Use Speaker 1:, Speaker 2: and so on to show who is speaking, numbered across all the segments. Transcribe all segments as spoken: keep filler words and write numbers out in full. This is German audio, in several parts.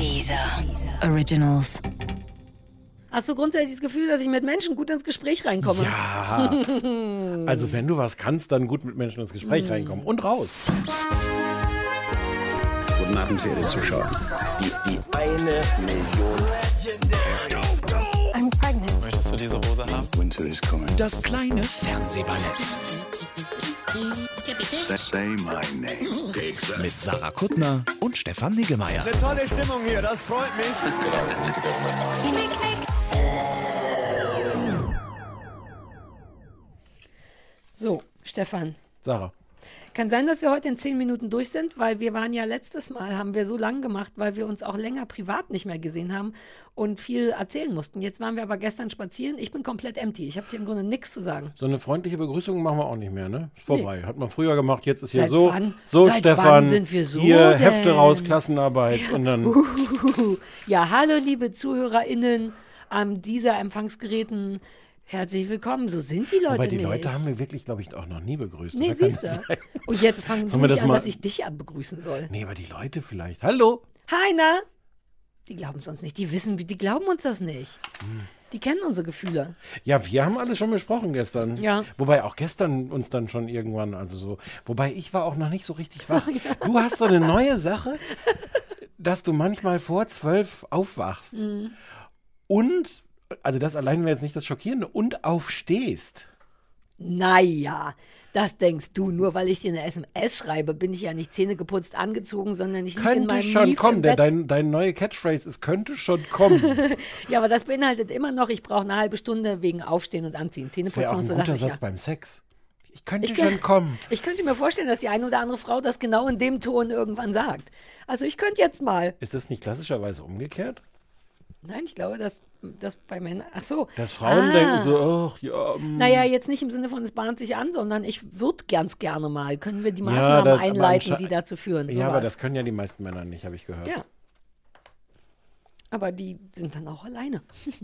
Speaker 1: Deezer Originals.
Speaker 2: Hast du grundsätzlich das Gefühl, dass ich mit Menschen gut ins Gespräch reinkomme?
Speaker 3: Ja. Also wenn du was kannst, dann gut mit Menschen ins Gespräch reinkommen. Und raus.
Speaker 4: Guten Abend, verehrte Zuschauer. Die, die eine Million.
Speaker 5: I'm pregnant.
Speaker 6: Möchtest du diese Hose haben?
Speaker 4: Winter is coming.
Speaker 7: Das kleine Fernsehballett.
Speaker 4: Say my name.
Speaker 7: Mit Sarah Kuttner und Stefan Niggemeier.
Speaker 8: Eine tolle Stimmung hier, das freut mich.
Speaker 2: So, Stefan.
Speaker 3: Sarah.
Speaker 2: Kann sein, dass wir heute in zehn Minuten durch sind, weil wir waren ja letztes Mal, haben wir so lang gemacht, weil wir uns auch länger privat nicht mehr gesehen haben und viel erzählen mussten. Jetzt waren wir aber gestern spazieren. Ich bin komplett empty. Ich habe dir im Grunde nichts zu sagen.
Speaker 3: So eine freundliche Begrüßung machen wir auch nicht mehr, ne? Ist vorbei. Nee. Hat man früher gemacht, jetzt ist hier
Speaker 2: Seit
Speaker 3: so.
Speaker 2: wann?
Speaker 3: So,
Speaker 2: Seit
Speaker 3: Stefan,
Speaker 2: wann sind wir so
Speaker 3: hier
Speaker 2: denn?
Speaker 3: Hefte raus, Klassenarbeit und dann...
Speaker 2: Uhuhu. Ja, hallo liebe ZuhörerInnen an dieser Empfangsgeräten. Herzlich willkommen. So sind die Leute
Speaker 3: Aber die
Speaker 2: nicht.
Speaker 3: Leute haben wir wirklich, glaube ich, auch noch nie begrüßt.
Speaker 2: Nee,
Speaker 3: Oder kann
Speaker 2: siehst
Speaker 3: das
Speaker 2: du.
Speaker 3: sein?
Speaker 2: Und jetzt fangen sie
Speaker 3: Sollen wir
Speaker 2: nicht
Speaker 3: das
Speaker 2: an,
Speaker 3: mal-
Speaker 2: dass ich dich begrüßen soll.
Speaker 3: Nee, aber die Leute vielleicht. Hallo?
Speaker 2: Hi, na? Die glauben es uns nicht. Die wissen, die glauben uns das nicht. Die kennen unsere Gefühle.
Speaker 3: Ja, wir haben alles schon besprochen gestern.
Speaker 2: Ja.
Speaker 3: Wobei auch gestern uns dann schon irgendwann, also so, wobei ich war auch noch nicht so richtig wach. Du hast so eine neue Sache, dass du manchmal vor zwölf aufwachst
Speaker 2: Mhm.
Speaker 3: und, also das allein wäre jetzt nicht das Schockierende, und aufstehst.
Speaker 2: Naja, das denkst du. Nur weil ich dir eine S M S schreibe, bin ich ja nicht zähnegeputzt angezogen, sondern ich liege in
Speaker 3: Könnte
Speaker 2: meinem
Speaker 3: schon
Speaker 2: Mief
Speaker 3: kommen,
Speaker 2: im
Speaker 3: der,
Speaker 2: Bett.
Speaker 3: dein, dein neue Catchphrase ist, könnte schon kommen.
Speaker 2: Ja, aber das beinhaltet immer noch, ich brauche eine halbe Stunde wegen Aufstehen und Anziehen.
Speaker 3: Das wäre
Speaker 2: Zähneputzen
Speaker 3: auch
Speaker 2: und
Speaker 3: ein
Speaker 2: so
Speaker 3: guter
Speaker 2: lasse ich
Speaker 3: Satz
Speaker 2: ja.
Speaker 3: beim Sex. Ich könnte
Speaker 2: Ich
Speaker 3: schon
Speaker 2: könnt-
Speaker 3: kommen.
Speaker 2: Ich könnte mir vorstellen, dass die eine oder andere Frau das genau in dem Ton irgendwann sagt. Also ich könnte jetzt mal.
Speaker 3: Ist das nicht klassischerweise umgekehrt?
Speaker 2: Nein, ich glaube, dass das bei Männern. Ach so.
Speaker 3: Dass Frauen
Speaker 2: Ah.
Speaker 3: denken so, ach ja, mm.
Speaker 2: Naja, jetzt nicht im Sinne von, es bahnt sich an, sondern ich würde ganz gerne mal. Können wir die Maßnahmen
Speaker 3: das- aber
Speaker 2: einleiten,
Speaker 3: ansche-
Speaker 2: die dazu führen?
Speaker 3: Ja, aber
Speaker 2: Sowas.
Speaker 3: das können ja die meisten Männer nicht, habe ich gehört.
Speaker 2: Ja. Aber die sind dann auch alleine.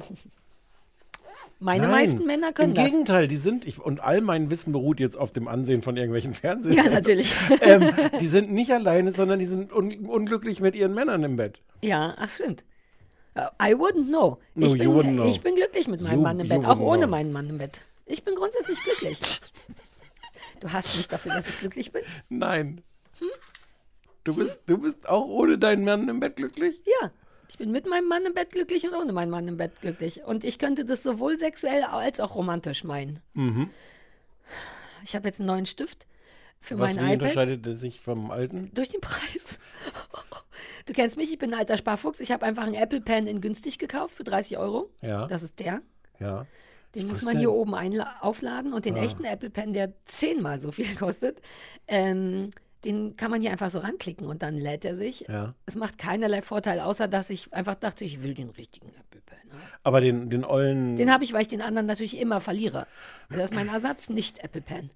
Speaker 2: Meine
Speaker 3: Nein,
Speaker 2: meisten Männer können
Speaker 3: Im
Speaker 2: das.
Speaker 3: Gegenteil, die sind, ich, und all mein Wissen beruht jetzt auf dem Ansehen von irgendwelchen
Speaker 2: Ja,
Speaker 3: Fernsehsendern.
Speaker 2: natürlich.
Speaker 3: ähm, die sind nicht alleine, sondern die sind un unglücklich mit ihren Männern im Bett.
Speaker 2: Ja, ach stimmt. Uh, I wouldn't know.
Speaker 3: No,
Speaker 2: Ich,
Speaker 3: you wouldn't
Speaker 2: bin,
Speaker 3: know.
Speaker 2: ich bin glücklich mit meinem
Speaker 3: You-
Speaker 2: Mann im
Speaker 3: you
Speaker 2: Bett, auch
Speaker 3: wouldn't
Speaker 2: ohne
Speaker 3: know.
Speaker 2: meinen Mann im Bett. Ich bin grundsätzlich glücklich. Du hasst mich dafür, dass ich glücklich bin?
Speaker 3: Nein. Du bist, du bist auch ohne deinen Mann im Bett glücklich?
Speaker 2: Ja. Ich bin mit meinem Mann im Bett glücklich und ohne meinen Mann im Bett glücklich. Und ich könnte das sowohl sexuell als auch romantisch meinen.
Speaker 3: Mhm.
Speaker 2: Ich habe jetzt einen neuen Stift für
Speaker 3: Was,
Speaker 2: mein
Speaker 3: wie
Speaker 2: iPad.
Speaker 3: unterscheidet er sich vom alten?
Speaker 2: Durch den Preis. Du kennst mich, ich bin ein alter Sparfuchs. Ich habe einfach einen Apple Pen in günstig gekauft für dreißig Euro.
Speaker 3: Ja.
Speaker 2: Das ist der.
Speaker 3: Ja.
Speaker 2: Den
Speaker 3: Ich
Speaker 2: muss
Speaker 3: wusste-
Speaker 2: man hier oben einla- aufladen. Und den
Speaker 3: Ah.
Speaker 2: echten Apple Pen, der zehnmal so viel kostet, ähm, den kann man hier einfach so ranklicken und dann lädt er sich.
Speaker 3: Ja.
Speaker 2: Es macht keinerlei Vorteil, außer dass ich einfach dachte, ich will den richtigen Apple Pen haben.
Speaker 3: Aber den, den ollen.
Speaker 2: Den habe ich, weil ich den anderen natürlich immer verliere. Das ist mein Ersatz, nicht Apple Pen.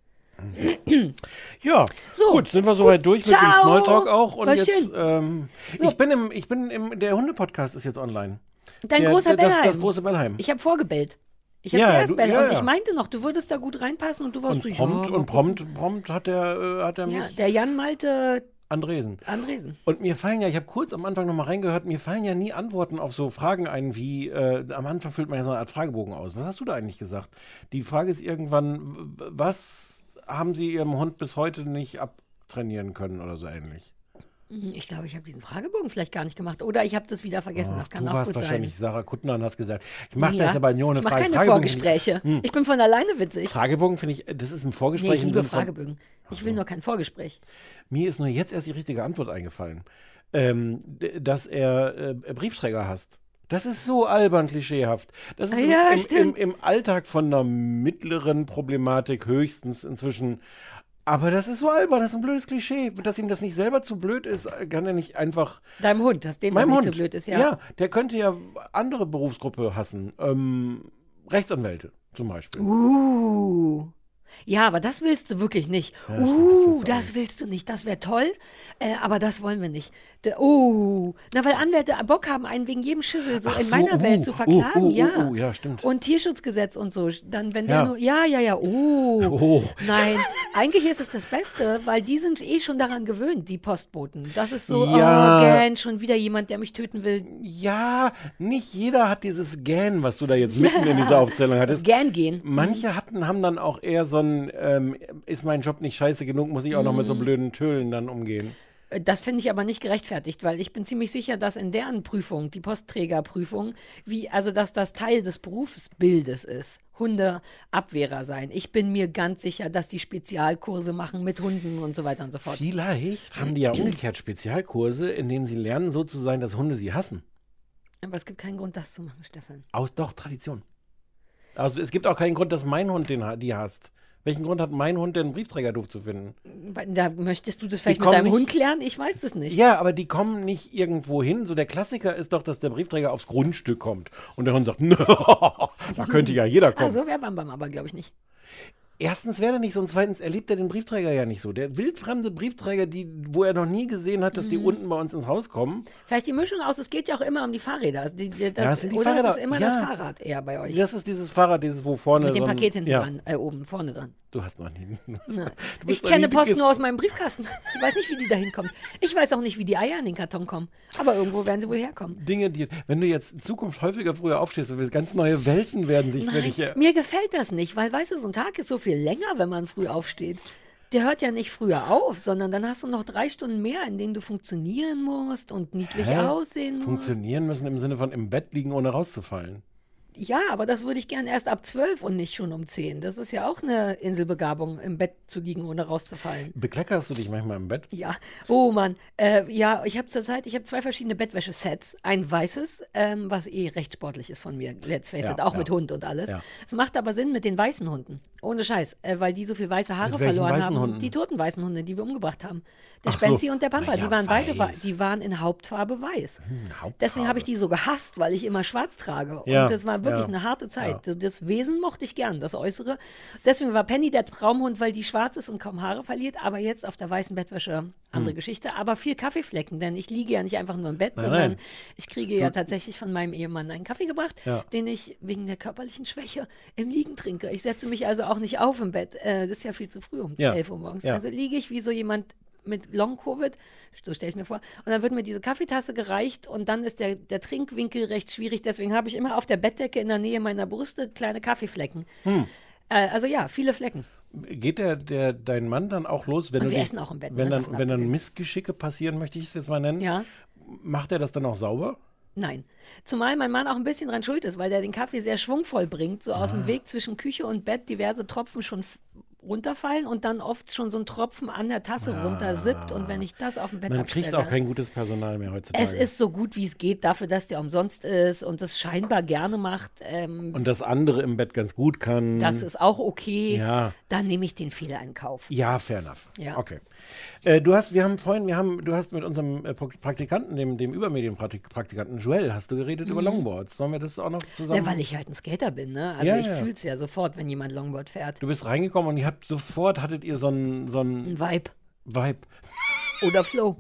Speaker 3: Ja,
Speaker 2: So,
Speaker 3: gut, sind wir soweit durch mit dem
Speaker 2: ciao.
Speaker 3: Smalltalk auch. Und
Speaker 2: War
Speaker 3: jetzt,
Speaker 2: schön.
Speaker 3: ähm,
Speaker 2: So.
Speaker 3: ich bin im, ich bin im, der Hunde-Podcast ist jetzt online.
Speaker 2: Dein
Speaker 3: der,
Speaker 2: großer
Speaker 3: der, das,
Speaker 2: Bellheim.
Speaker 3: das große Bellheim.
Speaker 2: Ich habe vorgebellt. Ich habe
Speaker 3: Ja,
Speaker 2: zuerst
Speaker 3: du-
Speaker 2: Bell
Speaker 3: ja,
Speaker 2: und ich
Speaker 3: ja.
Speaker 2: meinte noch, du würdest da gut reinpassen und du warst
Speaker 3: Und
Speaker 2: so,
Speaker 3: prompt,
Speaker 2: ja, mal
Speaker 3: und prompt, prompt hat er, äh, hat er
Speaker 2: gucken.
Speaker 3: mich
Speaker 2: Ja, der Jan Malte
Speaker 3: Andresen.
Speaker 2: Andresen.
Speaker 3: Und mir fallen ja, ich habe kurz am Anfang nochmal reingehört, mir fallen ja nie Antworten auf so Fragen ein, wie, äh, am Anfang füllt man ja so eine Art Fragebogen aus. Was hast du da eigentlich gesagt? Die Frage ist irgendwann, w- was haben Sie Ihrem Hund bis heute nicht abtrainieren können oder so ähnlich?
Speaker 2: Ich glaube, ich habe diesen Fragebogen vielleicht gar nicht gemacht. Oder ich habe das wieder vergessen. Das kann
Speaker 3: du
Speaker 2: auch
Speaker 3: warst
Speaker 2: gut
Speaker 3: wahrscheinlich
Speaker 2: sein.
Speaker 3: Sarah Kuttner und hast gesagt, ich mache
Speaker 2: Ja.
Speaker 3: das aber nur eine
Speaker 2: Ich mache
Speaker 3: Frage.
Speaker 2: keine
Speaker 3: Fragebogen finde
Speaker 2: Vorgespräche. Ich bin von alleine witzig.
Speaker 3: Ich, Fragebogen finde ich, das ist ein Vorgespräch.
Speaker 2: Nee, ich
Speaker 3: im
Speaker 2: liebe
Speaker 3: Sinne von-
Speaker 2: Fragebögen. Ich will nur kein Vorgespräch.
Speaker 3: Mir ist nur jetzt erst die richtige Antwort eingefallen. Ähm, d- dass er äh, Briefträger hasst. Das ist so albern klischeehaft. Das ist
Speaker 2: Ah
Speaker 3: im,
Speaker 2: ja,
Speaker 3: im, im,
Speaker 2: stimmt.
Speaker 3: im Alltag von einer mittleren Problematik höchstens inzwischen. Aber das ist so albern, das ist ein blödes Klischee. Dass ihm das nicht selber zu blöd ist, kann er nicht einfach.
Speaker 2: Deinem Hund, dass dem das
Speaker 3: Meinem
Speaker 2: nicht
Speaker 3: Hund.
Speaker 2: so blöd ist, ja.
Speaker 3: Ja, der könnte ja andere Berufsgruppe hassen. Ähm, Rechtsanwälte zum Beispiel.
Speaker 2: Uh. Ja, aber das willst du wirklich nicht.
Speaker 3: Ja, stimmt, das
Speaker 2: uh,
Speaker 3: willst du auch
Speaker 2: das
Speaker 3: nicht.
Speaker 2: willst du nicht. Das wäre toll, äh, aber das wollen wir nicht. De, oh, na, weil Anwälte Bock haben, einen wegen jedem Schissel so
Speaker 3: Ach
Speaker 2: in
Speaker 3: so,
Speaker 2: meiner
Speaker 3: uh,
Speaker 2: Welt zu verklagen.
Speaker 3: uh, uh,
Speaker 2: ja.
Speaker 3: uh, ja, stimmt.
Speaker 2: Und Tierschutzgesetz und so. Dann, wenn der
Speaker 3: Ja.
Speaker 2: nur, ja, ja, ja, oh.
Speaker 3: Oh.
Speaker 2: Nein, eigentlich ist es das Beste, weil die sind eh schon daran gewöhnt, die Postboten. Das ist so,
Speaker 3: Ja.
Speaker 2: oh, gähn, schon wieder jemand, der mich töten will.
Speaker 3: Ja, nicht jeder hat dieses Gähn, was du da jetzt mitten in dieser Aufzählung
Speaker 2: Das
Speaker 3: hattest.
Speaker 2: gern gehen.
Speaker 3: Manche hatten, haben dann auch eher so ein, ähm, ist mein Job nicht scheiße genug, muss ich auch noch mit
Speaker 2: Mhm.
Speaker 3: so blöden Tölen dann umgehen.
Speaker 2: Das finde ich aber nicht gerechtfertigt, weil ich bin ziemlich sicher, dass in deren Prüfung, die Postträgerprüfung, wie, also dass das Teil des Berufsbildes ist, Hundeabwehrer sein. Ich bin mir ganz sicher, dass die Spezialkurse machen mit Hunden und so weiter und so fort.
Speaker 3: Vielleicht haben die ja umgekehrt Spezialkurse, in denen sie lernen, so zu sein, dass Hunde sie hassen.
Speaker 2: Aber es gibt keinen Grund, das zu machen, Stefan.
Speaker 3: Aus doch Tradition. Also es gibt auch keinen Grund, dass mein Hund den, ha- die hasst. Welchen Grund hat mein Hund denn einen Briefträger doof zu finden?
Speaker 2: Da möchtest du das vielleicht mit
Speaker 3: kommen
Speaker 2: deinem
Speaker 3: nicht-
Speaker 2: Hund klären? Ich weiß es nicht.
Speaker 3: Ja, aber die kommen nicht irgendwo hin. So der Klassiker ist doch, dass der Briefträger aufs Grundstück kommt. Und der Hund sagt, nö, da könnte ja jeder kommen.
Speaker 2: Ah, so wäre Bam Bam aber, glaube ich, nicht.
Speaker 3: Erstens wäre er nicht so und zweitens erlebt er den Briefträger ja nicht so. Der wildfremde Briefträger, die, wo er noch nie gesehen hat, dass
Speaker 2: Mhm.
Speaker 3: die unten bei uns ins Haus kommen.
Speaker 2: Vielleicht die Mischung aus, es geht ja auch immer um die Fahrräder. Also Die, die, das,
Speaker 3: Ja, es sind die
Speaker 2: oder
Speaker 3: Fahrräder.
Speaker 2: ist es immer
Speaker 3: Ja.
Speaker 2: das Fahrrad eher bei euch?
Speaker 3: Das ist dieses Fahrrad, dieses wo vorne
Speaker 2: Mit dem
Speaker 3: so ein,
Speaker 2: Paket hinten
Speaker 3: ja,
Speaker 2: dran, äh, oben, vorne dran.
Speaker 3: Du hast noch nie. Du hast,
Speaker 2: Na,
Speaker 3: du
Speaker 2: ich
Speaker 3: bist noch
Speaker 2: kenne
Speaker 3: nie-
Speaker 2: Post
Speaker 3: du
Speaker 2: nur aus meinem Briefkasten. Ich weiß nicht, wie die da hinkommen. Ich weiß auch nicht, wie die Eier in den Karton kommen. Aber irgendwo werden sie wohl herkommen.
Speaker 3: Dinge, die, wenn du jetzt in Zukunft häufiger früher aufstehst, so wirst ganz neue Welten werden sich für
Speaker 2: Nein,
Speaker 3: dich. äh,
Speaker 2: mir gefällt das nicht, weil, weißt du, so ein Tag ist so viel länger, wenn man früh aufsteht. Der hört ja nicht früher auf, sondern dann hast du noch drei Stunden mehr, in denen du funktionieren musst und niedlich
Speaker 3: Hä?
Speaker 2: aussehen musst.
Speaker 3: Funktionieren müssen im Sinne von im Bett liegen, ohne rauszufallen.
Speaker 2: Ja, aber das würde ich gern erst ab zwölf und nicht schon um zehn. Das ist ja auch eine Inselbegabung, im Bett zu liegen, ohne rauszufallen.
Speaker 3: Bekleckerst du dich manchmal im Bett?
Speaker 2: Ja, oh Mann. Äh, ja, ich habe zurzeit, ich habe zwei verschiedene Bettwäschesets. Ein weißes, ähm, was eh recht sportlich ist von mir, let's face
Speaker 3: Ja,
Speaker 2: it, auch
Speaker 3: ja.
Speaker 2: mit Hund und alles.
Speaker 3: Ja.
Speaker 2: Es macht aber Sinn mit den weißen Hunden. Ohne Scheiß, äh, weil die so viel weiße Haare
Speaker 3: Mit welchen
Speaker 2: verloren
Speaker 3: weißen
Speaker 2: haben.
Speaker 3: Hunden?
Speaker 2: Die toten weißen Hunde, die wir umgebracht haben. Der
Speaker 3: Ach so.
Speaker 2: Spenzi und der Pampa,
Speaker 3: Na ja,
Speaker 2: die waren beide, wa-
Speaker 3: weiß.
Speaker 2: die waren in Hauptfarbe weiß.
Speaker 3: Hauptfarbe.
Speaker 2: Deswegen habe ich die so gehasst, weil ich immer schwarz trage.
Speaker 3: Ja,
Speaker 2: Und das war wirklich
Speaker 3: ja,
Speaker 2: eine harte Zeit.
Speaker 3: ja.
Speaker 2: Das, das Wesen mochte ich gern, das Äußere. Deswegen war Penny der Traumhund, weil die schwarz ist und kaum Haare verliert. Aber jetzt auf der weißen Bettwäsche andere Geschichte. Aber viel Kaffeeflecken, denn ich liege ja nicht einfach nur im Bett,
Speaker 3: Nein,
Speaker 2: sondern
Speaker 3: nein.
Speaker 2: ich kriege ja tatsächlich von meinem Ehemann einen Kaffee gebracht,
Speaker 3: Ja.
Speaker 2: den ich wegen der körperlichen Schwäche im Liegen trinke. Ich setze mich also auch nicht auf im Bett. Äh, das ist ja viel zu früh um
Speaker 3: Ja.
Speaker 2: elf Uhr morgens.
Speaker 3: Ja.
Speaker 2: Also liege ich wie so jemand mit Long-Covid, so stelle ich mir vor. Und dann wird mir diese Kaffeetasse gereicht und dann ist der, der Trinkwinkel recht schwierig. Deswegen habe ich immer auf der Bettdecke in der Nähe meiner Brüste kleine Kaffeeflecken.
Speaker 3: Hm.
Speaker 2: Äh, also ja, viele Flecken.
Speaker 3: Geht der, der, dein Mann dann auch los, wenn
Speaker 2: Und
Speaker 3: du
Speaker 2: wir
Speaker 3: dich-
Speaker 2: essen auch im Bett,
Speaker 3: wenn
Speaker 2: ne,
Speaker 3: dann,
Speaker 2: davon
Speaker 3: wenn dann
Speaker 2: abgesehen.
Speaker 3: Missgeschicke passieren, möchte ich es jetzt mal nennen,
Speaker 2: Ja.
Speaker 3: macht er das dann auch sauber?
Speaker 2: Nein. Zumal mein Mann auch ein bisschen dran schuld ist, weil der den Kaffee sehr schwungvoll bringt, so
Speaker 3: Ah.
Speaker 2: aus dem Weg zwischen Küche und Bett diverse Tropfen schon f- runterfallen und dann oft schon so ein Tropfen an der Tasse runtersippt. Und wenn ich das auf dem Bett
Speaker 3: Man kriegt
Speaker 2: abstelle,
Speaker 3: auch kein gutes Personal mehr heutzutage.
Speaker 2: es ist so gut, wie es geht, dafür, dass der umsonst ist und das scheinbar gerne macht. Ähm,
Speaker 3: Und das andere im Bett ganz gut kann.
Speaker 2: das ist auch okay.
Speaker 3: Ja.
Speaker 2: Dann nehme ich den Fehler in Kauf.
Speaker 3: Ja, fair enough.
Speaker 2: Ja.
Speaker 3: Okay. Äh, du hast, wir haben vorhin, wir haben, du hast mit unserem äh, Pra- Praktikanten, dem, dem Übermedienpraktikanten Joel, hast du geredet über Longboards. Sollen wir das auch noch zusammen?
Speaker 2: Mhm. Ja, weil ich halt ein Skater bin, ne? Also
Speaker 3: Ja,
Speaker 2: ich
Speaker 3: ja.
Speaker 2: fühle es ja sofort, wenn jemand Longboard fährt.
Speaker 3: Du bist reingekommen und ihr habt sofort, hattet ihr so einen so einen
Speaker 2: Ein Vibe.
Speaker 3: Vibe.
Speaker 2: Oder Flow.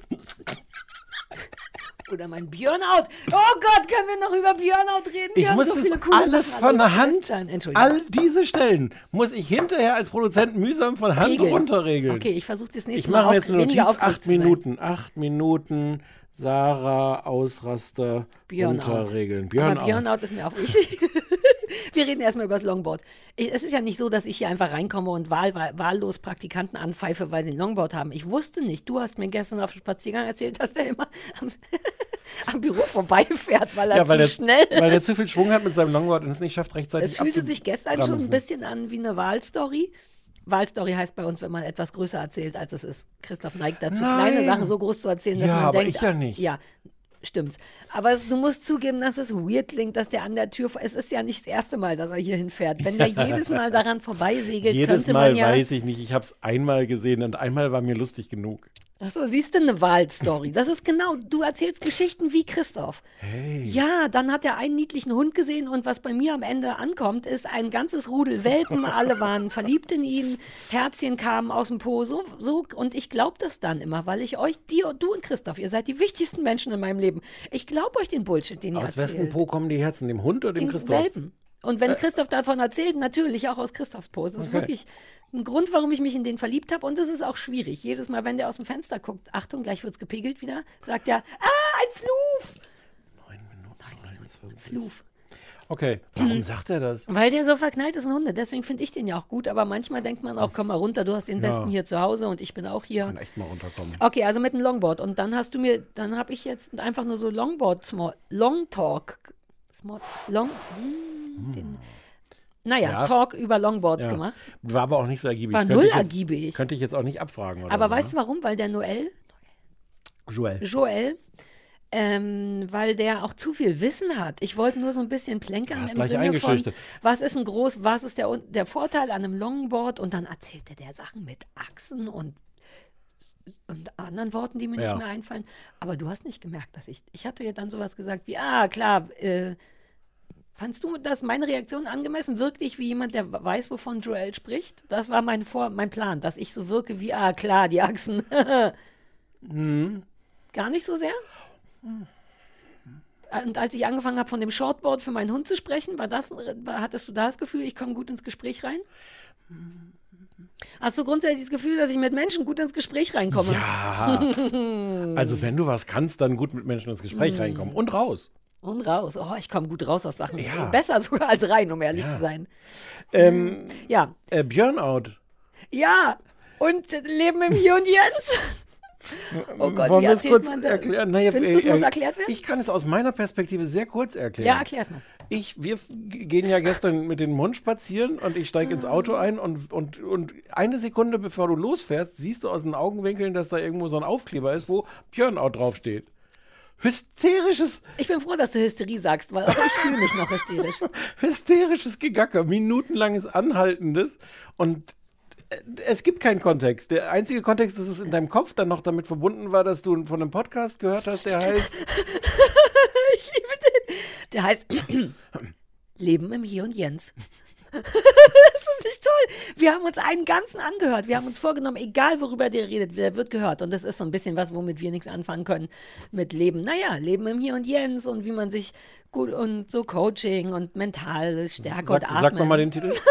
Speaker 2: Oder mein Burnout. Oh Gott, können wir noch über Burnout reden? Wir
Speaker 3: Ich
Speaker 2: haben
Speaker 3: muss
Speaker 2: so
Speaker 3: das
Speaker 2: viele coole
Speaker 3: alles
Speaker 2: Sachen
Speaker 3: von der
Speaker 2: erlebt
Speaker 3: Hand,
Speaker 2: gestern. Entschuldigung.
Speaker 3: all diese Stellen muss ich hinterher als Produzent mühsam von Hand
Speaker 2: Regeln.
Speaker 3: runterregeln.
Speaker 2: Okay, ich versuche das nächste
Speaker 3: Ich
Speaker 2: Mal
Speaker 3: mache mir jetzt
Speaker 2: auf,
Speaker 3: eine
Speaker 2: weniger
Speaker 3: Notiz,
Speaker 2: aufgeregt
Speaker 3: acht
Speaker 2: zu sein.
Speaker 3: Minuten, acht Minuten, Sarah, Ausraster,
Speaker 2: Burnout.
Speaker 3: runterregeln.
Speaker 2: Aber
Speaker 3: Burnout.
Speaker 2: Burnout ist mir auch wichtig. Wir reden erstmal über das Longboard. Ich, es ist ja nicht so, dass ich hier einfach reinkomme und wahl, wahl, wahllos Praktikanten anpfeife, weil sie ein Longboard haben. Ich wusste nicht. Du hast mir gestern auf dem Spaziergang erzählt, dass der immer am, am Büro vorbeifährt, weil er
Speaker 3: Ja, weil
Speaker 2: zu
Speaker 3: der,
Speaker 2: schnell ist.
Speaker 3: weil der zu viel Schwung hat mit seinem Longboard und es nicht schafft, rechtzeitig
Speaker 2: Es fühlte sich gestern schon ein
Speaker 3: abzubremsen.
Speaker 2: bisschen an wie eine Wahlstory. Wahlstory heißt bei uns, wenn man etwas größer erzählt, als es ist. Christoph neigt dazu,
Speaker 3: Nein.
Speaker 2: kleine Sachen so groß zu erzählen, dass
Speaker 3: Ja,
Speaker 2: man
Speaker 3: aber
Speaker 2: denkt,
Speaker 3: ich ja nicht.
Speaker 2: ja, stimmt. Aber es, du musst zugeben, dass es weird klingt, dass der an der Tür, es ist ja nicht das erste Mal, dass er hier hinfährt. Wenn der jedes Mal daran vorbeisegelt,
Speaker 3: Jedes
Speaker 2: könnte
Speaker 3: Mal
Speaker 2: man ja...
Speaker 3: weiß ich nicht, ich habe es einmal gesehen und einmal war mir lustig genug.
Speaker 2: Achso, siehst du eine Wahlstory. Das ist genau, du erzählst Geschichten wie Christoph.
Speaker 3: Hey.
Speaker 2: Ja, dann hat er einen niedlichen Hund gesehen und was bei mir am Ende ankommt, ist ein ganzes Rudel Welpen. Alle waren verliebt in ihn, Herzchen kamen aus dem Po. So, so, und ich glaube das dann immer, weil ich euch, dir, du und Christoph, ihr seid die wichtigsten Menschen in meinem Leben. Ich glaube euch den Bullshit, den ihr
Speaker 3: Aus
Speaker 2: erzählt.
Speaker 3: wessen Po kommen die Herzen? Dem Hund oder dem
Speaker 2: Den
Speaker 3: Christoph?
Speaker 2: Welpen. Und wenn Christoph davon erzählt, natürlich auch aus Christophs Po. Das ist
Speaker 3: Okay.
Speaker 2: wirklich ein Grund, warum ich mich in den verliebt habe. Und das ist auch schwierig. Jedes Mal, wenn der aus dem Fenster guckt, Achtung, gleich wird's gepegelt wieder, sagt er, ah, ein Fluf!
Speaker 3: neun Minuten neunundzwanzig.
Speaker 2: Fluf.
Speaker 3: Okay, warum sagt er das?
Speaker 2: Weil der so verknallt ist in Hunde. Deswegen finde ich den ja auch gut. Aber manchmal denkt man auch, komm mal runter, du hast den
Speaker 3: Ja.
Speaker 2: Besten hier zu Hause und ich bin auch hier.
Speaker 3: Kann echt mal runterkommen.
Speaker 2: Okay, also mit dem Longboard. Und dann hast du mir, dann habe ich jetzt einfach nur so Longboard, Small, Long Talk. Small, long, hm, den, naja,
Speaker 3: Ja.
Speaker 2: Talk über Longboards
Speaker 3: Ja.
Speaker 2: gemacht.
Speaker 3: War aber auch nicht so ergiebig.
Speaker 2: War
Speaker 3: Könnte
Speaker 2: null
Speaker 3: ich jetzt,
Speaker 2: ergiebig.
Speaker 3: Könnte ich jetzt auch nicht abfragen. Oder
Speaker 2: Aber
Speaker 3: so,
Speaker 2: weißt
Speaker 3: ne?
Speaker 2: du warum? Weil der Noel,
Speaker 3: Joel.
Speaker 2: Joel, ähm, weil der auch zu viel Wissen hat. Ich wollte nur so ein bisschen plänkern
Speaker 3: Warst
Speaker 2: im
Speaker 3: gleich
Speaker 2: Sinne von,
Speaker 3: eingeschüchtert.
Speaker 2: was ist ein groß, was ist der, der Vorteil an einem Longboard? Und dann erzählte der Sachen mit Achsen und und anderen Worten, die mir
Speaker 3: Ja.
Speaker 2: nicht mehr einfallen. Aber du hast nicht gemerkt, dass ich, ich hatte ja dann sowas gesagt wie, ah, klar, äh, fandst du das, meine Reaktion angemessen, wirklich wie jemand, der weiß, wovon Joel spricht? Das war mein, Vor mein Plan, dass ich so wirke wie, ah, klar, die Achsen.
Speaker 3: Mhm.
Speaker 2: Gar nicht so sehr? Und als ich angefangen habe, von dem Shortboard für meinen Hund zu sprechen, war das, war, hattest du da das Gefühl, ich komme gut ins Gespräch rein? Hast du grundsätzlich das Gefühl, dass ich mit Menschen gut ins Gespräch reinkomme?
Speaker 3: Ja. Also wenn du was kannst, dann gut mit Menschen ins Gespräch
Speaker 2: Mm.
Speaker 3: reinkommen. Und raus.
Speaker 2: Und raus. Oh, ich komme gut raus aus Sachen.
Speaker 3: Ja.
Speaker 2: Besser sogar als rein, um ehrlich
Speaker 3: Ja.
Speaker 2: zu sein.
Speaker 3: Ähm,
Speaker 2: Ja.
Speaker 3: äh, Burnout.
Speaker 2: Ja. Und Leben im Hier und Jetzt. Oh Gott,
Speaker 3: Wollen
Speaker 2: wie
Speaker 3: wir es
Speaker 2: erzählt
Speaker 3: kurz
Speaker 2: man das?
Speaker 3: erklären? Naja,
Speaker 2: Findest du, es
Speaker 3: äh,
Speaker 2: muss
Speaker 3: äh,
Speaker 2: erklärt werden?
Speaker 3: Ich kann es aus meiner Perspektive sehr kurz erklären.
Speaker 2: Ja, erklär's mal.
Speaker 3: Ich, wir f- gehen ja gestern mit dem Hund spazieren und ich steige ins Auto ein und, und, und eine Sekunde bevor du losfährst, siehst du aus den Augenwinkeln, dass da irgendwo so ein Aufkleber ist, wo Burnout draufsteht. Hysterisches,
Speaker 2: Ich bin froh, dass du Hysterie sagst, weil auch ich fühle mich noch hysterisch.
Speaker 3: hysterisches Gegacker, minutenlanges, anhaltendes und äh, es gibt keinen Kontext. Der einzige Kontext, dass es in deinem Kopf dann noch damit verbunden war, dass du von einem Podcast gehört hast, der heißt
Speaker 2: Ich liebe den. Der heißt Leben im Hier und Jens. Das ist nicht toll. Wir haben uns einen ganzen angehört. Wir haben uns vorgenommen, egal worüber der redet, der wird gehört. Und das ist so ein bisschen was, womit wir nichts anfangen können mit Leben. Naja, Leben im Hier und Jens und wie man sich gut und so Coaching und mentale Stärke
Speaker 3: Sag,
Speaker 2: und Atmen.
Speaker 3: sag nochmal den Titel.
Speaker 2: Leben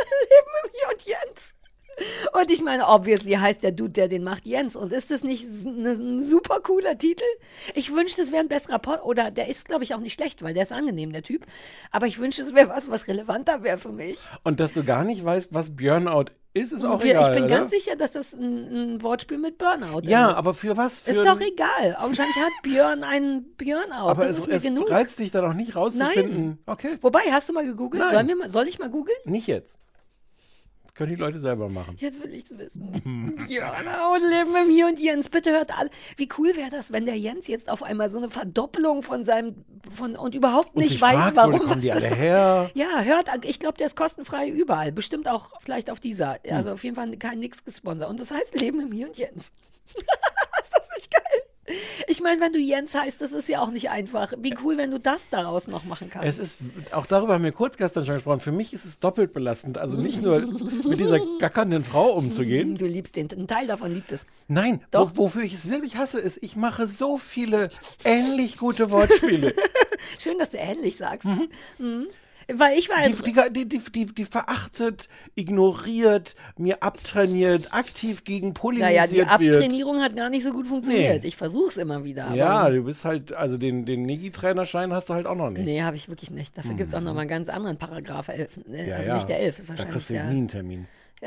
Speaker 2: im Hier und Jens. Und ich meine, obviously heißt der Dude, der den macht, Jens. Und ist das nicht s- ne- ein super cooler Titel? Ich wünschte, es wäre ein besserer Pod. Oder der ist, glaube ich, auch nicht schlecht, weil der ist angenehm, der Typ. Aber ich wünschte, es wäre was, was relevanter wäre für mich.
Speaker 3: Und dass du gar nicht weißt, was Burnout ist, ist auch
Speaker 2: Wir-
Speaker 3: egal.
Speaker 2: ich bin
Speaker 3: oder?
Speaker 2: ganz sicher, dass das ein, ein Wortspiel mit Burnout
Speaker 3: Ja,
Speaker 2: ist.
Speaker 3: aber für was? Für
Speaker 2: Ist doch egal. Wahrscheinlich hat Björn einen Burnout.
Speaker 3: Aber
Speaker 2: das
Speaker 3: es,
Speaker 2: ist mir
Speaker 3: es
Speaker 2: genug.
Speaker 3: reizt dich dann auch nicht rauszufinden.
Speaker 2: Nein.
Speaker 3: Okay,
Speaker 2: Wobei, hast du mal gegoogelt?
Speaker 3: Nein.
Speaker 2: Sollen wir mal, soll ich mal googeln?
Speaker 3: nicht jetzt. Können die Leute selber machen.
Speaker 2: Jetzt will ich es wissen. Burnout, Leben im Hier und Jens. Bitte hört alle. Wie cool wäre das, wenn der Jens jetzt auf einmal so eine Verdoppelung von seinem von und überhaupt
Speaker 3: Und
Speaker 2: nicht
Speaker 3: sich
Speaker 2: weiß,
Speaker 3: fragt,
Speaker 2: warum
Speaker 3: wo kommen die
Speaker 2: das
Speaker 3: alle
Speaker 2: ist.
Speaker 3: her?
Speaker 2: Ja, hört, ich glaube, der ist kostenfrei überall. Bestimmt auch vielleicht auf dieser.
Speaker 3: Hm.
Speaker 2: Also auf jeden Fall kein nix gesponsert. Und das heißt Leben im Hier und Jens. Ist das nicht geil? Ich meine, wenn du Jens heißt, das ist ja auch nicht einfach. Wie cool, wenn du das daraus noch machen kannst.
Speaker 3: Es ist, auch darüber haben wir kurz gestern schon gesprochen, für mich ist es doppelt belastend. Also nicht nur mit dieser gackernden Frau umzugehen.
Speaker 2: Du liebst den. Ein Teil davon liebt es.
Speaker 3: Nein,
Speaker 2: Doch.
Speaker 3: wo, wofür ich es wirklich hasse, ist, ich mache so viele ähnlich gute Wortspiele.
Speaker 2: Schön, dass du ähnlich sagst. Mhm. Weil ich war
Speaker 3: Die, die, die, die, die, die verachtet, ignoriert, mir abtrainiert, aktiv gegen
Speaker 2: Naja, die
Speaker 3: polemisiert wird.
Speaker 2: Abtrainierung hat gar nicht so gut funktioniert.
Speaker 3: Nee.
Speaker 2: Ich versuche es immer wieder. Aber
Speaker 3: Ja, du bist halt, also den, den Negi-Trainerschein hast du halt auch noch nicht.
Speaker 2: Nee, habe ich wirklich nicht. Dafür gibt es auch noch mal einen ganz anderen Paragraph elf. Ne?
Speaker 3: Ja,
Speaker 2: also
Speaker 3: ja.
Speaker 2: nicht der elf, ist
Speaker 3: Da
Speaker 2: wahrscheinlich
Speaker 3: kriegst du
Speaker 2: der.
Speaker 3: nie einen Termin.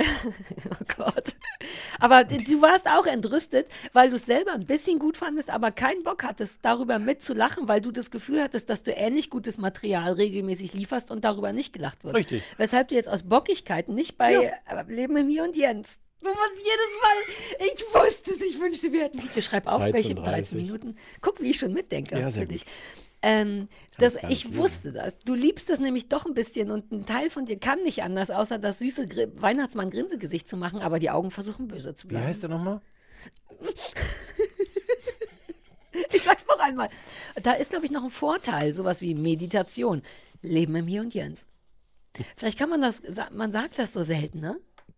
Speaker 2: Oh Gott. Aber du warst auch entrüstet, weil du es selber ein bisschen gut fandest, aber keinen Bock hattest, darüber mitzulachen, weil du das Gefühl hattest, dass du ähnlich gutes Material regelmäßig lieferst und darüber nicht gelacht wird.
Speaker 3: Richtig.
Speaker 2: Weshalb du jetzt aus Bockigkeiten nicht bei
Speaker 3: Ja.
Speaker 2: äh, Leben im Hier und Jens. Du musst jedes Mal, ich wusste es, ich wünschte, wir hätten, ich schreib auf, welche
Speaker 3: dreizehn
Speaker 2: dreizehn Minuten. Guck, wie ich schon mitdenke.
Speaker 3: Ja, sehr
Speaker 2: für
Speaker 3: gut.
Speaker 2: dich. Ähm, das,
Speaker 3: gar nicht
Speaker 2: ich
Speaker 3: lesen.
Speaker 2: wusste das. Du liebst das nämlich doch ein bisschen und ein Teil von dir kann nicht anders, außer das süße Gri- Weihnachtsmann-Grinsegesicht zu machen, aber die Augen versuchen böse zu
Speaker 3: Wie
Speaker 2: bleiben.
Speaker 3: heißt der nochmal?
Speaker 2: Ich sag's noch einmal. Da ist, glaube ich, noch ein Vorteil, sowas wie Meditation. Leben im Hier und Jetzt. Vielleicht kann man das, man sagt das so selten, ne?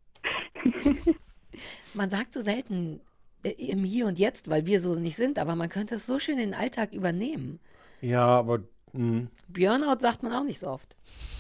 Speaker 2: Man sagt so selten äh, im Hier und Jetzt, weil wir so nicht sind, aber man könnte es so schön in den Alltag übernehmen.
Speaker 3: Ja, aber... Mh.
Speaker 2: Burnout sagt man auch nicht so oft.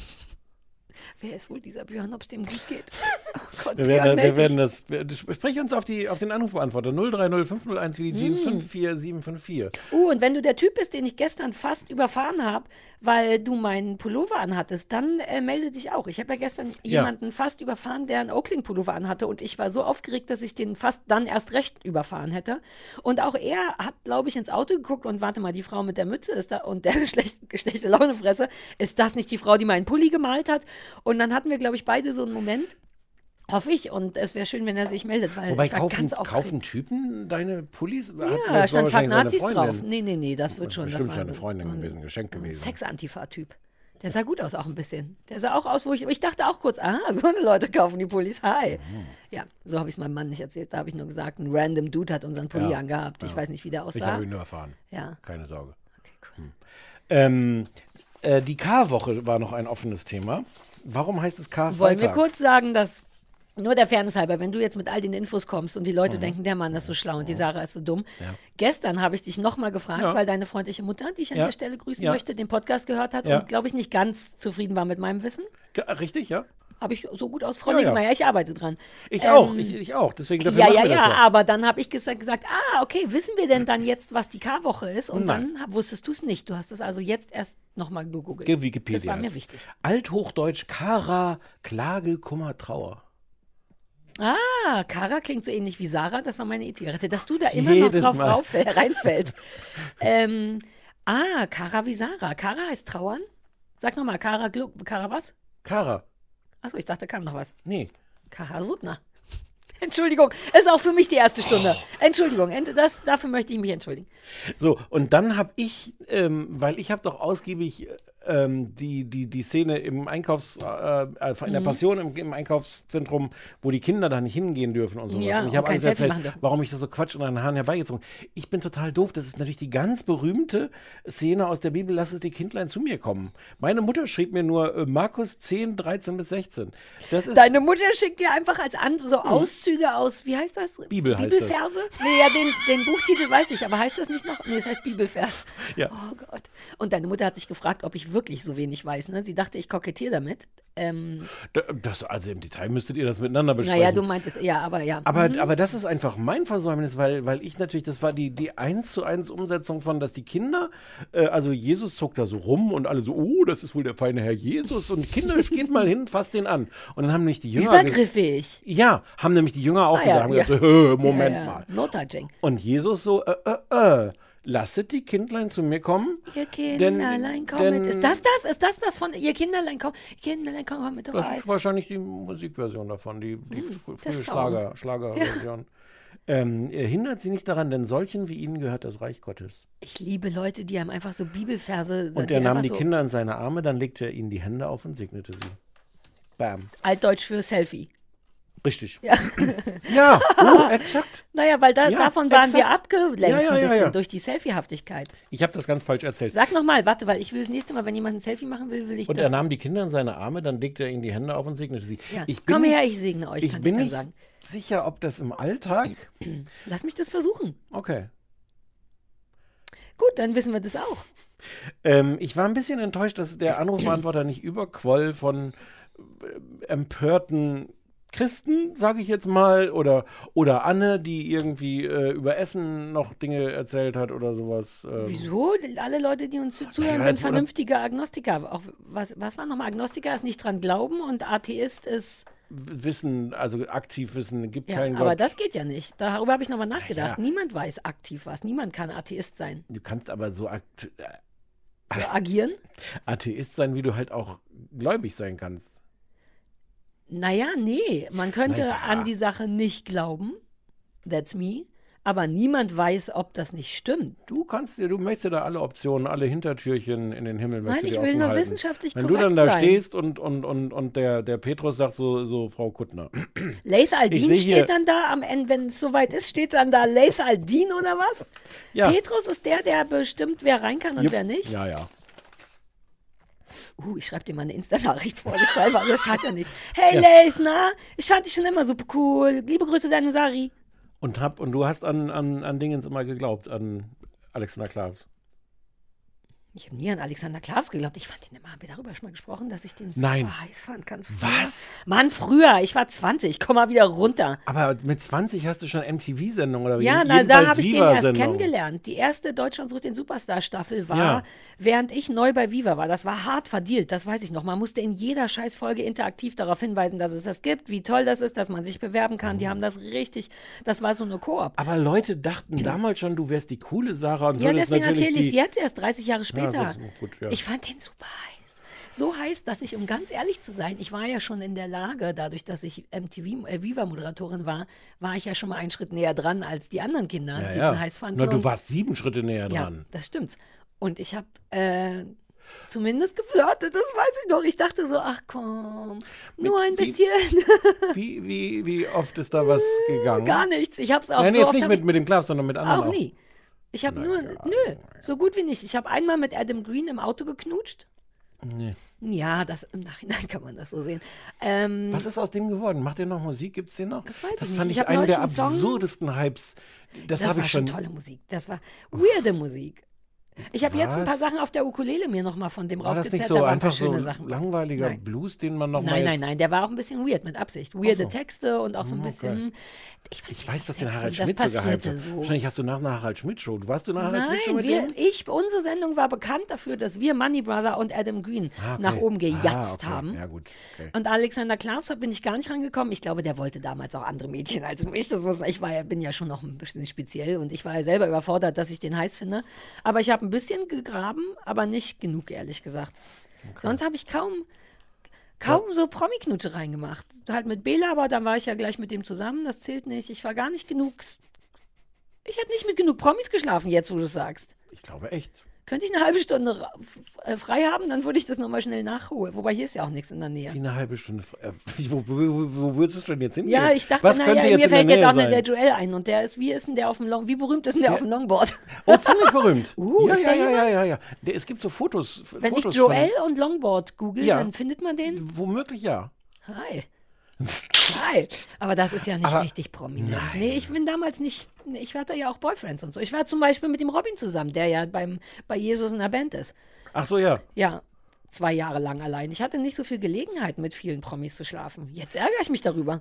Speaker 2: Wer ist wohl dieser Björn, ob es dem gut geht? Oh Gott,
Speaker 3: Wir
Speaker 2: Björn,
Speaker 3: werden, wir
Speaker 2: meld
Speaker 3: werden
Speaker 2: dich.
Speaker 3: das. wir- Sprich uns auf, die, auf den Anrufbeantworter null drei null fünf null eins wie die Jeans fünf vier sieben fünf vier.
Speaker 2: Uh, und wenn du der Typ bist, den ich gestern fast überfahren habe, weil du meinen Pullover anhattest, dann äh, melde dich auch. Ich habe ja gestern
Speaker 3: Ja.
Speaker 2: jemanden fast überfahren, der einen Oakling-Pullover anhatte und ich war so aufgeregt, dass ich den fast dann erst recht überfahren hätte. Und auch er hat, glaube ich, ins Auto geguckt und warte mal, die Frau mit der Mütze ist da und der schlecht, schlechte Launefresse, ist das nicht die Frau, die meinen Pulli gemalt hat? Und dann hatten wir, glaube ich, beide so einen Moment. Hoffe ich. Und es wäre schön, wenn er sich meldet, weil
Speaker 3: Wobei
Speaker 2: ich war
Speaker 3: kaufen,
Speaker 2: ganz aufgeregt.
Speaker 3: kaufen Typen deine Pullis? Hat-
Speaker 2: Ja,
Speaker 3: das
Speaker 2: da
Speaker 3: war
Speaker 2: stand Fuck
Speaker 3: wahrscheinlich seine
Speaker 2: Nazis
Speaker 3: Freundin.
Speaker 2: drauf. Nee, nee, nee, das wird schon.
Speaker 3: Bestimmt
Speaker 2: das war
Speaker 3: seine
Speaker 2: so-
Speaker 3: Freundin
Speaker 2: so ein-
Speaker 3: gewesen, Geschenk
Speaker 2: so ein
Speaker 3: gewesen.
Speaker 2: Sex-Antifa-Typ. Der sah gut aus, auch ein bisschen. Der sah auch aus, wo ich, ich dachte auch kurz, ah, so eine Leute kaufen die Pullis, hi.
Speaker 3: Mhm.
Speaker 2: Ja, so habe ich es meinem Mann nicht erzählt. Da habe ich nur gesagt, ein random Dude hat unseren Pulli
Speaker 3: Ja,
Speaker 2: angehabt. Ich
Speaker 3: ja.
Speaker 2: weiß nicht, wie der
Speaker 3: Ich
Speaker 2: aussah.
Speaker 3: habe ihn nur erfahren.
Speaker 2: Ja,
Speaker 3: Keine Sorge.
Speaker 2: okay, cool.
Speaker 3: Ähm, äh, die K-Woche war noch ein offenes Thema. Warum heißt es K-Freitag?
Speaker 2: Wollen wir kurz sagen, dass, nur der Fairness halber, wenn du jetzt mit all den Infos kommst und die Leute denken, der Mann ist so schlau und die Sarah ist so dumm.
Speaker 3: Ja.
Speaker 2: Gestern habe ich dich nochmal gefragt,
Speaker 3: Ja.
Speaker 2: weil deine freundliche Mutter, die ich an
Speaker 3: Ja.
Speaker 2: der Stelle grüßen
Speaker 3: Ja.
Speaker 2: möchte, den Podcast gehört hat
Speaker 3: Ja.
Speaker 2: und, glaube ich, nicht ganz zufrieden war mit meinem Wissen.
Speaker 3: Ge- Richtig, ja?
Speaker 2: Habe ich so gut aus. Frau
Speaker 3: Ja, ja.
Speaker 2: Niggemeier, ich arbeite dran.
Speaker 3: Ich
Speaker 2: Ähm,
Speaker 3: auch, ich, ich auch. Deswegen dafür
Speaker 2: Ja,
Speaker 3: machen
Speaker 2: ja,
Speaker 3: wir das
Speaker 2: ja, aber dann habe ich gesagt, gesagt, ah, okay, wissen wir denn dann jetzt, was die K-Woche ist? Und
Speaker 3: Nein.
Speaker 2: dann hab, wusstest du es nicht. Du hast es also jetzt erst nochmal gegoogelt.
Speaker 3: Ge- Wikipedia.
Speaker 2: Das war mir wichtig.
Speaker 3: Althochdeutsch Kara, Klage, Kummer, Trauer.
Speaker 2: Ah, Kara klingt so ähnlich wie Sarah, das war meine E-Zigarette, dass du da immer
Speaker 3: Jedes
Speaker 2: noch drauf
Speaker 3: Mal.
Speaker 2: rauf, reinfällst. ähm, ah, Kara wie Sarah. Kara heißt trauern? Sag nochmal, Kara, Glu Kara was?
Speaker 3: Kara.
Speaker 2: Achso, ich dachte, kam noch was.
Speaker 3: Nee.
Speaker 2: Kara Suttner. Entschuldigung, ist auch für mich die erste Stunde. Entschuldigung, ent- das, dafür möchte ich mich entschuldigen.
Speaker 3: So, und dann habe ich, ähm, weil ich habe doch ausgiebig ähm, die, die, die Szene im Einkaufs, äh, äh, in der
Speaker 2: Mhm.
Speaker 3: Passion im, im Einkaufszentrum, wo die Kinder da nicht hingehen dürfen und sowas.
Speaker 2: Ja,
Speaker 3: und ich
Speaker 2: und
Speaker 3: habe
Speaker 2: kein
Speaker 3: alles
Speaker 2: Selfie
Speaker 3: erzählt,
Speaker 2: machen dürfen.
Speaker 3: warum ich das so Quatsch und an den Haaren herbeigezogen. Ich bin total doof. Das ist natürlich die ganz berühmte Szene aus der Bibel, lass es die Kindlein zu mir kommen. Meine Mutter schrieb mir nur äh, Markus zehn, dreizehn bis sechzehn. Das ist
Speaker 2: Deine Mutter schickt dir einfach als An so Auszüge aus, wie heißt das?
Speaker 3: Bibel heißt das.
Speaker 2: Bibelverse? Nee, ja, den, den Buchtitel weiß ich, aber heißt das nicht noch? Nee, es heißt Bibelvers.
Speaker 3: Ja.
Speaker 2: Oh Gott. Und deine Mutter hat sich gefragt, ob ich wirklich so wenig weiß. Ne? Sie dachte, ich kokettiere damit. Ähm,
Speaker 3: Da- das, also im Detail müsstet ihr das miteinander besprechen.
Speaker 2: naja, du meintest, ja, aber ja.
Speaker 3: Aber,
Speaker 2: Mhm.
Speaker 3: aber das ist einfach mein Versäumnis, weil, weil ich natürlich, das war die, die eins zu eins Umsetzung von, dass die Kinder, äh, also Jesus zog da so rum und alle so, oh, das ist wohl der feine Herr Jesus. Und Kinder, geht mal hin, fasst den an. Und dann haben nämlich die Jünger. ge-
Speaker 2: Übergriffig.
Speaker 3: Ja, haben nämlich die Jünger auch
Speaker 2: Ah, ja,
Speaker 3: gesagt, haben
Speaker 2: ja.
Speaker 3: gesagt, so, Moment
Speaker 2: ja, ja.
Speaker 3: mal.
Speaker 2: No touching.
Speaker 3: Und Jesus so, äh, äh, äh, lasset die Kindlein zu mir kommen.
Speaker 2: Ihr
Speaker 3: denn-
Speaker 2: Kinderlein, komm
Speaker 3: denn-
Speaker 2: mit. Ist das das? Ist das das von Ihr Kinderlein, komm? Ihr Kinderlein, komm, komm mit
Speaker 3: Das
Speaker 2: rein.
Speaker 3: ist wahrscheinlich die Musikversion davon, die, die frü- frühe
Speaker 2: Song.
Speaker 3: Schlager, Schlagerversion. Ähm, er hindert sie nicht daran, denn solchen wie ihnen gehört das Reich Gottes.
Speaker 2: Ich liebe Leute, die einem einfach so Bibelverse
Speaker 3: Und
Speaker 2: die
Speaker 3: er nahm
Speaker 2: einfach
Speaker 3: die
Speaker 2: so
Speaker 3: Kinder in seine Arme, dann legte er ihnen die Hände auf und segnete sie. Bam.
Speaker 2: Altdeutsch für Selfie.
Speaker 3: Richtig.
Speaker 2: Ja.
Speaker 3: Ja, oh, exakt.
Speaker 2: Naja, weil da,
Speaker 3: Ja,
Speaker 2: davon waren wir
Speaker 3: exakt.
Speaker 2: abgelenkt
Speaker 3: Ja, ja,
Speaker 2: ein
Speaker 3: ja,
Speaker 2: bisschen
Speaker 3: ja.
Speaker 2: durch die Selfiehaftigkeit.
Speaker 3: Ich habe das ganz falsch erzählt.
Speaker 2: Sag nochmal, warte, weil ich will das nächste Mal, wenn jemand ein Selfie machen will, will ich
Speaker 3: Und
Speaker 2: das.
Speaker 3: er nahm die Kinder in seine Arme, dann legte er ihnen die Hände auf und segnete sie.
Speaker 2: ja.
Speaker 3: Ich bin
Speaker 2: Komm
Speaker 3: nicht,
Speaker 2: her, ich segne euch,
Speaker 3: ich
Speaker 2: kann
Speaker 3: bin
Speaker 2: ich
Speaker 3: nicht
Speaker 2: dann sagen.
Speaker 3: sicher, ob das im Alltag.
Speaker 2: Lass mich das versuchen.
Speaker 3: Okay.
Speaker 2: Gut, dann wissen wir das auch.
Speaker 3: Ähm, ich war ein bisschen enttäuscht, dass der Anrufbeantworter nicht überquoll von äh, empörten Christen, sage ich jetzt mal, oder, oder Anne, die irgendwie äh, über Essen noch Dinge erzählt hat oder sowas. Ähm,
Speaker 2: Wieso? Alle Leute, die uns zu- zuhören,
Speaker 3: Ja,
Speaker 2: sind
Speaker 3: jetzt, oder?
Speaker 2: vernünftige Agnostiker. Auch, was, was war nochmal? Agnostiker ist nicht dran glauben und Atheist ist.
Speaker 3: Wissen, also aktiv wissen, gibt
Speaker 2: Ja,
Speaker 3: keinen
Speaker 2: aber
Speaker 3: Gott.
Speaker 2: das geht ja nicht. Darüber habe ich nochmal nachgedacht.
Speaker 3: Ja.
Speaker 2: Niemand weiß aktiv was. Niemand kann Atheist sein.
Speaker 3: Du kannst aber so akt äh,
Speaker 2: So agieren?
Speaker 3: Atheist sein, wie du halt auch gläubig sein kannst.
Speaker 2: Naja, nee. Man könnte
Speaker 3: Naja.
Speaker 2: an die Sache nicht glauben. That's me. aber niemand weiß, ob das nicht stimmt.
Speaker 3: Du kannst dir, du möchtest dir da alle Optionen, alle Hintertürchen in den Himmel
Speaker 2: Nein,
Speaker 3: möchtest du
Speaker 2: ich
Speaker 3: dir
Speaker 2: will
Speaker 3: offen
Speaker 2: nur
Speaker 3: halten.
Speaker 2: wissenschaftlich
Speaker 3: Wenn
Speaker 2: korrekt
Speaker 3: du dann da
Speaker 2: sein.
Speaker 3: stehst und, und, und, und der, der Petrus sagt so, so Frau Kuttner.
Speaker 2: Laith
Speaker 3: Ich
Speaker 2: Al-Din
Speaker 3: seh hier-
Speaker 2: steht dann da am Ende, wenn es soweit ist, steht dann da Laith Al-Din oder was?
Speaker 3: Ja.
Speaker 2: Petrus ist der, der bestimmt, wer rein kann und
Speaker 3: Jupp.
Speaker 2: wer nicht.
Speaker 3: Ja, ja.
Speaker 2: Uh, ich schreibe dir mal eine Insta-Nachricht vor, das selber, das schadet ja nichts. Hey Laith, na? Ich fand dich schon immer super cool. Liebe Grüße, deine Sari.
Speaker 3: Und, hab, und du hast an, an, an Dingens immer geglaubt, an Alexander Klavs.
Speaker 2: Ich habe nie an Alexander Klavs geglaubt. Ich fand den immer, haben wir darüber schon mal gesprochen, dass ich den super
Speaker 3: Nein.
Speaker 2: heiß fand. Ganz früher.
Speaker 3: Was?
Speaker 2: Mann, früher. Ich war zwanzig. Komm mal wieder runter.
Speaker 3: Aber mit zwanzig hast du schon M T V-Sendung oder wie?
Speaker 2: Ja, na, da
Speaker 3: Jedenfalls
Speaker 2: habe ich den erst
Speaker 3: Viva-Sendung.
Speaker 2: kennengelernt. Die erste Deutschland sucht den Superstar-Staffel war,
Speaker 3: Ja.
Speaker 2: während ich neu bei Viva war. Das war hart verdealt, das weiß ich noch. Man musste in jeder Scheißfolge interaktiv darauf hinweisen, dass es das gibt, wie toll das ist, dass man sich bewerben kann. Die haben das richtig, das war so eine Koop.
Speaker 3: Aber Leute dachten damals schon, du wärst die coole Sarah und
Speaker 2: Ja,
Speaker 3: würdest
Speaker 2: deswegen
Speaker 3: natürlich
Speaker 2: erzähle ich es
Speaker 3: die...
Speaker 2: jetzt erst, dreißig Jahre später.
Speaker 3: das ist gut, ja.
Speaker 2: Ich fand den super heiß. So heiß, dass ich, um ganz ehrlich zu sein, ich war ja schon in der Lage, dadurch, dass ich M T V, äh, Viva-Moderatorin war, war ich ja schon mal einen Schritt näher dran als die anderen Kinder,
Speaker 3: Ja,
Speaker 2: die
Speaker 3: ja.
Speaker 2: ihn heiß fanden.
Speaker 3: Na, du
Speaker 2: Und-
Speaker 3: warst sieben Schritte näher
Speaker 2: Ja,
Speaker 3: dran.
Speaker 2: das stimmt. Und ich habe äh, zumindest geflirtet, das weiß ich noch. Ich dachte so, ach komm, nur ein
Speaker 3: wie-
Speaker 2: bisschen.
Speaker 3: Wie, wie, wie oft ist da was gegangen?
Speaker 2: Gar nichts. Ich habe es auch
Speaker 3: Nein,
Speaker 2: so
Speaker 3: jetzt
Speaker 2: oft
Speaker 3: nicht
Speaker 2: hab
Speaker 3: mit,
Speaker 2: ich,
Speaker 3: mit dem Klav, sondern mit anderen
Speaker 2: auch nie. Ich habe nur, nö, so gut wie nicht. Ich habe einmal mit Adam Green im Auto geknutscht.
Speaker 3: Nee.
Speaker 2: Ja, das im Nachhinein kann man das so sehen. Ähm,
Speaker 3: Was ist aus dem geworden? Macht der noch Musik? Gibt's den noch?
Speaker 2: Das weiß
Speaker 3: das
Speaker 2: ich
Speaker 3: fand
Speaker 2: nicht.
Speaker 3: ich,
Speaker 2: Ich hab
Speaker 3: einen
Speaker 2: neulich
Speaker 3: der
Speaker 2: einen Song-
Speaker 3: absurdesten Hypes. Das,
Speaker 2: das
Speaker 3: habe
Speaker 2: war
Speaker 3: ich
Speaker 2: schon
Speaker 3: schon.
Speaker 2: tolle Musik. Das war weirde Musik. Ich habe jetzt ein paar
Speaker 3: Was?
Speaker 2: Sachen auf der Ukulele mir nochmal von dem
Speaker 3: War das
Speaker 2: raufgezerrt.
Speaker 3: nicht
Speaker 2: da
Speaker 3: so
Speaker 2: waren ein
Speaker 3: einfach
Speaker 2: paar
Speaker 3: so
Speaker 2: schöne
Speaker 3: ein
Speaker 2: Sachen.
Speaker 3: langweiliger
Speaker 2: Nein.
Speaker 3: Blues, den man noch mal
Speaker 2: Nein,
Speaker 3: jetzt...
Speaker 2: nein, nein, der war auch ein bisschen weird, mit Absicht. Weirde
Speaker 3: Ach so.
Speaker 2: Texte und auch so ein
Speaker 3: Okay.
Speaker 2: bisschen. Ich weiß,
Speaker 3: Ich
Speaker 2: nicht,
Speaker 3: weiß, dass den
Speaker 2: sexy,
Speaker 3: Harald
Speaker 2: das
Speaker 3: Schmidt so gehypt
Speaker 2: passierte
Speaker 3: hat.
Speaker 2: so.
Speaker 3: Wahrscheinlich hast du nach einer Harald Schmidt Show. Warst du nach Harald Schmidt Show
Speaker 2: Nein,
Speaker 3: mit
Speaker 2: wir,
Speaker 3: dem?
Speaker 2: ich, unsere Sendung war bekannt dafür, dass wir Money Brother und Adam Green
Speaker 3: Ah, okay.
Speaker 2: nach oben gejatzt
Speaker 3: Ah, okay.
Speaker 2: haben.
Speaker 3: Ja, gut. Okay.
Speaker 2: Und Alexander Klavs bin ich gar nicht rangekommen. Ich glaube, der wollte damals auch andere Mädchen als mich. Das muss man, ich war ja, bin ja schon noch ein bisschen speziell und ich war ja selber überfordert, dass ich den heiß finde. Aber ich habe ein bisschen gegraben, aber nicht genug, ehrlich gesagt. Sonst habe ich kaum, kaum so Promi-Knutsche reingemacht. Halt mit Bela, aber dann war ich ja gleich mit dem zusammen. Das zählt nicht. Ich war gar nicht genug. Ich habe nicht mit genug Promis geschlafen, jetzt wo du es sagst.
Speaker 3: Ich glaube echt.
Speaker 2: Könnte ich eine halbe Stunde ra- f- äh, frei haben, dann würde ich das nochmal schnell nachholen. Wobei hier ist ja auch nichts in der Nähe.
Speaker 3: Wie eine halbe Stunde. Äh, wo, wo, wo, wo würdest du denn jetzt hingehen?
Speaker 2: Ja, ich dachte,
Speaker 3: Was
Speaker 2: naja,
Speaker 3: könnte jetzt
Speaker 2: mir
Speaker 3: in der
Speaker 2: fällt jetzt
Speaker 3: Nähe
Speaker 2: auch noch
Speaker 3: sein?
Speaker 2: der Joel ein. Und der ist, wie ist denn der auf dem Long, wie berühmt ist denn der auf dem Longboard?
Speaker 3: Oh, ziemlich berühmt.
Speaker 2: Uh,
Speaker 3: ja,
Speaker 2: ist
Speaker 3: ja,
Speaker 2: der
Speaker 3: ja, ja,
Speaker 2: jemand?
Speaker 3: ja, ja. Der, es gibt so Fotos. F-
Speaker 2: Wenn
Speaker 3: Fotos
Speaker 2: ich Joel und Longboard google,
Speaker 3: Ja.
Speaker 2: dann findet man den.
Speaker 3: Von, womöglich ja.
Speaker 2: Hi. Hi. Aber das ist ja nicht
Speaker 3: Aber-
Speaker 2: richtig prominent. Nee, ich bin damals nicht, ich hatte ja auch Boyfriends und so. Ich war zum Beispiel mit dem Robin zusammen, der ja beim, bei Jesus in der Band ist.
Speaker 3: Ach so, ja.
Speaker 2: Ja, zwei Jahre lang allein. Ich hatte nicht so viel Gelegenheit, mit vielen Promis zu schlafen. Jetzt ärgere ich mich darüber.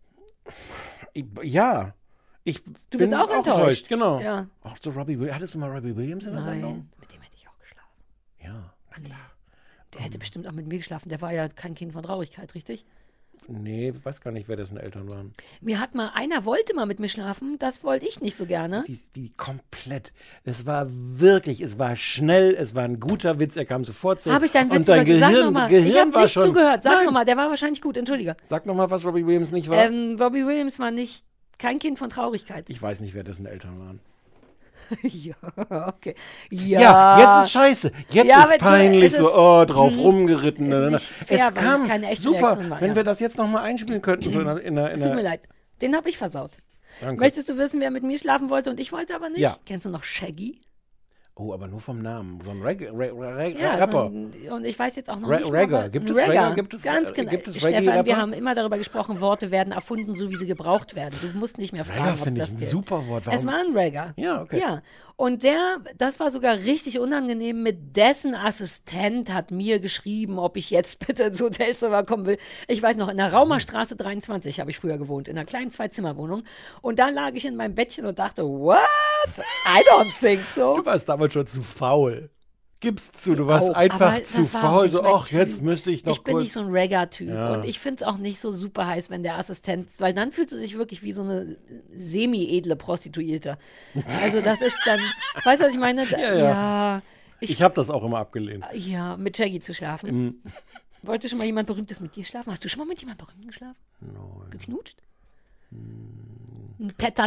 Speaker 3: Ich, ja. Ich
Speaker 2: Du
Speaker 3: bin
Speaker 2: bist auch enttäuscht.
Speaker 3: Genau.
Speaker 2: Ja.
Speaker 3: Auch so Robbie Williams. Hattest du mal Robbie Williams in der Sendung?
Speaker 2: Nein, mit dem hätte ich auch geschlafen.
Speaker 3: Ja. Na klar.
Speaker 2: Der hätte bestimmt auch mit mir geschlafen. Der war ja kein Kind von Traurigkeit, richtig?
Speaker 3: Nee, weiß gar nicht, wer dessen Eltern waren.
Speaker 2: Mir hat mal, einer wollte mal mit mir schlafen, das wollte ich nicht so gerne.
Speaker 3: Wie, wie komplett. Es war wirklich, es war schnell, es war ein guter Witz, er kam sofort zurück.
Speaker 2: Habe ich deinen Witz
Speaker 3: und dein
Speaker 2: über Sag
Speaker 3: Gehirn,
Speaker 2: noch mal.
Speaker 3: Gehirn
Speaker 2: Ich habe
Speaker 3: war
Speaker 2: nicht
Speaker 3: schon,
Speaker 2: zugehört. Sag
Speaker 3: Nein.
Speaker 2: nochmal, der war wahrscheinlich gut, entschuldige.
Speaker 3: Sag nochmal, was Robbie Williams nicht war.
Speaker 2: Ähm, Robbie Williams war nicht, kein Kind von Traurigkeit.
Speaker 3: Ich weiß nicht, wer dessen Eltern waren.
Speaker 2: ja, okay. Ja,
Speaker 3: Ja, jetzt ist scheiße. Jetzt
Speaker 2: Ja,
Speaker 3: ist
Speaker 2: aber
Speaker 3: peinlich
Speaker 2: es ist-
Speaker 3: so, oh, drauf
Speaker 2: Mhm.
Speaker 3: rumgeritten.
Speaker 2: Ist
Speaker 3: ne, ne.
Speaker 2: nicht fair, weil
Speaker 3: es
Speaker 2: es
Speaker 3: kam
Speaker 2: keine echte
Speaker 3: super,
Speaker 2: Reaktion war,
Speaker 3: wenn
Speaker 2: ja.
Speaker 3: wir das jetzt nochmal einspielen könnten, so in der... In der, in
Speaker 2: Es tut mir
Speaker 3: der
Speaker 2: leid. Den habe ich versaut.
Speaker 3: Danke.
Speaker 2: Möchtest du wissen, wer mit mir schlafen wollte und ich wollte aber nicht?
Speaker 3: Ja.
Speaker 2: Kennst du noch Shaggy?
Speaker 3: Oh, aber nur vom Namen. So ein Reg Re Re
Speaker 2: Ja,
Speaker 3: Rapper.
Speaker 2: so ein, und ich weiß jetzt auch noch
Speaker 3: Ra-
Speaker 2: nicht.
Speaker 3: Ragger.
Speaker 2: aber-
Speaker 3: Gibt
Speaker 2: ein
Speaker 3: es
Speaker 2: Ragger.
Speaker 3: Ragger? Gibt es-
Speaker 2: Ganz
Speaker 3: äh,
Speaker 2: genau.
Speaker 3: gibt es
Speaker 2: Stefan,
Speaker 3: Reggae-Rapper?
Speaker 2: wir haben immer darüber gesprochen, Worte werden erfunden, so wie sie gebraucht werden. Du musst nicht mehr
Speaker 3: Ragger
Speaker 2: fragen, ob es
Speaker 3: finde ich
Speaker 2: das
Speaker 3: ein
Speaker 2: gilt.
Speaker 3: super Wort.
Speaker 2: Es
Speaker 3: Warum-
Speaker 2: war ein Ragger.
Speaker 3: Ja, okay.
Speaker 2: Ja. Und der, das war sogar richtig unangenehm. Mit dessen Assistent hat mir geschrieben, ob ich jetzt bitte ins Hotelzimmer kommen will. Ich weiß noch, in der Raumerstraße dreiundzwanzig habe ich früher gewohnt, in einer kleinen Zwei-Zimmer-Wohnung. Und da lag ich in meinem Bettchen und dachte, what? I don't think so.
Speaker 3: Du warst damals schon zu faul. Gib's zu, du warst
Speaker 2: Auch,
Speaker 3: einfach
Speaker 2: aber
Speaker 3: zu
Speaker 2: das war auch
Speaker 3: faul.
Speaker 2: nicht
Speaker 3: So,
Speaker 2: mein
Speaker 3: ach, jetzt
Speaker 2: Typ.
Speaker 3: müsste ich doch
Speaker 2: Ich bin
Speaker 3: kurz...
Speaker 2: nicht so ein Ragga-Typ
Speaker 3: Ja.
Speaker 2: und ich finde es auch nicht so super heiß, wenn der Assistent, weil dann fühlst du dich wirklich wie so eine semi-edle Prostituierte. Also das ist dann, weißt du, was ich meine? Da-
Speaker 3: Ja, ja.
Speaker 2: ja, ich,
Speaker 3: ich habe das auch immer abgelehnt.
Speaker 2: ja, mit Shaggy zu schlafen.
Speaker 3: Mhm.
Speaker 2: Wollte schon mal jemand Berühmtes mit dir schlafen? Hast du schon mal mit jemand Berühmtem geschlafen? Geknutscht? Ein Tête-à-Tête?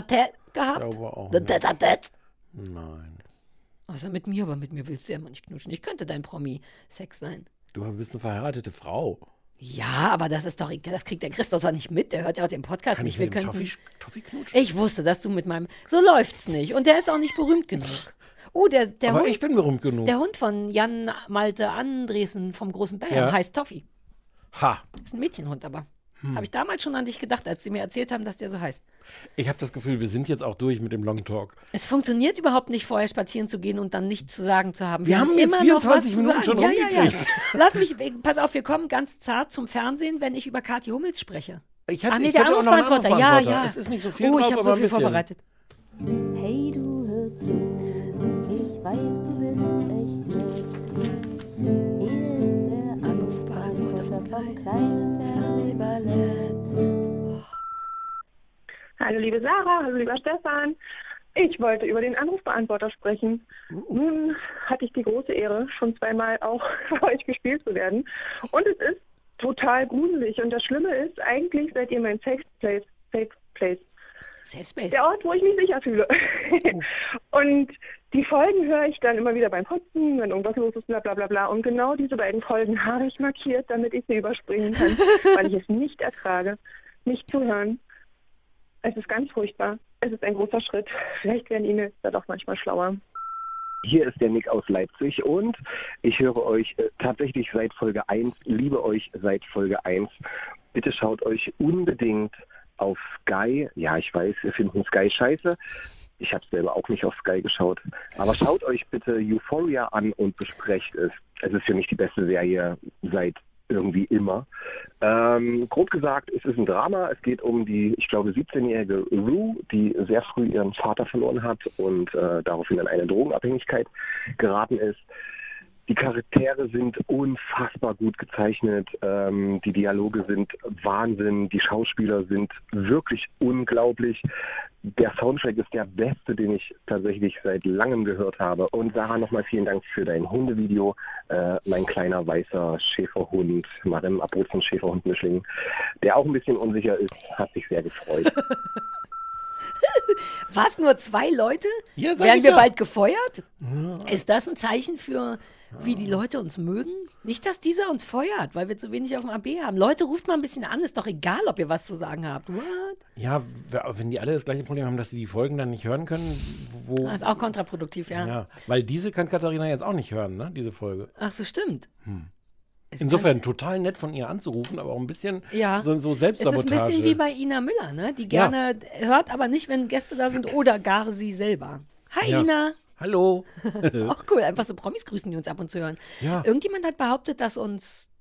Speaker 2: gehabt?
Speaker 3: Ich glaube auch
Speaker 2: Das, das, das, das.
Speaker 3: Nein.
Speaker 2: Außer mit mir, aber mit mir willst du ja immer nicht knutschen. Ich könnte dein Promi-Sex sein.
Speaker 3: Du bist eine verheiratete Frau.
Speaker 2: Ja, aber das ist doch egal. Das kriegt der Christoph doch nicht mit. Der hört ja auch den Podcast
Speaker 3: Kann
Speaker 2: nicht.
Speaker 3: ich
Speaker 2: Wir
Speaker 3: mit dem
Speaker 2: könnten.
Speaker 3: Toffee, Toffee knutschen?
Speaker 2: Ich wusste, dass du mit meinem. So läuft's nicht. Und der ist auch nicht berühmt genug. Oh, der, der
Speaker 3: Aber
Speaker 2: Hund.
Speaker 3: ich bin berühmt genug.
Speaker 2: Der Hund von Jan Malte Andresen vom Großen Bären
Speaker 3: Ja.
Speaker 2: heißt Toffi.
Speaker 3: Ha.
Speaker 2: Ist ein Mädchenhund, aber.
Speaker 3: Hm.
Speaker 2: Habe ich damals schon an dich gedacht, als sie mir erzählt haben, dass der so heißt.
Speaker 3: Ich habe das Gefühl, wir sind jetzt auch durch mit dem Long Talk.
Speaker 2: Es funktioniert überhaupt nicht, vorher spazieren zu gehen und dann nichts zu sagen zu haben.
Speaker 3: Wir haben jetzt
Speaker 2: immer
Speaker 3: vierundzwanzig
Speaker 2: noch was
Speaker 3: Minuten
Speaker 2: zu sagen.
Speaker 3: schon
Speaker 2: ja, ja, ja.
Speaker 3: rumgekriegt.
Speaker 2: Lass mich, pass auf, wir kommen ganz zart zum Fernsehen, wenn ich über Kathi Hummels spreche.
Speaker 3: Ich hatte,
Speaker 2: Ach nee,
Speaker 3: ich
Speaker 2: der
Speaker 3: hatte auch noch einen
Speaker 2: Anrufbeantworter. Ja,
Speaker 3: Anrufbeantworter.
Speaker 2: ja.
Speaker 3: Es ist nicht so viel
Speaker 2: Oh,
Speaker 3: drauf,
Speaker 2: ich habe
Speaker 3: aber
Speaker 2: so
Speaker 3: ein
Speaker 2: viel
Speaker 3: bisschen.
Speaker 2: vorbereitet.
Speaker 5: Hey, du hör zu, ich weiß, du bist echt nett. Hier ist der
Speaker 2: Anrufbeantworter vom
Speaker 5: kleinen
Speaker 2: Fernsehballett.
Speaker 6: Hallo liebe Sarah, hallo lieber Stefan. Ich wollte über den Anrufbeantworter sprechen.
Speaker 2: Uh.
Speaker 6: Nun hatte ich die große Ehre, schon zweimal auch für euch gespielt zu werden. Und es ist total gruselig. Und das Schlimme ist, eigentlich seid ihr mein Safe Place. Safe Place.
Speaker 2: Safe Space.
Speaker 6: Der Ort, wo ich mich sicher fühle.
Speaker 2: Oh.
Speaker 6: Und die Folgen höre ich dann immer wieder beim Putzen, wenn irgendwas los ist, bla bla bla bla. Und genau diese beiden Folgen habe ich markiert, damit ich sie überspringen kann, weil ich es nicht ertrage, nicht zu hören. Es ist ganz furchtbar. Es ist ein großer Schritt. Vielleicht werden E-Mails da doch manchmal schlauer.
Speaker 4: Hier ist der Nick aus Leipzig und ich höre euch äh, tatsächlich seit Folge eins, liebe euch seit Folge eins. Bitte schaut euch unbedingt auf Sky, ja ich weiß, wir finden Sky scheiße, ich habe selber auch nicht auf Sky geschaut, aber schaut euch bitte Euphoria an und besprecht es. Es ist für mich die beste Serie seit irgendwie immer. Ähm, grob gesagt, es ist ein Drama. Es geht um die, ich glaube, siebzehnjährige Rue, die sehr früh ihren Vater verloren hat und äh, daraufhin in eine Drogenabhängigkeit geraten ist. Die Charaktere sind unfassbar gut gezeichnet. Ähm, die Dialoge sind Wahnsinn. Die Schauspieler sind wirklich unglaublich. Der Soundtrack ist der beste, den ich tatsächlich seit langem gehört habe. Und Sarah, nochmal vielen Dank für dein Hundevideo. Äh, mein kleiner weißer Schäferhund, Marem Abruzzen Schäferhund-Mischling, der auch ein bisschen unsicher ist, hat sich sehr gefreut.
Speaker 2: Was, nur zwei Leute?
Speaker 3: Ja, sag
Speaker 2: Werden
Speaker 3: ich
Speaker 2: wir
Speaker 3: ja.
Speaker 2: bald gefeuert? Ist das ein Zeichen für, wie die Leute uns mögen? Nicht, dass dieser uns feuert, weil wir zu wenig auf dem A B haben. Leute, ruft mal ein bisschen an. Ist doch egal, ob ihr was zu sagen habt. What?
Speaker 3: Ja, wenn die alle das gleiche Problem haben, dass sie die Folgen dann nicht hören können, wo...
Speaker 2: Das ist auch kontraproduktiv, ja.
Speaker 3: Ja, weil diese kann Katharina jetzt auch nicht hören, ne, diese Folge.
Speaker 2: Ach so, stimmt. Es
Speaker 3: Insofern total nett von ihr anzurufen, aber auch ein bisschen
Speaker 2: Ja.
Speaker 3: so, so
Speaker 2: Es ist
Speaker 3: Selbstsabotage.
Speaker 2: ein bisschen wie bei Ina Müller, ne? Die gerne hört, aber nicht, wenn Gäste da sind oder gar sie selber. Hi
Speaker 3: Ja.
Speaker 2: Ina.
Speaker 3: Hallo.
Speaker 2: Auch cool, einfach so Promis grüßen, die uns ab und zu hören.
Speaker 3: Ja.
Speaker 2: Irgendjemand hat behauptet, dass uns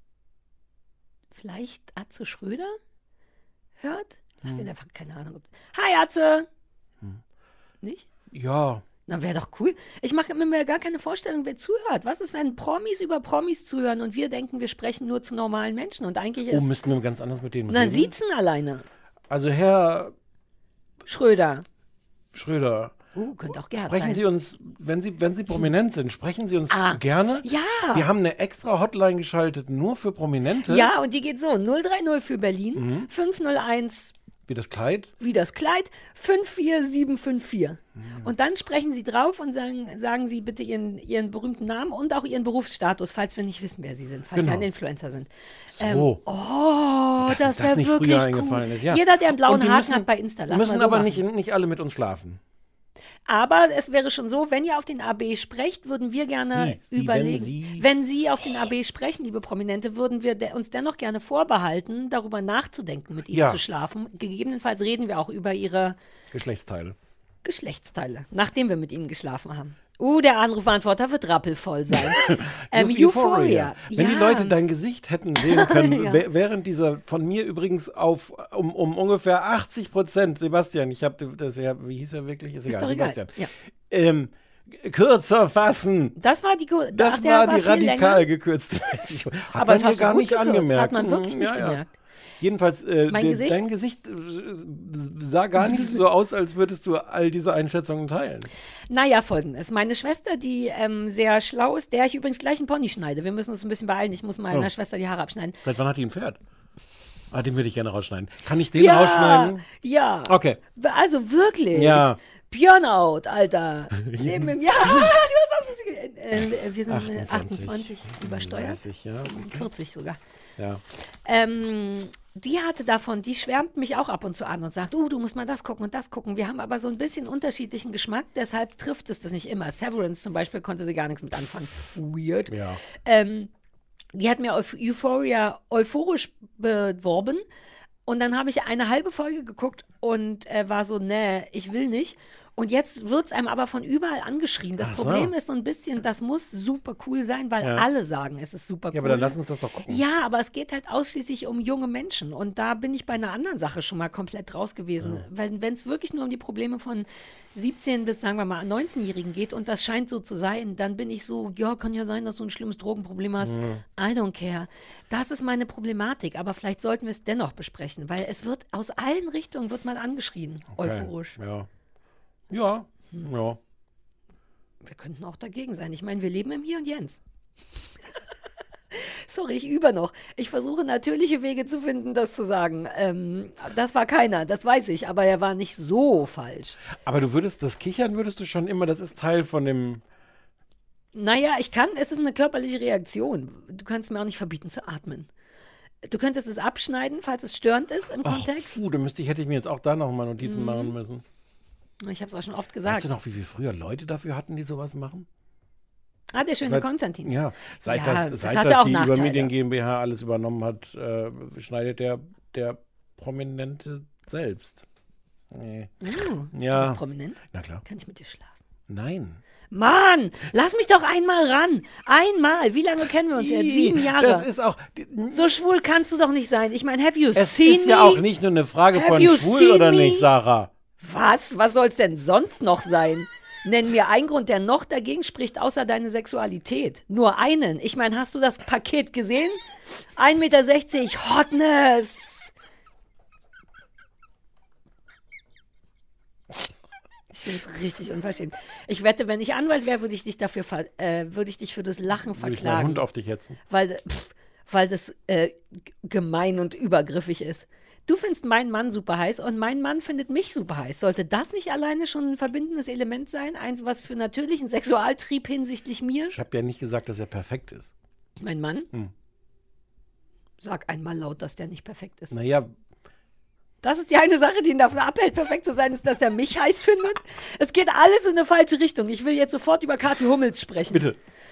Speaker 2: vielleicht Atze Schröder hört. Lass ihn einfach, keine Ahnung. Hi Atze. Nicht?
Speaker 3: Ja.
Speaker 2: Na, wäre doch cool. Ich mache mir gar keine Vorstellung, wer zuhört. Was ist, wenn Promis über Promis zuhören und wir denken, wir sprechen nur zu normalen Menschen und eigentlich
Speaker 3: Oh,
Speaker 2: ist,
Speaker 3: müssten wir ganz anders mit denen
Speaker 2: na,
Speaker 3: reden?
Speaker 2: siezen alleine.
Speaker 3: Also Herr
Speaker 2: Schröder.
Speaker 3: Schröder,
Speaker 2: Uh, könnte auch Gerhard
Speaker 3: sprechen
Speaker 2: sein.
Speaker 3: Sie uns, wenn Sie, wenn Sie prominent sind, sprechen Sie uns
Speaker 2: Ah.
Speaker 3: gerne.
Speaker 2: Ja.
Speaker 3: Wir haben eine extra Hotline geschaltet, nur für Prominente.
Speaker 2: Ja, und die geht so: null drei null für Berlin,
Speaker 3: Mhm.
Speaker 2: fünf null eins
Speaker 3: Wie das Kleid.
Speaker 2: wie das Kleid, fünf vier sieben fünf vier.
Speaker 3: Mhm.
Speaker 2: Und dann sprechen Sie drauf und sagen, sagen Sie bitte Ihren, Ihren berühmten Namen und auch Ihren Berufsstatus, falls wir nicht wissen, wer Sie sind, falls Sie
Speaker 3: Genau.
Speaker 2: ein Influencer sind.
Speaker 3: So.
Speaker 2: Ähm, oh,
Speaker 3: Dass
Speaker 2: das,
Speaker 3: uns das
Speaker 2: wäre
Speaker 3: nicht
Speaker 2: wirklich
Speaker 3: früher
Speaker 2: cool.
Speaker 3: eingefallen ist, ja.
Speaker 2: Jeder, der einen blauen
Speaker 3: Und wir
Speaker 2: Haken
Speaker 3: müssen-
Speaker 2: hat bei Insta, lass
Speaker 3: müssen
Speaker 2: mal so
Speaker 3: aber
Speaker 2: machen.
Speaker 3: nicht, nicht alle mit uns schlafen.
Speaker 2: Aber es wäre schon so, wenn ihr auf den A B sprecht, würden wir gerne
Speaker 3: Sie, wie
Speaker 2: überlegen,
Speaker 3: wenn Sie-
Speaker 2: wenn Sie auf den A B sprechen, liebe Prominente, würden wir de uns dennoch gerne vorbehalten, darüber nachzudenken, mit Ihnen
Speaker 3: Ja.
Speaker 2: zu schlafen. Gegebenenfalls reden wir auch über Ihre
Speaker 3: Geschlechtsteile.
Speaker 2: Geschlechtsteile, nachdem wir mit Ihnen geschlafen haben. Uh, der Anrufbeantworter wird rappelvoll sein. ähm,
Speaker 3: Eu-
Speaker 2: Euphoria.
Speaker 3: Wenn
Speaker 2: ja.
Speaker 3: die Leute dein Gesicht hätten sehen können,
Speaker 2: Ja.
Speaker 3: wä- während dieser von mir übrigens auf um, um ungefähr achtzig Prozent, Sebastian, ich habe das ja, wie hieß er wirklich? Ist egal,
Speaker 2: doch egal.
Speaker 3: Sebastian.
Speaker 2: Ja.
Speaker 3: Ähm, kürzer fassen.
Speaker 2: Das war die, Ko-
Speaker 3: Das
Speaker 2: ach, der
Speaker 3: war die
Speaker 2: viel
Speaker 3: radikal
Speaker 2: länger.
Speaker 3: gekürzte Version. Hat
Speaker 2: Aber
Speaker 3: man
Speaker 2: das
Speaker 3: mir
Speaker 2: hast du
Speaker 3: gar
Speaker 2: gut
Speaker 3: nicht
Speaker 2: gekürzt.
Speaker 3: angemerkt.
Speaker 2: Hat man wirklich
Speaker 3: Mhm,
Speaker 2: nicht
Speaker 3: ja, ja.
Speaker 2: gemerkt.
Speaker 3: Jedenfalls, äh,
Speaker 2: Mein
Speaker 3: de-
Speaker 2: Gesicht?
Speaker 3: dein Gesicht äh, sah gar nicht so aus, als würdest du all diese Einschätzungen teilen.
Speaker 2: Naja, folgendes. Meine Schwester, die ähm, sehr schlau ist, der ich übrigens gleich einen Pony schneide. Wir müssen uns ein bisschen beeilen. Ich muss meiner
Speaker 3: Oh.
Speaker 2: Schwester die Haare abschneiden.
Speaker 3: Seit wann hat die ein Pferd? Ah, den würde ich gerne rausschneiden. Kann ich den
Speaker 2: ja,
Speaker 3: rausschneiden?
Speaker 2: Ja.
Speaker 3: Okay.
Speaker 2: Also wirklich.
Speaker 3: Ja.
Speaker 2: Burnout, Alter. Leben im Jahr. Du hast das äh, Wir sind achtundzwanzig, achtundzwanzig übersteuert.
Speaker 3: dreißig, ja. Okay.
Speaker 2: vierzig sogar.
Speaker 3: Ja.
Speaker 2: Ähm, die hatte davon, die schwärmt mich auch ab und zu an und sagt, uh, du musst mal das gucken und das gucken. Wir haben aber so ein bisschen unterschiedlichen Geschmack, deshalb trifft es das nicht immer. Severance zum Beispiel konnte sie gar nichts mit anfangen. Weird.
Speaker 3: Ja.
Speaker 2: Ähm, die hat mir Euphoria euphorisch beworben. Und dann habe ich eine halbe Folge geguckt und äh, war so, nee, ich will nicht. Und jetzt wird es einem aber von überall angeschrien. Das
Speaker 3: Ach so.
Speaker 2: Problem ist so ein bisschen, das muss super cool sein, weil
Speaker 3: Ja.
Speaker 2: alle sagen, es ist super cool.
Speaker 3: Ja, aber dann lass uns das doch gucken.
Speaker 2: Ja, aber es geht halt ausschließlich um junge Menschen. Und da bin ich bei einer anderen Sache schon mal komplett raus gewesen.
Speaker 3: Ja.
Speaker 2: Weil wenn es wirklich nur um die Probleme von siebzehn bis, sagen wir mal, neunzehnjährigen geht und das scheint so zu sein, dann bin ich so, ja, kann ja sein, dass du ein schlimmes Drogenproblem hast.
Speaker 3: Mhm.
Speaker 2: I don't care. Das ist meine Problematik. Aber vielleicht sollten wir es dennoch besprechen, weil es wird aus allen Richtungen wird mal angeschrien,
Speaker 3: Okay.
Speaker 2: euphorisch.
Speaker 3: Ja. Ja. Ja.
Speaker 2: Wir könnten auch dagegen sein. Ich meine, wir leben im Hier und Jetzt. Sorry, ich übe noch. Ich versuche natürliche Wege zu finden, das zu sagen. Ähm, das war keiner, das weiß ich, aber er war nicht so falsch.
Speaker 3: Aber du würdest, das Kichern würdest du schon immer, das ist Teil von dem...
Speaker 2: Naja, ich kann, es ist eine körperliche Reaktion. Du kannst mir auch nicht verbieten zu atmen. Du könntest es abschneiden, falls es störend ist im
Speaker 3: Ach,
Speaker 2: Kontext.
Speaker 3: puh, da müsste ich, hätte ich mir jetzt auch da noch mal Notizen
Speaker 2: Mhm.
Speaker 3: machen müssen.
Speaker 2: Ich habe es auch schon oft gesagt.
Speaker 3: Weißt du noch, wie wir früher Leute dafür hatten, die sowas machen?
Speaker 2: Ah, der schöne
Speaker 3: Seit-
Speaker 2: Konstantin.
Speaker 3: Ja, seit
Speaker 2: Ja,
Speaker 3: das,
Speaker 2: das
Speaker 3: seit
Speaker 2: hatte
Speaker 3: das
Speaker 2: auch
Speaker 3: die
Speaker 2: Nachteile.
Speaker 3: Übermedien GmbH alles übernommen hat, äh, schneidet der, der Prominente selbst. Nee.
Speaker 2: Uh,
Speaker 3: Ja.
Speaker 2: Du bist prominent?
Speaker 3: Na klar.
Speaker 2: Kann ich mit dir schlafen?
Speaker 3: Nein.
Speaker 2: Mann, lass mich doch einmal ran. Einmal. Wie lange kennen wir uns jetzt? Sieben Jahre.
Speaker 3: Das ist auch...
Speaker 2: So schwul kannst du doch nicht sein. Ich meine, have you
Speaker 3: Es
Speaker 2: seen
Speaker 3: ist
Speaker 2: me?
Speaker 3: ja auch nicht nur eine Frage
Speaker 2: Have
Speaker 3: von
Speaker 2: you
Speaker 3: schwul
Speaker 2: seen
Speaker 3: oder
Speaker 2: me?
Speaker 3: nicht, Sarah.
Speaker 2: Was? Was soll's denn sonst noch sein? Nenn mir einen Grund, der noch dagegen spricht, außer deine Sexualität. Nur einen. Ich meine, hast du das Paket gesehen? ein Meter sechzig, Hotness. Ich finde es richtig unverschämt. Ich wette, wenn ich Anwalt wäre, würde ich dich dafür, ver äh, würde ich dich für das Lachen
Speaker 3: Will ich meinen
Speaker 2: verklagen.
Speaker 3: Hund auf dich hetzen?
Speaker 2: Weil, pff, weil das äh, g- gemein und übergriffig ist. Du findest meinen Mann super heiß und mein Mann findet mich super heiß. Sollte das nicht alleine schon ein verbindendes Element sein? Eins, was für natürlichen Sexualtrieb hinsichtlich mir?
Speaker 3: Ich habe ja nicht gesagt, dass er perfekt ist.
Speaker 2: Mein Mann?
Speaker 3: Hm.
Speaker 2: Sag einmal laut, dass der nicht perfekt ist.
Speaker 3: Naja,
Speaker 2: Das ist die eine Sache, die ihn davon abhält, perfekt zu sein, ist, dass er mich heiß findet. Es geht alles in eine falsche Richtung. Ich will jetzt sofort über Kathi Hummels sprechen.
Speaker 3: bitte.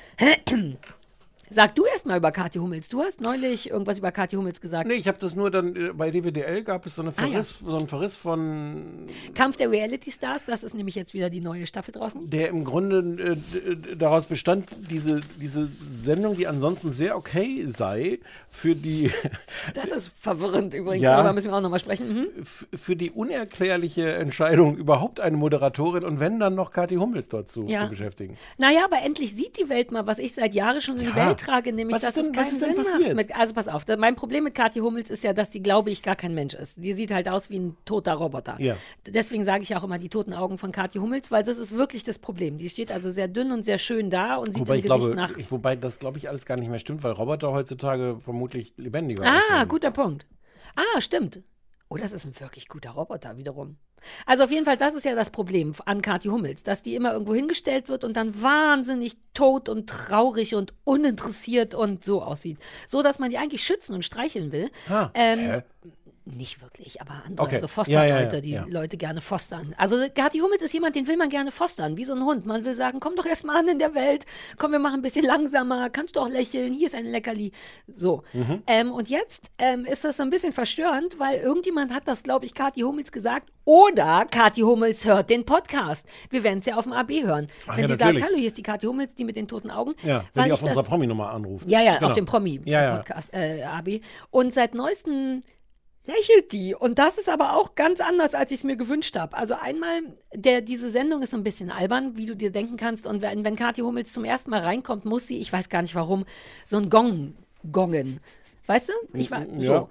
Speaker 2: Sag du erst mal über Kathi Hummels. Du hast neulich irgendwas über Kathi Hummels gesagt.
Speaker 3: Nee, ich habe das nur dann, äh, bei D W D L gab es so, eine
Speaker 2: Ah, ja.
Speaker 3: Verriss, so einen Verriss von,
Speaker 2: Kampf der Reality Stars, das ist nämlich jetzt wieder die neue Staffel draußen.
Speaker 3: der im Grunde äh, d- daraus bestand, diese, diese Sendung, die ansonsten sehr okay sei, für die,
Speaker 2: Das ist verwirrend übrigens,
Speaker 3: Ja.
Speaker 2: darüber müssen wir auch nochmal sprechen. Mhm.
Speaker 3: f- für die unerklärliche Entscheidung, überhaupt eine Moderatorin und wenn dann noch Kathi Hummels dort zu,
Speaker 2: Ja.
Speaker 3: zu beschäftigen.
Speaker 2: Naja, aber endlich sieht die Welt mal, was ich seit Jahren schon in die
Speaker 3: Ja.
Speaker 2: Welt trage, nämlich,
Speaker 3: Was
Speaker 2: dass
Speaker 3: ist denn-
Speaker 2: es keinen
Speaker 3: was ist denn
Speaker 2: Sinn
Speaker 3: passiert?
Speaker 2: macht. Mit, also pass auf, da, mein Problem mit Kathi Hummels ist ja, dass sie, glaube ich, gar kein Mensch ist. Die sieht halt aus wie ein toter Roboter.
Speaker 3: Ja.
Speaker 2: Deswegen sage ich auch immer die toten Augen von Kathi Hummels, weil das ist wirklich das Problem. Die steht also sehr dünn und sehr schön da und sieht
Speaker 3: Wobei
Speaker 2: im
Speaker 3: ich
Speaker 2: Gesicht
Speaker 3: glaube,
Speaker 2: nach...
Speaker 3: ich, wobei das glaube ich alles gar nicht mehr stimmt, weil Roboter heutzutage vermutlich lebendiger
Speaker 2: Ah,
Speaker 3: aussehen.
Speaker 2: guter Punkt. Ah, stimmt. Oh, das ist ein wirklich guter Roboter wiederum. Also auf jeden Fall, das ist ja das Problem an Kathi Hummels, dass die immer irgendwo hingestellt wird und dann wahnsinnig tot und traurig und uninteressiert und so aussieht. So, dass man die eigentlich schützen und streicheln will.
Speaker 3: Ah,
Speaker 2: ähm,
Speaker 3: hä?
Speaker 2: Nicht wirklich, aber andere,
Speaker 3: Okay.
Speaker 2: so Fosterleute,
Speaker 3: Ja, ja, ja,
Speaker 2: die
Speaker 3: ja.
Speaker 2: Leute gerne fostern. Also Kathi Hummels ist jemand, den will man gerne fostern, wie so ein Hund. Man will sagen, komm doch erst mal an in der Welt, komm, wir machen ein bisschen langsamer, kannst du auch lächeln, hier ist ein Leckerli. So.
Speaker 3: Mhm.
Speaker 2: Ähm, und jetzt ähm, ist das so ein bisschen verstörend, weil irgendjemand hat das, glaube ich, Kathi Hummels gesagt. Oder Kathi Hummels hört den Podcast. Wir werden es ja auf dem A B hören.
Speaker 3: Ach
Speaker 2: Wenn
Speaker 3: ja,
Speaker 2: sie
Speaker 3: natürlich.
Speaker 2: sagt, hallo, hier ist die Kathi Hummels, die mit den toten Augen.
Speaker 3: Ja, wenn
Speaker 2: weil
Speaker 3: die
Speaker 2: ich
Speaker 3: auf unserer
Speaker 2: das,
Speaker 3: Promi-Nummer anruft.
Speaker 2: Ja, ja,
Speaker 3: Genau.
Speaker 2: auf dem Promi-Podcast,
Speaker 3: Ja, ja.
Speaker 2: äh, A B. Und seit neuestem lächelt die. Und das ist aber auch ganz anders, als ich es mir gewünscht habe. Also einmal, der, diese Sendung ist so ein bisschen albern, wie du dir denken kannst. Und wenn, wenn Kathi Hummels zum ersten Mal reinkommt, muss sie, ich weiß gar nicht warum, so ein Gong gongen. Weißt du? Ich war
Speaker 3: Ja.
Speaker 2: so.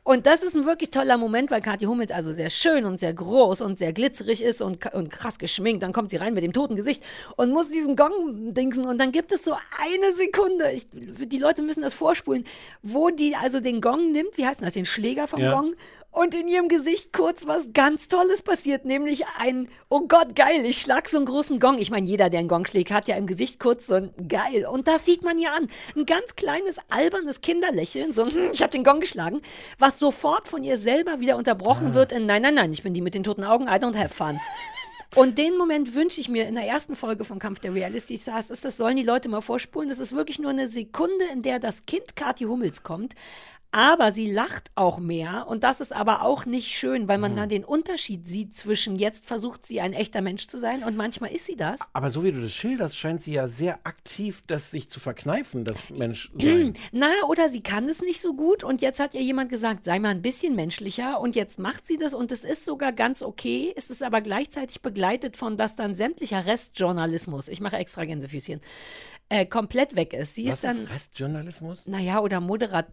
Speaker 2: Und das ist ein wirklich toller Moment, weil Kathi Hummels also sehr schön und sehr groß und sehr glitzerig ist und, und krass geschminkt. Dann kommt sie rein mit dem toten Gesicht und muss diesen Gong dingsen. Und dann gibt es so eine Sekunde, ich, die Leute müssen das vorspulen, wo die also den Gong nimmt, wie heißt das, den Schläger vom
Speaker 3: Ja.
Speaker 2: Gong, und in ihrem Gesicht kurz was ganz Tolles passiert, nämlich ein, oh Gott, geil, ich schlag so einen großen Gong. Ich meine, jeder, der einen Gong schlägt, hat ja im Gesicht kurz so ein geil. Und das sieht man ja an. Ein ganz kleines, albernes Kinderlächeln, so ein, hm, ich habe den Gong geschlagen, was sofort von ihr selber wieder unterbrochen ah. wird in, nein, nein, nein, ich bin die mit den toten Augen, I don't have fun. Und den Moment wünsche ich mir in der ersten Folge vom Kampf der Reality Stars. Ist, das sollen die Leute mal vorspulen. Das ist wirklich nur eine Sekunde, in der das Kind Kathi Hummels kommt. Aber sie lacht auch mehr und das ist aber auch nicht schön, weil man mhm. dann den Unterschied sieht zwischen jetzt versucht sie ein echter Mensch zu sein und manchmal ist sie das.
Speaker 3: Aber so wie du das schilderst, scheint sie ja sehr aktiv, das sich zu verkneifen, das Menschsein.
Speaker 2: Na, oder sie kann es nicht so gut und jetzt hat ihr jemand gesagt, sei mal ein bisschen menschlicher und jetzt macht sie das und es ist sogar ganz okay, es ist aber gleichzeitig begleitet von, dass dann sämtlicher Restjournalismus, ich mache extra Gänsefüßchen, äh, komplett weg ist. Sie
Speaker 3: Was
Speaker 2: ist dann,
Speaker 3: ist Restjournalismus?
Speaker 2: Naja, oder Moderat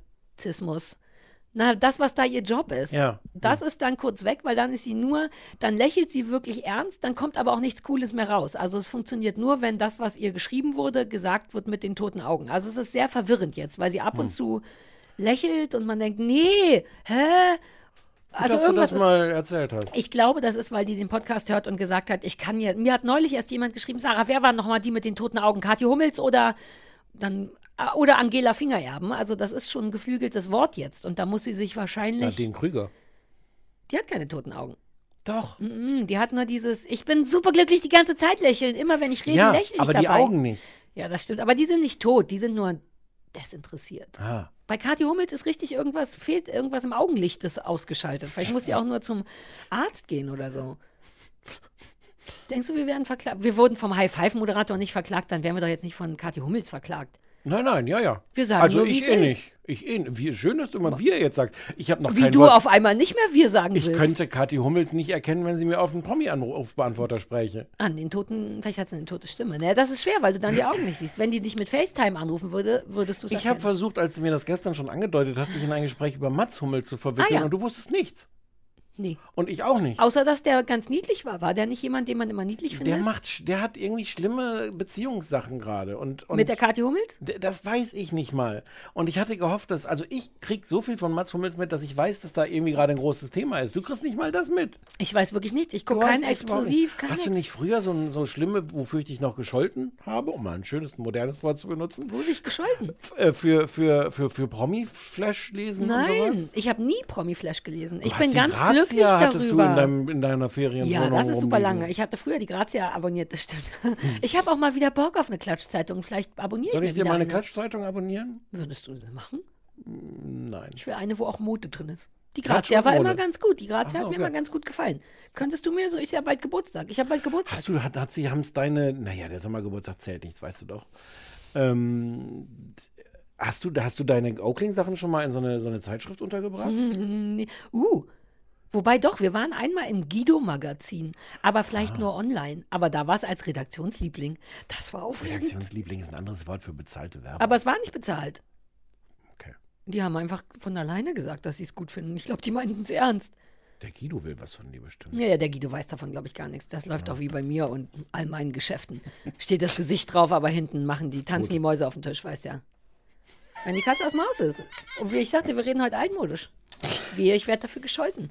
Speaker 2: Na, das, was da ihr Job ist.
Speaker 3: Ja.
Speaker 2: Das ist dann kurz weg, weil dann ist sie nur, dann lächelt sie wirklich ernst, dann kommt aber auch nichts Cooles mehr raus. Also es funktioniert nur, wenn das, was ihr geschrieben wurde, gesagt wird mit den toten Augen. Also es ist sehr verwirrend jetzt, weil sie ab und hm. zu lächelt und man denkt, nee, hä? Also
Speaker 3: dass
Speaker 2: irgendwas
Speaker 3: du das mal erzählt hast.
Speaker 2: Ist, ich glaube, das ist, weil die den Podcast hört und gesagt hat, ich kann ja, mir hat neulich erst jemand geschrieben, Sarah, wer war nochmal die mit den toten Augen? Kathi Hummels oder dann oder Angela Fingererben, also das ist schon ein geflügeltes Wort jetzt. Und da muss sie sich wahrscheinlich...
Speaker 3: Nadine Krüger.
Speaker 2: Die hat keine toten Augen.
Speaker 3: Doch.
Speaker 2: Mm-mm, die hat nur dieses, ich bin superglücklich die ganze Zeit lächeln. Immer wenn ich rede,
Speaker 3: ja,
Speaker 2: lächle ich
Speaker 3: aber
Speaker 2: dabei.
Speaker 3: die Augen nicht.
Speaker 2: Ja, das stimmt. Aber die sind nicht tot, die sind nur desinteressiert.
Speaker 3: Ah.
Speaker 2: Bei Kathi Hummels ist richtig irgendwas, fehlt irgendwas im Augenlicht, das ausgeschaltet. Vielleicht muss sie auch nur zum Arzt gehen oder so. Denkst du, wir werden verklagt? Wir wurden vom High-Five-Moderator nicht verklagt, dann wären wir doch jetzt nicht von Kathi Hummels verklagt.
Speaker 3: Nein, nein, ja, ja.
Speaker 2: Wir sagen
Speaker 3: also
Speaker 2: nur,
Speaker 3: ich
Speaker 2: wie
Speaker 3: eh
Speaker 2: es
Speaker 3: nicht.
Speaker 2: ist.
Speaker 3: Ich eh nicht. Wie, schön, dass du immer wir jetzt sagst. Ich habe noch
Speaker 2: Wie
Speaker 3: kein
Speaker 2: du
Speaker 3: Wort.
Speaker 2: auf einmal nicht mehr wir sagen
Speaker 3: Ich
Speaker 2: willst.
Speaker 3: könnte Kathi Hummels nicht erkennen, wenn sie mir auf einen Promi-Anrufbeantworter spreche.
Speaker 2: An den toten, vielleicht hat sie eine tote Stimme. Naja, das ist schwer, weil du dann die Augen nicht siehst. Wenn die dich mit FaceTime anrufen würde, würdest du es
Speaker 3: Ich habe versucht, als du mir das gestern schon angedeutet hast, dich in ein Gespräch über Mats Hummels zu verwickeln
Speaker 2: Ah, ja.
Speaker 3: und du wusstest nichts.
Speaker 2: Nee.
Speaker 3: Und ich auch nicht.
Speaker 2: Außer, dass der ganz niedlich war. War der nicht jemand, den man immer niedlich findet?
Speaker 3: Der macht, der hat irgendwie schlimme Beziehungssachen gerade. Und, und
Speaker 2: Mit der Kathi Hummels?
Speaker 3: d- Das weiß ich nicht mal. Und ich hatte gehofft, dass, also ich krieg so viel von Mats Hummels mit, dass ich weiß, dass da irgendwie gerade ein großes Thema ist. Du kriegst nicht mal das mit.
Speaker 2: Ich weiß wirklich nichts. Ich
Speaker 3: Du
Speaker 2: gucke
Speaker 3: hast
Speaker 2: kein
Speaker 3: echt überhaupt
Speaker 2: Explosiv,
Speaker 3: nicht.
Speaker 2: kein
Speaker 3: Hast du
Speaker 2: nix.
Speaker 3: nicht früher so, so schlimme, wofür ich dich noch gescholten habe, um mal ein schönes, modernes Wort zu benutzen,
Speaker 2: Wurde ich gescholten?
Speaker 3: f- äh, für, für, für, für Promi-Flash lesen und
Speaker 2: Nein,
Speaker 3: sowas?
Speaker 2: ich habe nie Promi-Flash gelesen. Ich
Speaker 3: Du
Speaker 2: bin
Speaker 3: hast die
Speaker 2: ganz
Speaker 3: Grazia
Speaker 2: glücklich
Speaker 3: hattest
Speaker 2: darüber.
Speaker 3: du in, deinem, in deiner Ferienwohnung
Speaker 2: Ja, das ist super
Speaker 3: rumliegen.
Speaker 2: lange. Ich hatte früher die Grazia abonniert, das stimmt. Ich habe auch mal wieder Bock auf eine Klatschzeitung. Vielleicht abonniere ich
Speaker 3: Soll
Speaker 2: mir
Speaker 3: ich dir
Speaker 2: wieder
Speaker 3: mal eine
Speaker 2: eine.
Speaker 3: Klatschzeitung abonnieren?
Speaker 2: Würdest du das machen?
Speaker 3: Nein.
Speaker 2: Ich will eine, wo auch Mode drin ist. Die
Speaker 3: Klatsch
Speaker 2: Grazia
Speaker 3: und
Speaker 2: war
Speaker 3: Mode.
Speaker 2: immer ganz gut. Die Grazia
Speaker 3: Ach so,
Speaker 2: hat mir
Speaker 3: okay.
Speaker 2: immer ganz gut gefallen. Könntest du mir so, ich habe bald Geburtstag. Ich habe bald Geburtstag.
Speaker 3: Hast du, hat, hat sie, haben es deine, naja, der Sommergeburtstag zählt nichts, weißt du doch. Ähm, hast du, hast du deine Oakling-Sachen schon mal in so eine, so eine Zeitschrift untergebracht?
Speaker 2: Nee. Uh, wobei doch, wir waren einmal im Guido-Magazin, aber vielleicht
Speaker 3: Ah.
Speaker 2: nur online. Aber da war es als Redaktionsliebling. Das war aufregend.
Speaker 3: Redaktionsliebling ist ein anderes Wort für bezahlte Werbung.
Speaker 2: Aber es war nicht bezahlt.
Speaker 3: Okay.
Speaker 2: Die haben einfach von alleine gesagt, dass sie es gut finden. Ich glaube, die meinten es ernst.
Speaker 3: Der Guido will was von dir bestimmt.
Speaker 2: Ja, ja, der Guido weiß davon, glaube ich, gar nichts. Das läuft auch wie bei mir und all meinen Geschäften. Steht das Gesicht drauf, aber hinten machen die, tanzen die Mäuse auf dem Tisch, weiß ja. Wenn die Katze aus dem Haus ist. Und wie ich dachte, wir reden heute altmodisch. Wie, ich werde dafür gescholten.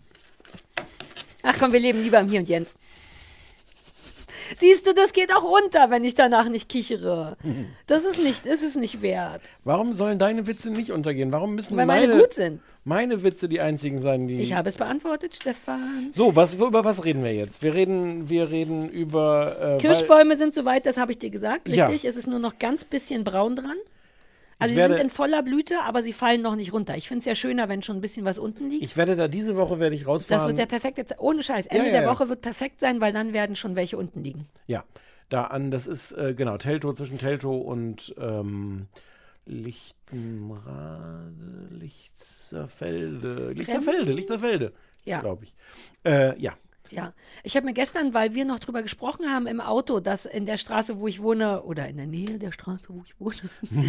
Speaker 2: Ach komm, wir leben lieber im Hier und Jetzt. Siehst du, das geht auch unter, wenn ich danach nicht kichere. Das ist nicht, das ist nicht wert.
Speaker 3: Warum sollen deine Witze nicht untergehen? Warum müssen
Speaker 2: Weil
Speaker 3: meine,
Speaker 2: meine gut sind.
Speaker 3: meine Witze die einzigen sein, die...
Speaker 2: Ich habe es beantwortet, Stefan.
Speaker 3: So, was, über was reden wir jetzt? Wir reden, wir reden über... Äh, weil,
Speaker 2: Kirschbäume sind soweit, das habe ich dir gesagt.
Speaker 3: Ja.
Speaker 2: Richtig, es ist nur noch ganz bisschen braun dran. Also
Speaker 3: Ich
Speaker 2: sie
Speaker 3: werde-
Speaker 2: sind in voller Blüte, aber sie fallen noch nicht runter. Ich finde es ja schöner, wenn schon ein bisschen was unten liegt.
Speaker 3: ich werde da diese Woche werde ich rausfahren.
Speaker 2: Das wird der perfekte, Ze- ohne Scheiß, Ende
Speaker 3: Ja, ja,
Speaker 2: der
Speaker 3: ja.
Speaker 2: Woche wird perfekt sein, weil dann werden schon welche unten liegen.
Speaker 3: Ja, da an, das ist, äh, genau, Teltow, zwischen Teltow und ähm, Lichtenrade, Lichterfelde, Lichterfelde, Lichterfelde,
Speaker 2: Ja.
Speaker 3: glaube ich. Äh, ja,
Speaker 2: Ja, ich habe mir gestern, weil wir noch drüber gesprochen haben im Auto, dass in der Straße, wo ich wohne, oder in der Nähe der Straße, wo ich wohne,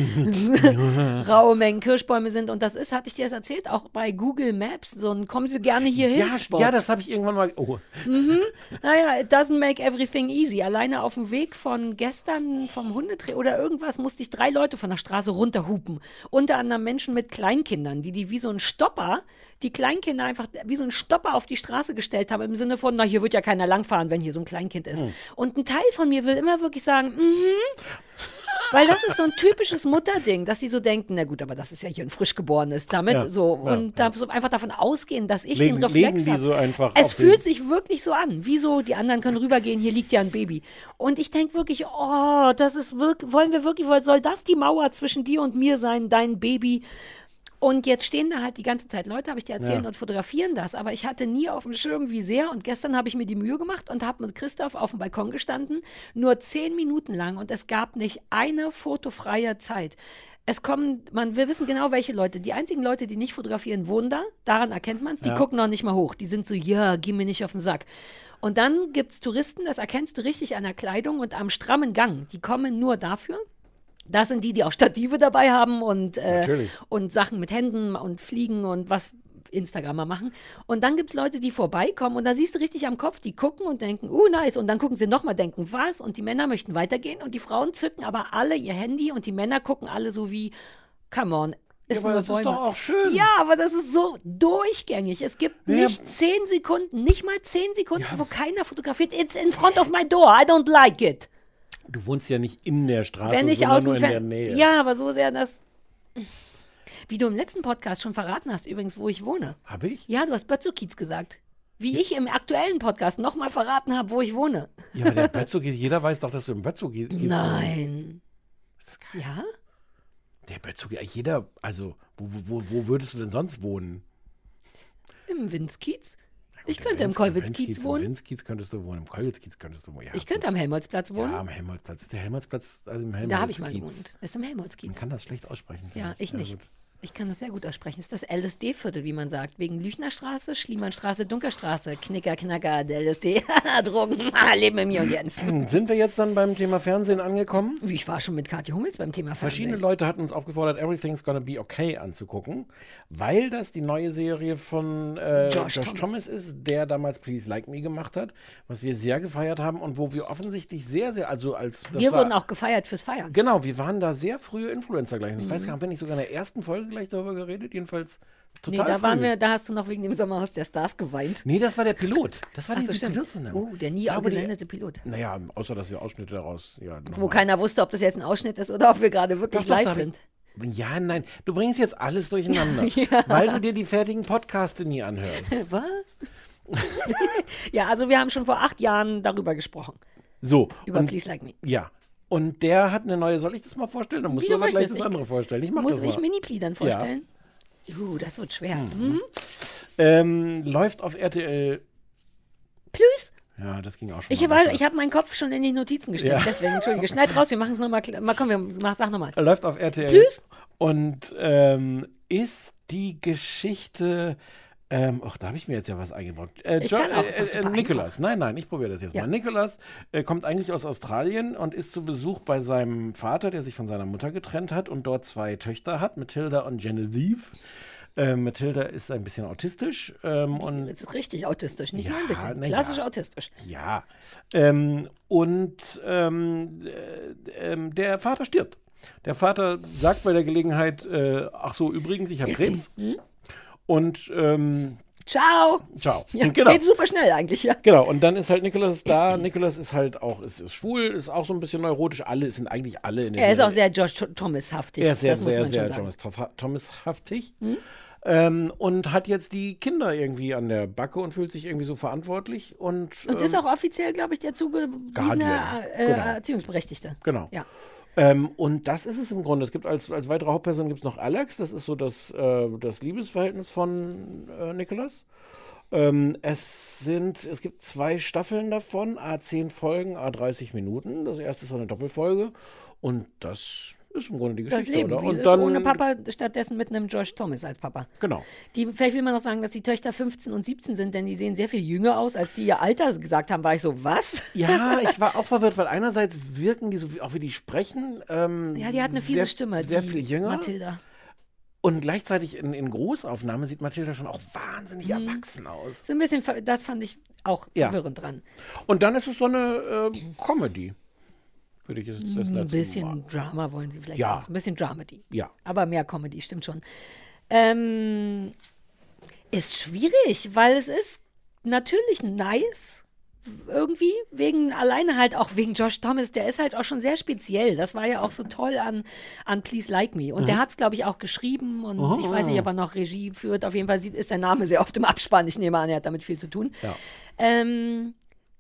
Speaker 2: raue Mengen Kirschbäume sind. Und das ist, hatte ich dir das erzählt, auch bei Google Maps, so ein kommen Sie gerne hier hin.
Speaker 3: Ja,
Speaker 2: Spot.
Speaker 3: ja, das habe ich irgendwann mal. Oh.
Speaker 2: Mhm. Naja, it doesn't make everything easy. Alleine auf dem Weg von gestern vom Hundedreh oder irgendwas musste ich drei Leute von der Straße runterhupen. Unter anderem Menschen mit Kleinkindern, die die wie so ein Stopper, die Kleinkinder einfach wie so ein Stopper auf die Straße gestellt haben, im Sinne von, na, hier wird ja keiner langfahren, wenn hier so ein Kleinkind ist. Hm. Und ein Teil von mir will immer wirklich sagen, mhm. Weil das ist so ein typisches Mutterding, dass sie so denken, na gut, aber das ist ja hier ein Frischgeborenes damit
Speaker 3: ja,
Speaker 2: so
Speaker 3: ja,
Speaker 2: und
Speaker 3: ja.
Speaker 2: da so einfach davon ausgehen, dass ich
Speaker 3: legen,
Speaker 2: den Reflex
Speaker 3: legen die
Speaker 2: habe.
Speaker 3: so einfach
Speaker 2: Es
Speaker 3: auf
Speaker 2: fühlt
Speaker 3: den
Speaker 2: sich wirklich so an, wieso die anderen können rübergehen, hier liegt ja ein Baby. Und ich denke wirklich, oh, das ist wirklich, wollen wir wirklich, soll das die Mauer zwischen dir und mir sein, dein Baby? Und jetzt stehen da halt die ganze Zeit Leute, habe ich dir erzählt,
Speaker 3: Ja.
Speaker 2: und fotografieren das. Aber ich hatte nie auf dem Schirm, wie sehr. Und gestern habe ich mir die Mühe gemacht und habe mit Christoph auf dem Balkon gestanden, nur zehn Minuten lang. Und es gab nicht eine fotofreie Zeit. Es kommen, man, wir wissen genau, welche Leute. Die einzigen Leute, die nicht fotografieren, wohnen da. Daran erkennt man es. Die
Speaker 3: Ja.
Speaker 2: gucken noch nicht mal hoch. Die sind so, ja, geh mir nicht auf den Sack. Und dann gibt es Touristen, das erkennst du richtig an der Kleidung und am strammen Gang. Die kommen nur dafür. Das sind die, die auch Stative dabei haben und, äh, und Sachen mit Händen und Fliegen und was Instagrammer machen. Und dann gibt es Leute, die vorbeikommen und da siehst du richtig am Kopf, die gucken und denken, uh, nice. Und dann gucken sie nochmal, denken, was? Und die Männer möchten weitergehen und die Frauen zücken aber alle ihr Handy und die Männer gucken alle so wie, come on.
Speaker 3: Ja, aber das ist doch auch schön.
Speaker 2: Ja, aber das ist so durchgängig. Es gibt
Speaker 3: Ja.
Speaker 2: nicht zehn Sekunden, nicht mal zehn Sekunden, wo keiner fotografiert. It's in front of my door. I don't like it.
Speaker 3: Du wohnst ja nicht in der Straße,
Speaker 2: Wenn ich
Speaker 3: sondern
Speaker 2: aus
Speaker 3: nur
Speaker 2: dem
Speaker 3: in der
Speaker 2: Fen-
Speaker 3: Nähe.
Speaker 2: Ja, aber so sehr, dass. Wie du im letzten Podcast schon verraten hast, übrigens, wo ich wohne.
Speaker 3: Hab ich?
Speaker 2: Ja, du hast Bötzow-Kiez gesagt. Wie ich im aktuellen Podcast nochmal verraten habe, wo ich wohne.
Speaker 3: Ja, aber der Bötzow-Kiez, jeder weiß doch, dass du im Bötzow-Kiez wohnst.
Speaker 2: Nein.
Speaker 3: Ist das geil?
Speaker 2: Ja?
Speaker 3: Der Bötzow-Kiez, jeder, also, wo, wo, wo würdest du denn sonst wohnen?
Speaker 2: Im Winzkiez. Ich
Speaker 3: Im
Speaker 2: könnte im
Speaker 3: Winz-
Speaker 2: Kollwitz-Kiez
Speaker 3: Im
Speaker 2: wohnen.
Speaker 3: Winzkiez könntest du wohnen, im Kollwitz-Kiez könntest du wohnen. Ja,
Speaker 2: Ich könnte am Helmholtzplatz wohnen.
Speaker 3: Ja, am Helmholtzplatz. Ist der Helmholtzplatz, also im Helmholtz
Speaker 2: Da habe ich mal gewohnt. Das ist im Helmholtzkiez.
Speaker 3: Man kann das schlecht aussprechen. finde
Speaker 2: Ja, ich nicht.
Speaker 3: gut.
Speaker 2: Ich kann das sehr gut aussprechen. Das ist das L S D-Viertel, wie man sagt. Wegen Lüchnerstraße, Schliemannstraße, Dunkerstraße, Knicker, Knacker, der L S D, Drogen, Leben im Hier und Jetzt.
Speaker 3: Sind wir jetzt dann beim Thema Fernsehen angekommen?
Speaker 2: Ich war schon mit Katja Hummels beim Thema Fernsehen.
Speaker 3: Verschiedene Leute hatten uns aufgefordert, Everything's Gonna Be Okay anzugucken, weil das die neue Serie von äh,
Speaker 2: Josh
Speaker 3: Josh,
Speaker 2: Thomas.
Speaker 3: Thomas ist, der damals Please Like Me gemacht hat, was wir sehr gefeiert haben und wo wir offensichtlich sehr, sehr, also als das
Speaker 2: Wir
Speaker 3: war,
Speaker 2: wurden auch gefeiert fürs Feiern.
Speaker 3: Genau, wir waren da sehr frühe Influencer gleich. Ich
Speaker 2: Mhm.
Speaker 3: weiß gar nicht, haben wir nicht sogar in der ersten Folge gleich darüber geredet? Jedenfalls
Speaker 2: Nee,
Speaker 3: total
Speaker 2: da
Speaker 3: früh.
Speaker 2: waren wir, da hast du noch wegen dem Sommerhaus der Stars geweint.
Speaker 3: Nee, das war der Pilot. Das war
Speaker 2: Ach
Speaker 3: die
Speaker 2: so, stimmt.
Speaker 3: Pilotsendung.
Speaker 2: Oh, der nie
Speaker 3: Ich glaube, die-
Speaker 2: gesendete Pilot.
Speaker 3: Naja, außer dass wir Ausschnitte daraus. Ja, noch
Speaker 2: Wo
Speaker 3: mal-
Speaker 2: keiner wusste, ob das jetzt ein Ausschnitt ist oder ob wir gerade wirklich
Speaker 3: Doch, doch,
Speaker 2: live
Speaker 3: da hab
Speaker 2: sind.
Speaker 3: Ich, ja, nein, du bringst jetzt alles durcheinander,
Speaker 2: Ja.
Speaker 3: weil du dir die fertigen Podcaste nie anhörst.
Speaker 2: Was? Ja, also wir haben schon vor acht Jahren darüber gesprochen.
Speaker 3: So.
Speaker 2: Über
Speaker 3: und,
Speaker 2: Please Like Me.
Speaker 3: Ja. Und der hat eine neue, soll ich das mal vorstellen? Dann musst
Speaker 2: Wie
Speaker 3: du
Speaker 2: du
Speaker 3: aber gleich
Speaker 2: möchtest.
Speaker 3: das
Speaker 2: Ich-
Speaker 3: andere vorstellen. Ich mach
Speaker 2: Muss
Speaker 3: das mal.
Speaker 2: ich Mini-Pli dann vorstellen? Uh, das wird schwer. Mhm.
Speaker 3: Ähm, läuft auf R T L.
Speaker 2: Plus?
Speaker 3: Ja, das ging auch schon
Speaker 2: Ich,
Speaker 3: mal
Speaker 2: weiß,
Speaker 3: besser.
Speaker 2: ich habe meinen Kopf schon in die Notizen gesteckt,
Speaker 3: Ja.
Speaker 2: deswegen, entschuldige. Schneid raus, wir machen es nochmal. Mal, komm, wir, mach, sag nochmal.
Speaker 3: Läuft auf R T L.
Speaker 2: Plus?
Speaker 3: Und ähm, ist die Geschichte. Ähm, ach, da habe ich mir jetzt ja was eingebaut. Äh,
Speaker 2: Ich
Speaker 3: Jo-
Speaker 2: kann auch,
Speaker 3: äh,
Speaker 2: ist doch
Speaker 3: äh,
Speaker 2: super
Speaker 3: Nicholas,
Speaker 2: einfach.
Speaker 3: nein, nein, ich probiere das jetzt
Speaker 2: Ja.
Speaker 3: mal. Nicholas äh, kommt eigentlich aus Australien und ist zu Besuch bei seinem Vater, der sich von seiner Mutter getrennt hat und dort zwei Töchter hat, Matilda und Genevieve. Äh, Matilda ist ein bisschen autistisch ähm, und
Speaker 2: Das ist richtig autistisch, nicht
Speaker 3: Ja,
Speaker 2: nur ein bisschen.
Speaker 3: na
Speaker 2: Klassisch
Speaker 3: ja.
Speaker 2: autistisch.
Speaker 3: ja. Ähm, und ähm, äh, ähm, der Vater stirbt. Der Vater sagt bei der Gelegenheit, äh, ach so, übrigens, ich habe Krebs. Und ähm,
Speaker 2: Ciao.
Speaker 3: ciao.
Speaker 2: Ja,
Speaker 3: genau.
Speaker 2: geht super schnell eigentlich, ja.
Speaker 3: Genau, und dann ist halt Nicholas da. Nicholas ist halt auch, ist, ist schwul, ist auch so ein bisschen neurotisch. Alle sind eigentlich alle in der
Speaker 2: Er ist auch sehr Josh Thomas-haftig.
Speaker 3: Er ist sehr,
Speaker 2: das muss
Speaker 3: sehr,
Speaker 2: man
Speaker 3: sehr
Speaker 2: schon sagen.
Speaker 3: Thomas, Thomas-haftig. Ähm, und hat jetzt die Kinder irgendwie an der Backe und fühlt sich irgendwie so verantwortlich. Und,
Speaker 2: Und
Speaker 3: ähm,
Speaker 2: ist auch offiziell, glaube ich, der zugewiesene
Speaker 3: Guardian,
Speaker 2: äh,
Speaker 3: genau.
Speaker 2: Erziehungsberechtigte.
Speaker 3: Genau.
Speaker 2: Ja.
Speaker 3: Ähm, und das ist es im Grunde. Es gibt als, als weitere Hauptperson gibt es noch Alex. Das ist so das, äh, das Liebesverhältnis von äh, Nicholas. Ähm, es sind, es gibt zwei Staffeln davon, a zehn Folgen, a dreißig Minuten. Das erste ist so eine Doppelfolge. Und das ist im Grunde die
Speaker 2: Das
Speaker 3: Geschichte,
Speaker 2: Leben,
Speaker 3: oder?
Speaker 2: wie
Speaker 3: Und
Speaker 2: es ist
Speaker 3: dann,
Speaker 2: ohne Papa, stattdessen mit einem Josh Thomas als Papa.
Speaker 3: Genau.
Speaker 2: Die, vielleicht will man noch sagen, dass die Töchter fünfzehn und siebzehn sind, denn die sehen sehr viel jünger aus, als die ihr Alter gesagt haben, war ich so, was?
Speaker 3: Ja, ich war auch verwirrt, weil einerseits wirken die so, wie, auch wie die sprechen. Ähm,
Speaker 2: Ja, die hat eine fiese
Speaker 3: sehr,
Speaker 2: Stimme,
Speaker 3: Sehr
Speaker 2: die
Speaker 3: viel jünger.
Speaker 2: Mathilda.
Speaker 3: Und gleichzeitig in, in Großaufnahme sieht Mathilda schon auch wahnsinnig
Speaker 2: Mhm.
Speaker 3: erwachsen aus.
Speaker 2: So ein bisschen, ver- das fand ich auch
Speaker 3: Ja.
Speaker 2: verwirrend dran.
Speaker 3: Und dann ist es so eine äh, Comedy. Würde ich jetzt das
Speaker 2: Ein
Speaker 3: dazu
Speaker 2: bisschen
Speaker 3: machen.
Speaker 2: Drama wollen sie vielleicht
Speaker 3: Ja.
Speaker 2: auch. Ein bisschen Dramedy.
Speaker 3: Ja.
Speaker 2: Aber mehr Comedy, stimmt schon. Ähm, ist schwierig, weil es ist natürlich nice. Irgendwie, wegen, alleine halt auch wegen Josh Thomas, der ist halt auch schon sehr speziell. Das war ja auch so toll an, an Please Like Me. Und der hat es, glaube ich, auch geschrieben und
Speaker 3: Mhm.
Speaker 2: ich weiß nicht, ob er noch Regie führt. Auf jeden Fall sieht, ist der Name sehr oft im Abspann. Ich nehme an, er hat damit viel zu tun.
Speaker 3: Ja.
Speaker 2: Ähm,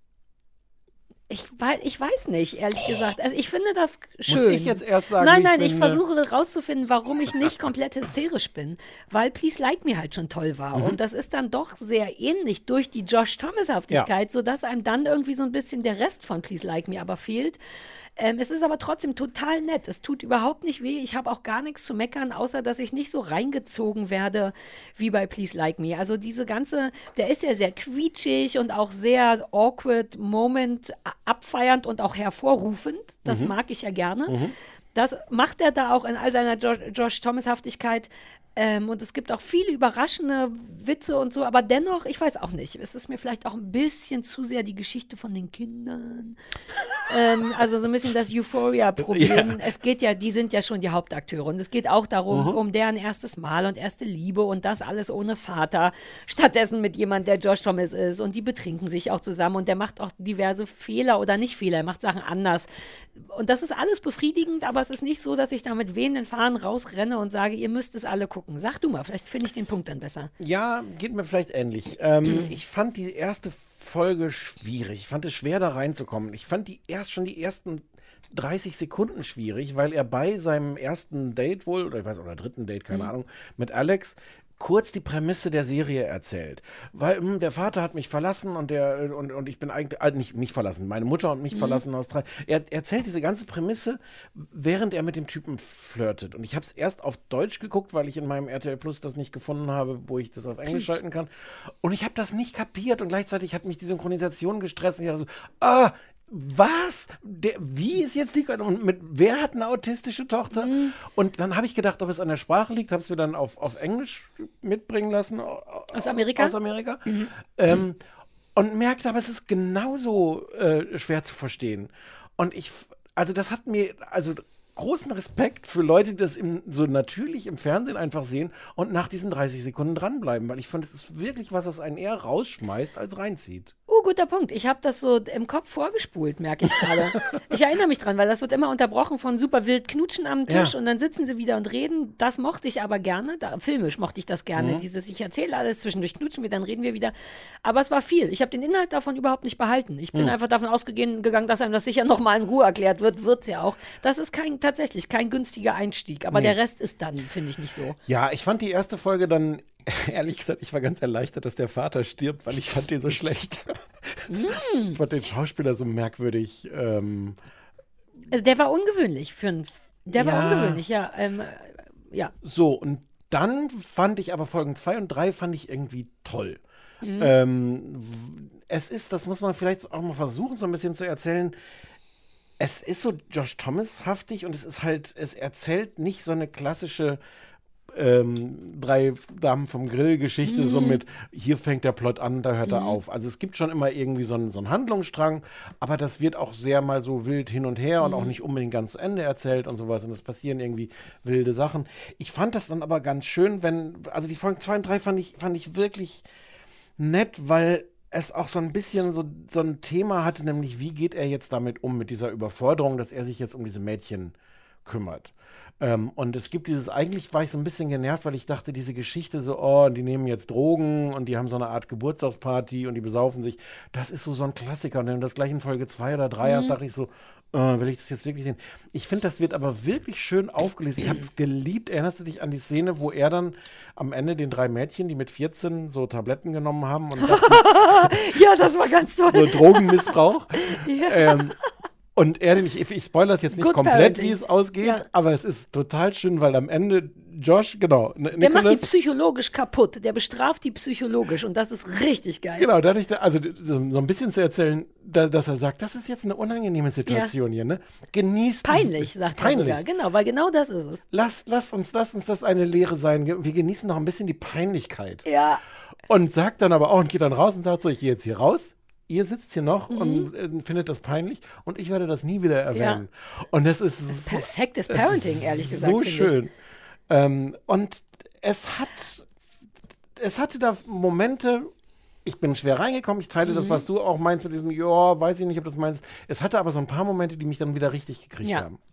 Speaker 2: ich, weiß, ich weiß nicht, ehrlich gesagt. Also ich finde das schön.
Speaker 3: Muss ich jetzt erst sagen,
Speaker 2: Nein,
Speaker 3: wie ich's
Speaker 2: nein, ich
Speaker 3: finde?
Speaker 2: versuche rauszufinden, warum ich nicht komplett hysterisch bin. Weil Please Like Me halt schon toll war.
Speaker 3: Mhm.
Speaker 2: Und das ist dann doch sehr ähnlich durch die Josh Thomas-Haftigkeit, sodass einem dann irgendwie so ein bisschen der Rest von Please Like Me aber fehlt. Ähm, es ist aber trotzdem total nett. Es tut überhaupt nicht weh. Ich habe auch gar nichts zu meckern, außer dass ich nicht so reingezogen werde wie bei Please Like Me. Also diese ganze, der ist ja sehr quietschig und auch sehr awkward Moment abfeiernd und auch hervorrufend. Das
Speaker 9: Mhm.
Speaker 2: mag ich ja gerne.
Speaker 9: Mhm.
Speaker 2: Das macht er da auch in all seiner jo Josh Thomas-Haftigkeit. Ähm, und es gibt auch viele überraschende Witze und so, aber dennoch, ich weiß auch nicht, es ist mir vielleicht auch ein bisschen zu sehr die Geschichte von den Kindern. ähm, also so ein bisschen das Euphoria-Problem.
Speaker 9: Ja.
Speaker 2: Es geht ja, die sind ja schon die Hauptakteure und es geht auch darum,
Speaker 9: Mhm.
Speaker 2: um deren erstes Mal und erste Liebe und das alles ohne Vater, stattdessen mit jemand, der Josh Thomas ist und die betrinken sich auch zusammen und der macht auch diverse Fehler oder nicht Fehler, er macht Sachen anders. Und das ist alles befriedigend, aber es ist nicht so, dass ich da mit wehenden Fahnen rausrenne und sage, ihr müsst es alle gucken. Sag du mal, vielleicht finde ich den Punkt dann besser.
Speaker 3: Ja, geht mir vielleicht ähnlich. Ähm, ich fand die erste Folge schwierig. Ich fand es schwer, da reinzukommen. Ich fand die erst schon die ersten dreißig Sekunden schwierig, weil er bei seinem ersten Date wohl, oder ich weiß, oder dritten Date, keine
Speaker 2: Mhm.
Speaker 3: Ahnung, mit Alex kurz die Prämisse der Serie erzählt. Weil mh, der Vater hat mich verlassen und der und, und ich bin eigentlich, äh, nicht mich verlassen, meine Mutter und mich
Speaker 2: Mhm.
Speaker 3: verlassen in Australien. Er erzählt diese ganze Prämisse, während er mit dem Typen flirtet. Und ich habe es erst auf Deutsch geguckt, weil ich in meinem R T L Plus das nicht gefunden habe, wo ich das auf Englisch
Speaker 2: Plus.
Speaker 3: schalten kann. Und ich habe das nicht kapiert und gleichzeitig hat mich die Synchronisation gestresst. Und ich dachte so, ah, was? Der, wie ist jetzt die und mit wer hat eine autistische Tochter?
Speaker 2: Mhm.
Speaker 3: Und dann habe ich gedacht, ob es an der Sprache liegt, habe es mir dann auf, auf Englisch mitbringen lassen.
Speaker 2: Aus Amerika?
Speaker 3: Aus Amerika.
Speaker 2: Mhm.
Speaker 3: Ähm, und merkte aber, es ist genauso äh, schwer zu verstehen. Und ich, also das hat mir, also großen Respekt für Leute, die das im, so natürlich im Fernsehen einfach sehen und nach diesen dreißig Sekunden dranbleiben, weil ich fand, es ist wirklich was, was einen eher rausschmeißt, als reinzieht.
Speaker 2: Oh, guter Punkt. Ich habe das so im Kopf vorgespult, merke ich gerade. Ich erinnere mich dran, weil das wird immer unterbrochen von super wild Knutschen am Tisch
Speaker 3: Ja.
Speaker 2: und dann sitzen sie wieder und reden. Das mochte ich aber gerne. Da, filmisch mochte ich das gerne.
Speaker 3: Mhm.
Speaker 2: Dieses, ich erzähle alles, zwischendurch knutschen wir, dann reden wir wieder. Aber es war viel. Ich habe den Inhalt davon überhaupt nicht behalten. Ich bin
Speaker 3: Mhm.
Speaker 2: einfach davon ausgegangen, dass einem das sicher nochmal in Ruhe erklärt wird. Wird es ja auch. Das ist kein, tatsächlich kein günstiger Einstieg. Aber
Speaker 3: Nee.
Speaker 2: der Rest ist dann, finde ich, nicht so.
Speaker 3: Ja, ich fand die erste Folge dann, ehrlich gesagt, ich war ganz erleichtert, dass der Vater stirbt, weil ich fand den so schlecht. Ich fand den Schauspieler so merkwürdig. Ähm,
Speaker 2: Also der war ungewöhnlich für einen. Der war
Speaker 3: Ja.
Speaker 2: ungewöhnlich, ja. Ähm, ja.
Speaker 3: So, und dann fand ich aber Folgen zwei und drei fand ich irgendwie toll.
Speaker 2: Mhm.
Speaker 3: Ähm, w- es ist, das muss man vielleicht auch mal versuchen, so ein bisschen zu erzählen. Es ist so Josh Thomas-haftig und es ist halt, es erzählt nicht so eine klassische ähm, drei Damen vom Grill-Geschichte,
Speaker 2: Mhm.
Speaker 3: so mit hier fängt der Plot an, da hört er
Speaker 2: Mhm.
Speaker 3: auf. Also es gibt schon immer irgendwie so einen, so einen Handlungsstrang, aber das wird auch sehr mal so wild hin und her und
Speaker 2: Mhm.
Speaker 3: auch nicht unbedingt ganz zu Ende erzählt und sowas und es passieren irgendwie wilde Sachen. Ich fand das dann aber ganz schön, wenn, also die Folgen zwei und drei fand ich, fand ich wirklich nett, weil es auch so ein bisschen so, so ein Thema hatte, nämlich wie geht er jetzt damit um, mit dieser Überforderung, dass er sich jetzt um diese Mädchen kümmert. Ähm, und es gibt dieses, eigentlich war ich so ein bisschen genervt, weil ich dachte, diese Geschichte so, oh, die nehmen jetzt Drogen und die haben so eine Art Geburtstagsparty und die besaufen sich, das ist so so ein Klassiker. Und wenn du das gleich in Folge zwei oder drei
Speaker 2: Mhm.
Speaker 3: hast, dachte ich so, äh, will ich das jetzt wirklich sehen? Ich finde, das wird aber wirklich schön aufgelesen. Ich habe es geliebt. Erinnerst du dich an die Szene, wo er dann am Ende den drei Mädchen, die mit vierzehn so Tabletten genommen haben und dachten,
Speaker 2: Ja, das war ganz toll.
Speaker 3: so Drogenmissbrauch.
Speaker 2: Ja.
Speaker 3: ähm, Und er, ich, ich spoilere es jetzt nicht
Speaker 2: Good
Speaker 3: komplett,
Speaker 2: parenting.
Speaker 3: wie es ausgeht,
Speaker 2: Ja.
Speaker 3: aber es ist total schön, weil am Ende Josh, genau, N-
Speaker 2: Der macht die
Speaker 3: Nicholas,
Speaker 2: psychologisch kaputt. Der bestraft die psychologisch und das ist richtig geil.
Speaker 3: genau, dadurch, also so so ein bisschen zu erzählen, da, dass er sagt, das ist jetzt eine unangenehme Situation hier, ne? Genießt.
Speaker 2: Peinlich, sagt
Speaker 3: peinlich.
Speaker 2: er sogar. Genau, weil genau das ist es.
Speaker 3: Lasst, lasst uns, lasst uns das eine Lehre sein. Wir genießen noch ein bisschen die Peinlichkeit.
Speaker 2: Ja.
Speaker 3: Und sagt dann aber auch und geht dann raus und sagt so, ich gehe jetzt hier raus. Ihr sitzt hier noch
Speaker 2: Mhm.
Speaker 3: und äh, findet das peinlich und ich werde das nie wieder erwähnen. Und das ist, so,
Speaker 2: Perfektes
Speaker 3: es
Speaker 2: Parenting,
Speaker 3: ist
Speaker 2: ehrlich gesagt.
Speaker 3: so
Speaker 2: finde ich.
Speaker 3: schön. Ähm, und es hat, es hatte da Momente, ich bin schwer reingekommen, ich teile
Speaker 2: Mhm.
Speaker 3: das, was du auch meinst mit diesem, ja, weiß ich nicht, ob das meinst. Es hatte aber so ein paar Momente, die mich dann wieder richtig gekriegt
Speaker 2: Ja.
Speaker 3: haben.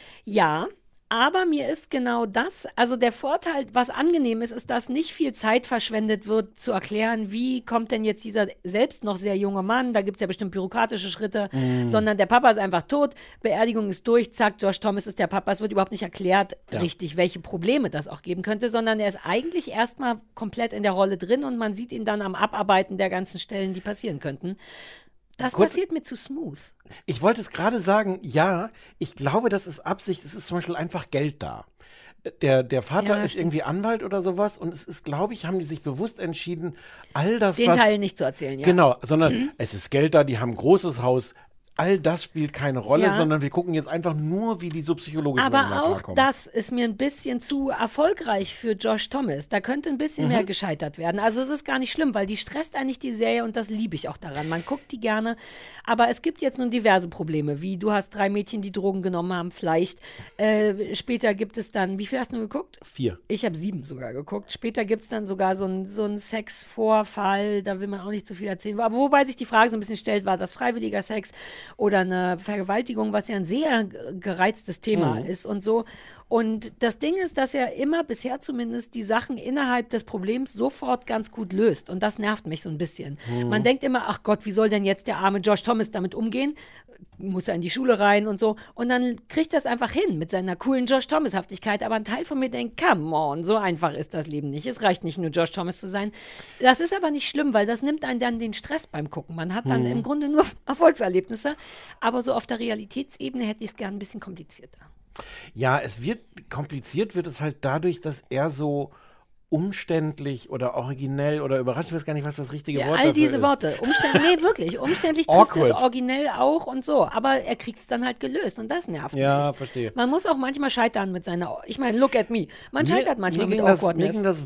Speaker 2: Ja, aber mir ist genau das, also der Vorteil, was angenehm ist, ist, dass nicht viel Zeit verschwendet wird, zu erklären, wie kommt denn jetzt dieser selbst noch sehr junge Mann, da gibt es ja bestimmt bürokratische Schritte,
Speaker 3: Mm.
Speaker 2: sondern der Papa ist einfach tot, Beerdigung ist durch, zack, Josh Thomas ist der Papa. Es wird überhaupt nicht erklärt,
Speaker 3: Ja.
Speaker 2: richtig, welche Probleme das auch geben könnte, sondern er ist eigentlich erstmal komplett in der Rolle drin und man sieht ihn dann am Abarbeiten der ganzen Stellen, die passieren könnten. Das
Speaker 3: Kurz-
Speaker 2: passiert mir zu smooth.
Speaker 3: Ich wollte es gerade sagen, ja, ich glaube, das ist Absicht, es ist zum Beispiel einfach Geld da. Der, der Vater
Speaker 2: Ja,
Speaker 3: ist
Speaker 2: stimmt.
Speaker 3: irgendwie Anwalt oder sowas und es ist, glaube ich, haben die sich bewusst entschieden, all das,
Speaker 2: Den
Speaker 3: was...
Speaker 2: Teil nicht zu erzählen, ja.
Speaker 3: Genau, sondern es ist Geld da, die haben ein großes Haus, all das spielt keine Rolle,
Speaker 2: Ja.
Speaker 3: sondern wir gucken jetzt einfach nur, wie die so psychologisch miteinander
Speaker 2: Aber auch
Speaker 3: klarkommen.
Speaker 2: das ist mir ein bisschen zu erfolgreich für Josh Thomas. Da könnte ein bisschen
Speaker 3: Mhm.
Speaker 2: mehr gescheitert werden. Also es ist gar nicht schlimm, weil die stresst eigentlich die Serie und das liebe ich auch daran. Man guckt die gerne. Aber es gibt jetzt nun diverse Probleme, wie du hast drei Mädchen, die Drogen genommen haben, vielleicht. Äh, später gibt es dann, wie viel hast du geguckt?
Speaker 3: Vier.
Speaker 2: Ich habe sieben sogar geguckt. Später gibt es dann sogar so einen so einen Sexvorfall, da will man auch nicht zu viel erzählen. Aber wobei sich die Frage so ein bisschen stellt, war das freiwilliger Sex oder eine Vergewaltigung, was ja ein sehr gereiztes Thema
Speaker 3: Mhm.
Speaker 2: ist und so. Und das Ding ist, dass er immer bisher zumindest die Sachen innerhalb des Problems sofort ganz gut löst. Und das nervt mich so ein bisschen.
Speaker 3: Mhm.
Speaker 2: Man denkt immer, ach Gott, wie soll denn jetzt der arme Josh Thomas damit umgehen? Muss er in die Schule rein und so. Und dann kriegt er es einfach hin mit seiner coolen Josh Thomas-Haftigkeit. Aber ein Teil von mir denkt, come on, so einfach ist das Leben nicht. Es reicht nicht nur Josh Thomas zu sein. Das ist aber nicht schlimm, weil das nimmt einen dann den Stress beim Gucken. Man hat dann
Speaker 3: Mhm.
Speaker 2: im Grunde nur Erfolgserlebnisse. Aber so auf der Realitätsebene hätte ich es gern ein bisschen komplizierter.
Speaker 3: Ja, es wird, kompliziert wird es halt dadurch, dass er so umständlich oder originell oder überraschend, ich weiß gar nicht, was das richtige
Speaker 2: Ja,
Speaker 3: Wort
Speaker 2: all
Speaker 3: dafür
Speaker 2: diese
Speaker 3: ist.
Speaker 2: Worte. Umständlich, nee, wirklich. Umständlich trifft es
Speaker 3: Awkward.
Speaker 2: originell auch und so. Aber er kriegt es dann halt gelöst und das nervt
Speaker 3: Ja,
Speaker 2: mich.
Speaker 3: verstehe.
Speaker 2: Man muss auch manchmal scheitern mit seiner, ich meine, look at me. Man scheitert manchmal
Speaker 3: mir
Speaker 2: mit
Speaker 3: ging das, mir
Speaker 2: Awkwardness.
Speaker 3: ging das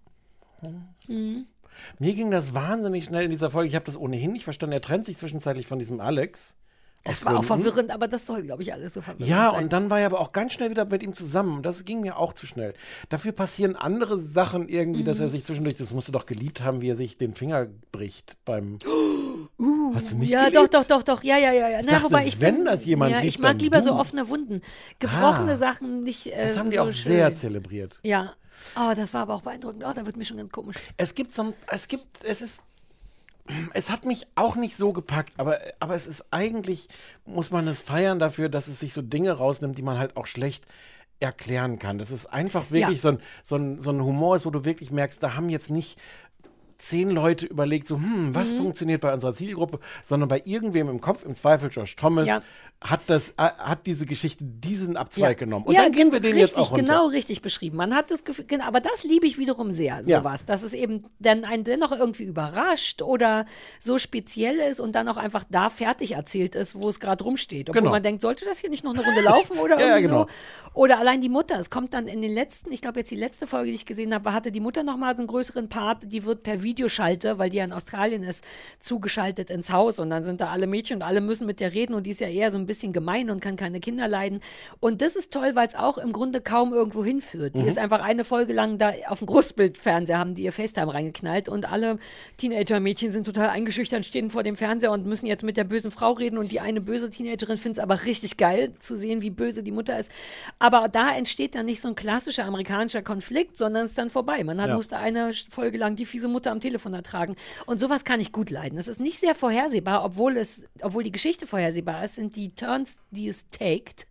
Speaker 2: Mhm.
Speaker 3: Mir ging das wahnsinnig schnell in dieser Folge. Ich habe das ohnehin nicht verstanden. Er trennt sich zwischenzeitlich von diesem Alex.
Speaker 2: Das
Speaker 3: aus
Speaker 2: war auch
Speaker 3: Gründen.
Speaker 2: verwirrend, aber das soll, glaube ich, alles so verwirrend
Speaker 3: Ja,
Speaker 2: sein.
Speaker 3: und dann war er aber auch ganz schnell wieder mit ihm zusammen. Das ging mir auch zu schnell. Dafür passieren andere Sachen irgendwie, dass
Speaker 2: Mhm.
Speaker 3: er sich zwischendurch, das musst du doch geliebt haben, wie er sich den Finger bricht beim.
Speaker 2: Uh,
Speaker 3: Hast du nicht
Speaker 2: ja,
Speaker 3: geliebt?
Speaker 2: doch, doch, doch, doch, ja, ja, ja. ja.
Speaker 3: Ich
Speaker 2: Na,
Speaker 3: dachte,
Speaker 2: wobei ich
Speaker 3: wenn
Speaker 2: bin,
Speaker 3: das jemand
Speaker 2: ja,
Speaker 3: liebt,
Speaker 2: ich mag
Speaker 3: dann
Speaker 2: lieber so
Speaker 3: du.
Speaker 2: offene Wunden. Gebrochene
Speaker 3: Ah.
Speaker 2: Sachen nicht äh,
Speaker 3: Das haben die
Speaker 2: so
Speaker 3: auch
Speaker 2: schön.
Speaker 3: sehr zelebriert.
Speaker 2: Ja, oh, das war aber auch beeindruckend. Oh, da wird mir schon ganz komisch.
Speaker 3: Es gibt so ein, es gibt, es ist, es hat mich auch nicht so gepackt, aber, aber es ist eigentlich, muss man es feiern dafür, dass es sich so Dinge rausnimmt, die man halt auch schlecht erklären kann. Das ist einfach wirklich
Speaker 2: Ja.
Speaker 3: so, ein, so, ein, so ein Humor ist, wo du wirklich merkst, da haben jetzt nicht zehn Leute überlegt, so, hm, was
Speaker 2: Mhm.
Speaker 3: funktioniert bei unserer Zielgruppe, sondern bei irgendwem im Kopf, im Zweifel Josh Thomas,
Speaker 2: Ja.
Speaker 3: hat, das, äh, hat diese Geschichte diesen Abzweig
Speaker 2: Ja.
Speaker 3: genommen. Und
Speaker 2: ja,
Speaker 3: dann gehen wir
Speaker 2: gen-
Speaker 3: den jetzt
Speaker 2: richtig,
Speaker 3: auch runter.
Speaker 2: genau richtig beschrieben. Man hat das Gefühl, genau, aber das liebe ich wiederum sehr,
Speaker 3: Ja.
Speaker 2: sowas, dass es eben dann einen dennoch irgendwie überrascht oder so speziell ist und dann auch einfach da fertig erzählt ist, wo es gerade rumsteht. Obwohl
Speaker 3: Genau.
Speaker 2: man denkt, sollte das hier nicht noch eine Runde laufen oder
Speaker 3: Ja,
Speaker 2: irgendwie
Speaker 3: genau.
Speaker 2: so. Oder allein die Mutter, es kommt dann in den letzten, ich glaube jetzt die letzte Folge, die ich gesehen habe, hatte die Mutter nochmal so einen größeren Part, die wird per Videoschalte, weil die ja in Australien ist, zugeschaltet ins Haus und dann sind da alle Mädchen und alle müssen mit der reden und die ist ja eher so ein bisschen gemein und kann keine Kinder leiden. Und das ist toll, weil es auch im Grunde kaum irgendwo hinführt. Die
Speaker 3: Mhm.
Speaker 2: ist einfach eine Folge lang da auf dem Großbildfernseher, haben die ihr FaceTime reingeknallt und alle Teenager-Mädchen sind total eingeschüchtert, stehen vor dem Fernseher und müssen jetzt mit der bösen Frau reden und die eine böse Teenagerin findet es aber richtig geil zu sehen, wie böse die Mutter ist. Aber da entsteht dann nicht so ein klassischer amerikanischer Konflikt, sondern es ist dann vorbei. Man hat,
Speaker 3: Ja.
Speaker 2: musste eine Folge lang die fiese Mutter am Telefon ertragen. Und sowas kann ich gut leiden. Es ist nicht sehr vorhersehbar, obwohl, es, obwohl die Geschichte vorhersehbar ist, sind die Turns, die es taked.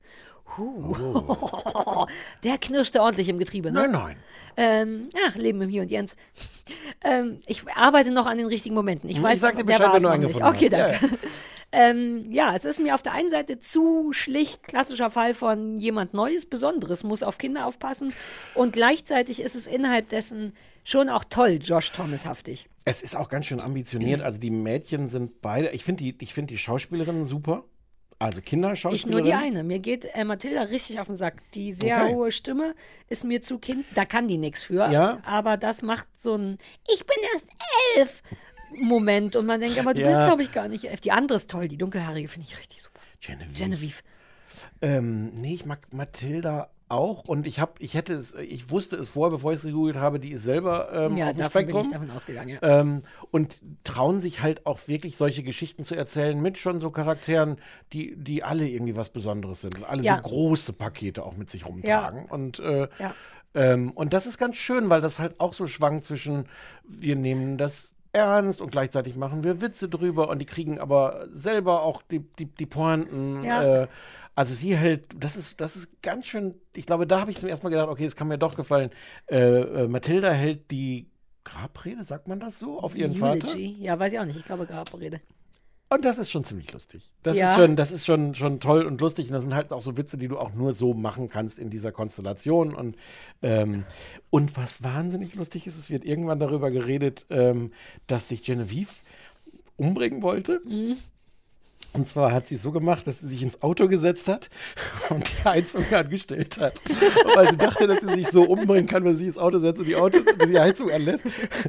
Speaker 2: Huh. Der knirschte ordentlich im Getriebe, ne?
Speaker 3: Nein, nein.
Speaker 2: Ähm, ach, Leben im Hier und Jens. Ähm, ich arbeite noch an den richtigen Momenten. Ich
Speaker 3: Hm,
Speaker 2: weiß,
Speaker 3: ich sag dir
Speaker 2: der
Speaker 3: Bescheid,
Speaker 2: war's
Speaker 3: wenn du
Speaker 2: noch
Speaker 3: einen
Speaker 2: nicht.
Speaker 3: gefunden
Speaker 2: Okay,
Speaker 3: hast. Ja,
Speaker 2: danke. Ähm, ja, es ist mir auf der einen Seite zu schlicht, klassischer Fall von jemand Neues, Besonderes, muss auf Kinder aufpassen. Und gleichzeitig ist es innerhalb dessen schon auch toll, Josh Thomas-haftig.
Speaker 3: Es ist auch ganz schön ambitioniert. Also die Mädchen sind beide, ich finde die, ich find die Schauspielerinnen super. Also Kinderschauspielerin.
Speaker 2: Ich nur die eine. Mir geht äh, Mathilda richtig auf den Sack. Die sehr
Speaker 3: Okay.
Speaker 2: hohe Stimme ist mir zu kind. Da kann die nichts für.
Speaker 3: Ja.
Speaker 2: Aber das macht so ein Ich bin erst elf Moment. Und man denkt, aber du
Speaker 3: Ja.
Speaker 2: bist, glaube ich, gar nicht elf. Die andere ist toll. Die dunkelhaarige finde ich richtig super.
Speaker 3: Genevieve.
Speaker 2: Genevieve.
Speaker 3: Ähm, nee, ich mag Mathilda auch. Und ich habe, ich hätte es, ich wusste es vorher, bevor ich es gegoogelt habe, die ist selber ähm,
Speaker 2: Ja,
Speaker 3: auf dem
Speaker 2: davon bin
Speaker 3: Spektrum.
Speaker 2: ich davon ausgegangen. Ja.
Speaker 3: Ähm, und trauen sich halt auch wirklich solche Geschichten zu erzählen mit schon so Charakteren, die, die alle irgendwie was Besonderes sind und alle
Speaker 2: Ja.
Speaker 3: so große Pakete auch mit sich rumtragen. Und, äh,
Speaker 2: Ja.
Speaker 3: ähm, und das ist ganz schön, weil das halt auch so schwankt zwischen, wir nehmen das ernst und gleichzeitig machen wir Witze drüber und die kriegen aber selber auch die, die, die Pointen.
Speaker 2: Ja.
Speaker 3: Äh, also sie hält, das ist, das ist ganz schön, ich glaube, da habe ich zum ersten Mal gedacht, okay, es kann mir doch gefallen. Äh, äh, Mathilda hält die Grabrede, sagt man das so, auf ihren Vater?
Speaker 2: Eulogy. Ja, weiß ich auch nicht. Ich glaube, Grabrede.
Speaker 3: Und das ist schon ziemlich lustig. Das
Speaker 2: Ja.
Speaker 3: ist schon, das ist schon, schon toll und lustig. Und das sind halt auch so Witze, die du auch nur so machen kannst in dieser Konstellation. Und, ähm, und was wahnsinnig lustig ist, es wird irgendwann darüber geredet, ähm, dass sich Genevieve umbringen wollte.
Speaker 2: Mhm.
Speaker 3: Und zwar hat sie es so gemacht, dass sie sich ins Auto gesetzt hat und die Heizung angestellt hat. Weil sie dachte, dass sie sich so umbringen kann, wenn sie sich ins Auto setzt und die, Auto, die Heizung anlässt.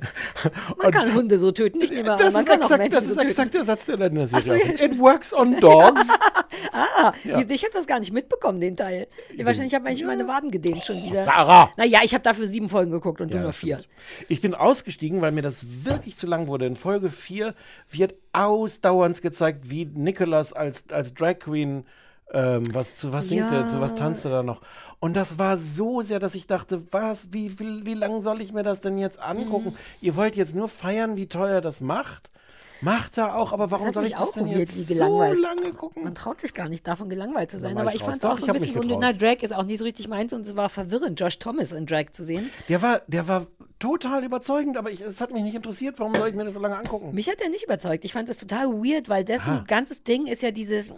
Speaker 2: Man kann Hunde so töten, nicht immer.
Speaker 3: Das
Speaker 2: Man
Speaker 3: ist
Speaker 2: kann auch
Speaker 3: exakt,
Speaker 2: Menschen
Speaker 3: das ist
Speaker 2: so töten.
Speaker 3: exakt der Satz, der dann in der
Speaker 2: Ach so,
Speaker 3: Serie
Speaker 2: ja,
Speaker 3: kommt. It works on dogs.
Speaker 2: Ah,
Speaker 3: Ja.
Speaker 2: ich habe das gar nicht mitbekommen, den Teil. Wahrscheinlich habe ich meine Waden gedehnt schon wieder.
Speaker 3: Sarah!
Speaker 2: Naja, ich habe dafür sieben Folgen geguckt und du
Speaker 3: Ja,
Speaker 2: nur
Speaker 3: das
Speaker 2: vier.
Speaker 3: stimmt. Ich bin ausgestiegen, weil mir das wirklich zu lang wurde. In Folge vier wird ausdauernd gezeigt, wie Nicholas als, als Drag Queen, ähm, was, zu was singt
Speaker 2: Ja.
Speaker 3: er, zu was tanzt er da noch. Und das war so sehr, dass ich dachte, was, wie, wie, wie lange soll ich mir das denn jetzt angucken?
Speaker 2: Mhm.
Speaker 3: Ihr wollt jetzt nur feiern, wie toll er das macht? Macht er auch, aber warum
Speaker 2: hat
Speaker 3: soll
Speaker 2: mich
Speaker 3: ich das
Speaker 2: auch
Speaker 3: denn
Speaker 2: probiert,
Speaker 3: jetzt
Speaker 2: wie
Speaker 3: so
Speaker 2: gelangweilt.
Speaker 3: lange gucken?
Speaker 2: Man traut sich gar nicht davon, gelangweilt zu sein.
Speaker 3: war
Speaker 2: Aber
Speaker 3: ich
Speaker 2: ich fand es
Speaker 3: raus.
Speaker 2: auch
Speaker 3: Doch,
Speaker 2: so
Speaker 3: ich
Speaker 2: ein
Speaker 3: hab mich
Speaker 2: bisschen
Speaker 3: getraut.
Speaker 2: unnötig. Na, Drag ist auch nicht so richtig meins und es war verwirrend, Josh Thomas in Drag zu sehen.
Speaker 3: Der war, der war total überzeugend, aber ich, es hat mich nicht interessiert. Warum soll ich mir das so lange angucken?
Speaker 2: Mich hat er nicht überzeugt. Ich fand das total weird, weil dessen
Speaker 3: Ah.
Speaker 2: ganzes Ding ist ja dieses,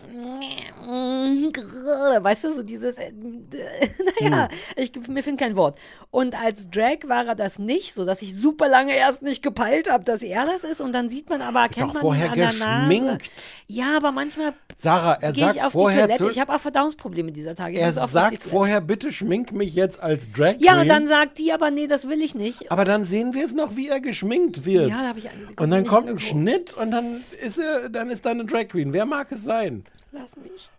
Speaker 2: weißt du, so dieses, äh, naja,
Speaker 3: Hm.
Speaker 2: ich mir finde kein Wort. Und als Drag war er das nicht, so dass ich super lange erst nicht gepeilt habe, dass er das ist. Und dann sieht man aber, erkennt
Speaker 3: doch
Speaker 2: man
Speaker 3: vorher
Speaker 2: ihn an der Nase.
Speaker 3: geschminkt.
Speaker 2: Ja, aber manchmal
Speaker 3: Sarah, er
Speaker 2: gehe
Speaker 3: sagt
Speaker 2: ich auf die
Speaker 3: vorher
Speaker 2: Toilette.
Speaker 3: zu,
Speaker 2: Ich habe auch Verdauungsprobleme dieser Tage. Ich
Speaker 3: er
Speaker 2: muss oft auf die
Speaker 3: sagt
Speaker 2: Toilette.
Speaker 3: vorher, bitte schmink mich jetzt als Drag Queen.
Speaker 2: Ja, und dann sagt die aber, nee, das will ich nicht.
Speaker 3: aber dann sehen wir es noch, wie er geschminkt wird.
Speaker 2: Ja, da habe ich eine Sekunde
Speaker 3: und dann
Speaker 2: nicht
Speaker 3: kommt ein
Speaker 2: geguckt.
Speaker 3: Schnitt und dann ist er, dann ist da eine Drag Queen. Wer mag es sein?
Speaker 2: Lass mich.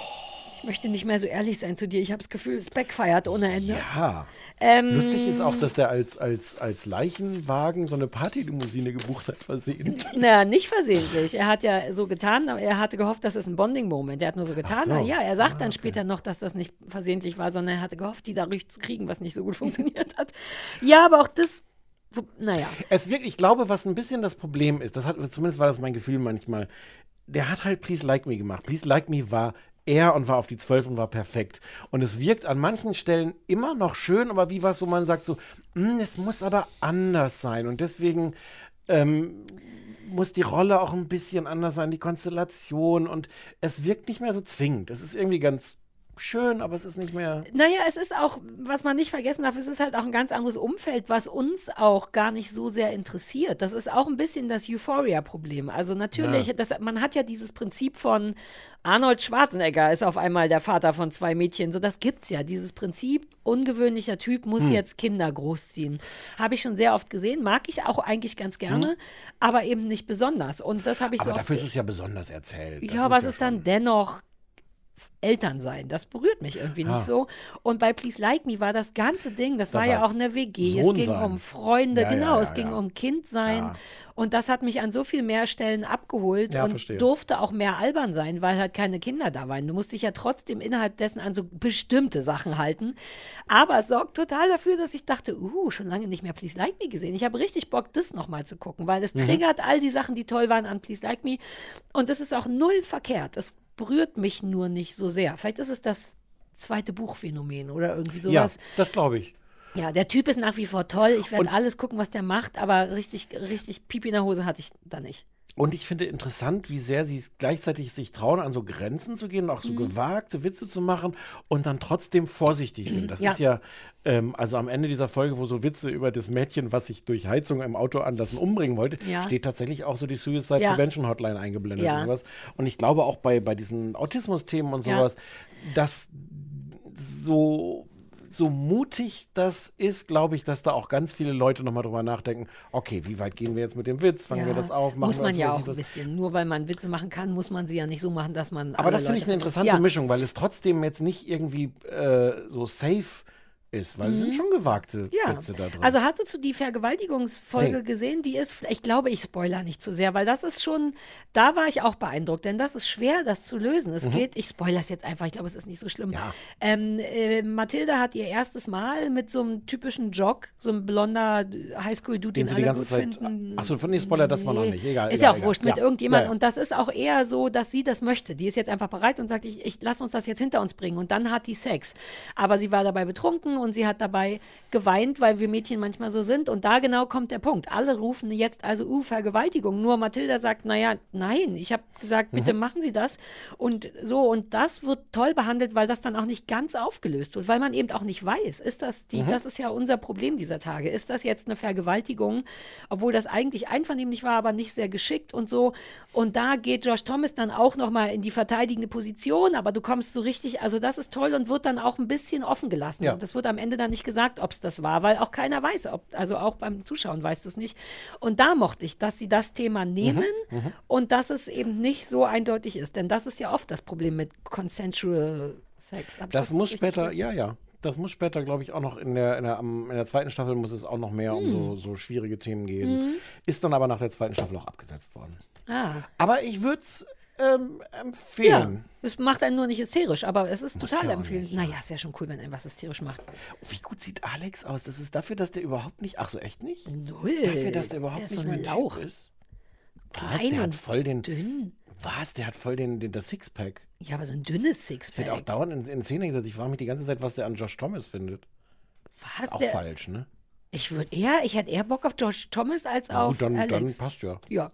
Speaker 2: Ich möchte nicht mehr so ehrlich sein zu dir. Ich habe das Gefühl, es backfeiert ohne Ende.
Speaker 3: Ja.
Speaker 2: Ähm,
Speaker 3: Lustig ist auch, dass der als, als, als Leichenwagen so eine Partylimousine gebucht hat, versehentlich.
Speaker 2: Naja, nicht versehentlich. Er hat ja so getan, aber er hatte gehofft, das ist ein Bonding-Moment. Er hat nur so getan.
Speaker 3: Ach so.
Speaker 2: Na ja, er sagt
Speaker 3: Ah,
Speaker 2: dann
Speaker 3: okay.
Speaker 2: später noch, dass das nicht versehentlich war, sondern er hatte gehofft, die dadurch zu kriegen, was nicht so gut funktioniert hat. Ja, aber auch das, naja.
Speaker 3: Es wirkt, ich glaube, was ein bisschen das Problem ist, das hat, zumindest war das mein Gefühl manchmal, der hat halt Please Like Me gemacht. Please Like Me war er und war auf die zwölf und war perfekt. Und es wirkt an manchen Stellen immer noch schön, aber wie was, wo man sagt so, "Mm, es muss aber anders sein. Und deswegen ähm, muss die Rolle auch ein bisschen anders sein, die Konstellation. Und es wirkt nicht mehr so zwingend. Es ist irgendwie ganz schön, aber es ist nicht mehr...
Speaker 2: Naja, es ist auch, was man nicht vergessen darf, es ist halt auch ein ganz anderes Umfeld, was uns auch gar nicht so sehr interessiert. Das ist auch ein bisschen das Euphoria-Problem. Also natürlich,
Speaker 3: Ja.
Speaker 2: das, man hat ja dieses Prinzip von Arnold Schwarzenegger ist auf einmal der Vater von zwei Mädchen. So, das gibt's ja. Dieses Prinzip, ungewöhnlicher Typ muss
Speaker 3: Hm.
Speaker 2: jetzt Kinder großziehen. Habe ich schon sehr oft gesehen, mag ich auch eigentlich ganz gerne,
Speaker 3: Hm.
Speaker 2: aber eben nicht besonders. Und das habe ich
Speaker 3: Aber
Speaker 2: so oft
Speaker 3: dafür ist es ja besonders erzählt. Das
Speaker 2: ja, aber es
Speaker 3: ja
Speaker 2: ist dann
Speaker 3: schon-
Speaker 2: dennoch Eltern sein. Das berührt mich irgendwie
Speaker 3: Ah.
Speaker 2: nicht so. Und bei Please Like Me war das ganze Ding, das
Speaker 3: Da
Speaker 2: war ja
Speaker 3: war's
Speaker 2: auch eine W G.
Speaker 3: Sohn
Speaker 2: Es ging
Speaker 3: sein.
Speaker 2: um Freunde,
Speaker 3: Ja, ja,
Speaker 2: genau,
Speaker 3: ja,
Speaker 2: es ging
Speaker 3: ja.
Speaker 2: um Kindsein.
Speaker 3: Ja.
Speaker 2: Und das hat mich an so viel mehr Stellen abgeholt
Speaker 3: Ja,
Speaker 2: und
Speaker 3: verstehe.
Speaker 2: durfte auch mehr albern sein, weil halt keine Kinder da waren. Du musst dich ja trotzdem innerhalb dessen an so bestimmte Sachen halten. Aber es sorgt total dafür, dass ich dachte, uh, schon lange nicht mehr Please Like Me gesehen. Ich habe richtig Bock, das nochmal zu gucken, weil es
Speaker 3: Mhm.
Speaker 2: triggert all die Sachen, die toll waren an Please Like Me. Und das ist auch null verkehrt. Es berührt mich nur nicht so sehr. Vielleicht ist es das zweite Buchphänomen oder irgendwie
Speaker 3: Ja,
Speaker 2: sowas.
Speaker 3: das glaube ich.
Speaker 2: Ja, der Typ ist nach wie vor toll. Ich
Speaker 3: Und-
Speaker 2: werde alles gucken, was der macht, aber richtig, richtig Pipi in der Hose hatte ich da nicht.
Speaker 3: Und ich finde interessant, wie sehr sie es gleichzeitig sich trauen, an so Grenzen zu gehen, auch so
Speaker 2: Mhm.
Speaker 3: gewagte Witze zu machen und dann trotzdem vorsichtig sind. Das
Speaker 2: Ja.
Speaker 3: ist ja, ähm, also am Ende dieser Folge, wo so Witze über das Mädchen, was sich durch Heizung im Auto anlassen umbringen wollte,
Speaker 2: Ja.
Speaker 3: steht tatsächlich auch so die Suicide
Speaker 2: Ja.
Speaker 3: Prevention Hotline eingeblendet
Speaker 2: Ja.
Speaker 3: und sowas. Und ich glaube auch bei, bei diesen Autismus-Themen und
Speaker 2: Ja.
Speaker 3: sowas, dass so so mutig das ist, glaube ich, dass da auch ganz viele Leute nochmal drüber nachdenken, okay, wie weit gehen wir jetzt mit dem Witz? Fangen wir das auf? Machen
Speaker 2: muss
Speaker 3: wir
Speaker 2: man
Speaker 3: uns
Speaker 2: ja
Speaker 3: was
Speaker 2: auch ein
Speaker 3: das?
Speaker 2: bisschen. Nur weil man Witze machen kann, muss man sie ja nicht so machen, dass man
Speaker 3: Aber
Speaker 2: alle
Speaker 3: das finde ich
Speaker 2: Leute
Speaker 3: eine interessante
Speaker 2: ja.
Speaker 3: Mischung, weil es trotzdem jetzt nicht irgendwie äh, so safe ist, weil es sind schon gewagte
Speaker 2: Ja,
Speaker 3: Witze da drin.
Speaker 2: also hattest du die Vergewaltigungsfolge
Speaker 3: Nee.
Speaker 2: gesehen? Die ist, ich glaube, ich spoiler nicht zu sehr, weil das ist schon, da war ich auch beeindruckt, denn das ist schwer, das zu lösen. Es geht, ich spoilere es jetzt einfach, ich glaube, es ist nicht so schlimm.
Speaker 3: Mhm. Ja.
Speaker 2: Ähm, äh, Mathilda hat ihr erstes Mal mit so einem typischen Jock, so ein blonder Highschool-Dude,
Speaker 3: Den
Speaker 2: den
Speaker 3: sie
Speaker 2: alle
Speaker 3: die ganze
Speaker 2: gut
Speaker 3: Zeit.
Speaker 2: finden.
Speaker 3: Achso, von den Spoiler, das war noch nicht. Egal.
Speaker 2: Ist
Speaker 3: egal,
Speaker 2: ja auch
Speaker 3: egal.
Speaker 2: wurscht, mit
Speaker 3: Ja.
Speaker 2: irgendjemandem.
Speaker 3: Ja, ja.
Speaker 2: Und das ist auch eher so, dass sie das möchte. Die ist jetzt einfach bereit und sagt, ich, ich lass uns das jetzt hinter uns bringen. Und dann hat die Sex. Aber sie war dabei betrunken und sie hat dabei geweint, weil wir Mädchen manchmal so sind. Und da genau kommt der Punkt. Alle rufen jetzt also, uh, Vergewaltigung. Nur Mathilda sagt, naja, nein, ich habe gesagt, bitte
Speaker 3: Mhm.
Speaker 2: machen Sie das. Und so, und das wird toll behandelt, weil das dann auch nicht ganz aufgelöst wird, weil man eben auch nicht weiß, ist das die,
Speaker 3: Mhm.
Speaker 2: das ist ja unser Problem dieser Tage. Ist das jetzt eine Vergewaltigung, obwohl das eigentlich einvernehmlich war, aber nicht sehr geschickt und so. Und da geht Josh Thomas dann auch nochmal in die verteidigende Position, aber du kommst so richtig, also das ist toll und wird dann auch ein bisschen offen gelassen.
Speaker 3: Ja.
Speaker 2: Und das wird am Ende dann nicht gesagt, ob es das war, weil auch keiner weiß, ob, also auch beim Zuschauen weißt du es nicht. Und da mochte ich, dass sie das Thema nehmen
Speaker 3: Mhm.
Speaker 2: und dass es eben nicht so eindeutig ist. Denn das ist ja oft das Problem mit consensual Sex. Hab ich
Speaker 3: Das muss
Speaker 2: richtig
Speaker 3: später,
Speaker 2: gesagt?
Speaker 3: ja, ja. Das muss später, glaube ich, auch noch in der, in der, am- in der zweiten Staffel muss es auch noch mehr um
Speaker 2: Hm.
Speaker 3: so, so schwierige Themen gehen. Ist dann aber nach der zweiten Staffel auch abgesetzt worden.
Speaker 2: Ah.
Speaker 3: Aber ich würde es ähm,
Speaker 2: Ja,
Speaker 3: empfehlen.
Speaker 2: es macht einen nur nicht hysterisch, aber es ist
Speaker 3: Muss
Speaker 2: total
Speaker 3: ja auch
Speaker 2: empfehlend.
Speaker 3: nicht.
Speaker 2: Naja, es wäre schon cool, wenn einen was hysterisch macht.
Speaker 3: Wie gut sieht Alex aus? Das ist dafür, dass der überhaupt nicht. Ach so, echt nicht?
Speaker 2: Null.
Speaker 3: Dafür, dass der überhaupt
Speaker 2: Der ist
Speaker 3: nicht
Speaker 2: so ein
Speaker 3: mein
Speaker 2: Lauch.
Speaker 3: Typ ist.
Speaker 2: Klein
Speaker 3: Was? Der hat
Speaker 2: und
Speaker 3: voll den.
Speaker 2: dünn.
Speaker 3: Was? Der hat voll den, den das Sixpack.
Speaker 2: Ja, aber so ein dünnes
Speaker 3: Das wird auch
Speaker 2: Sixpack.
Speaker 3: dauernd in, in Szene gesetzt. Ich frage mich die ganze Zeit, was der an Josh Thomas findet.
Speaker 2: Was?
Speaker 3: Ist auch
Speaker 2: Der,
Speaker 3: falsch, ne?
Speaker 2: ich würde eher, ich hätte eher Bock auf Josh Thomas als
Speaker 3: Na
Speaker 2: auf
Speaker 3: gut, dann, dann
Speaker 2: Alex.
Speaker 3: passt ja.
Speaker 2: Ja.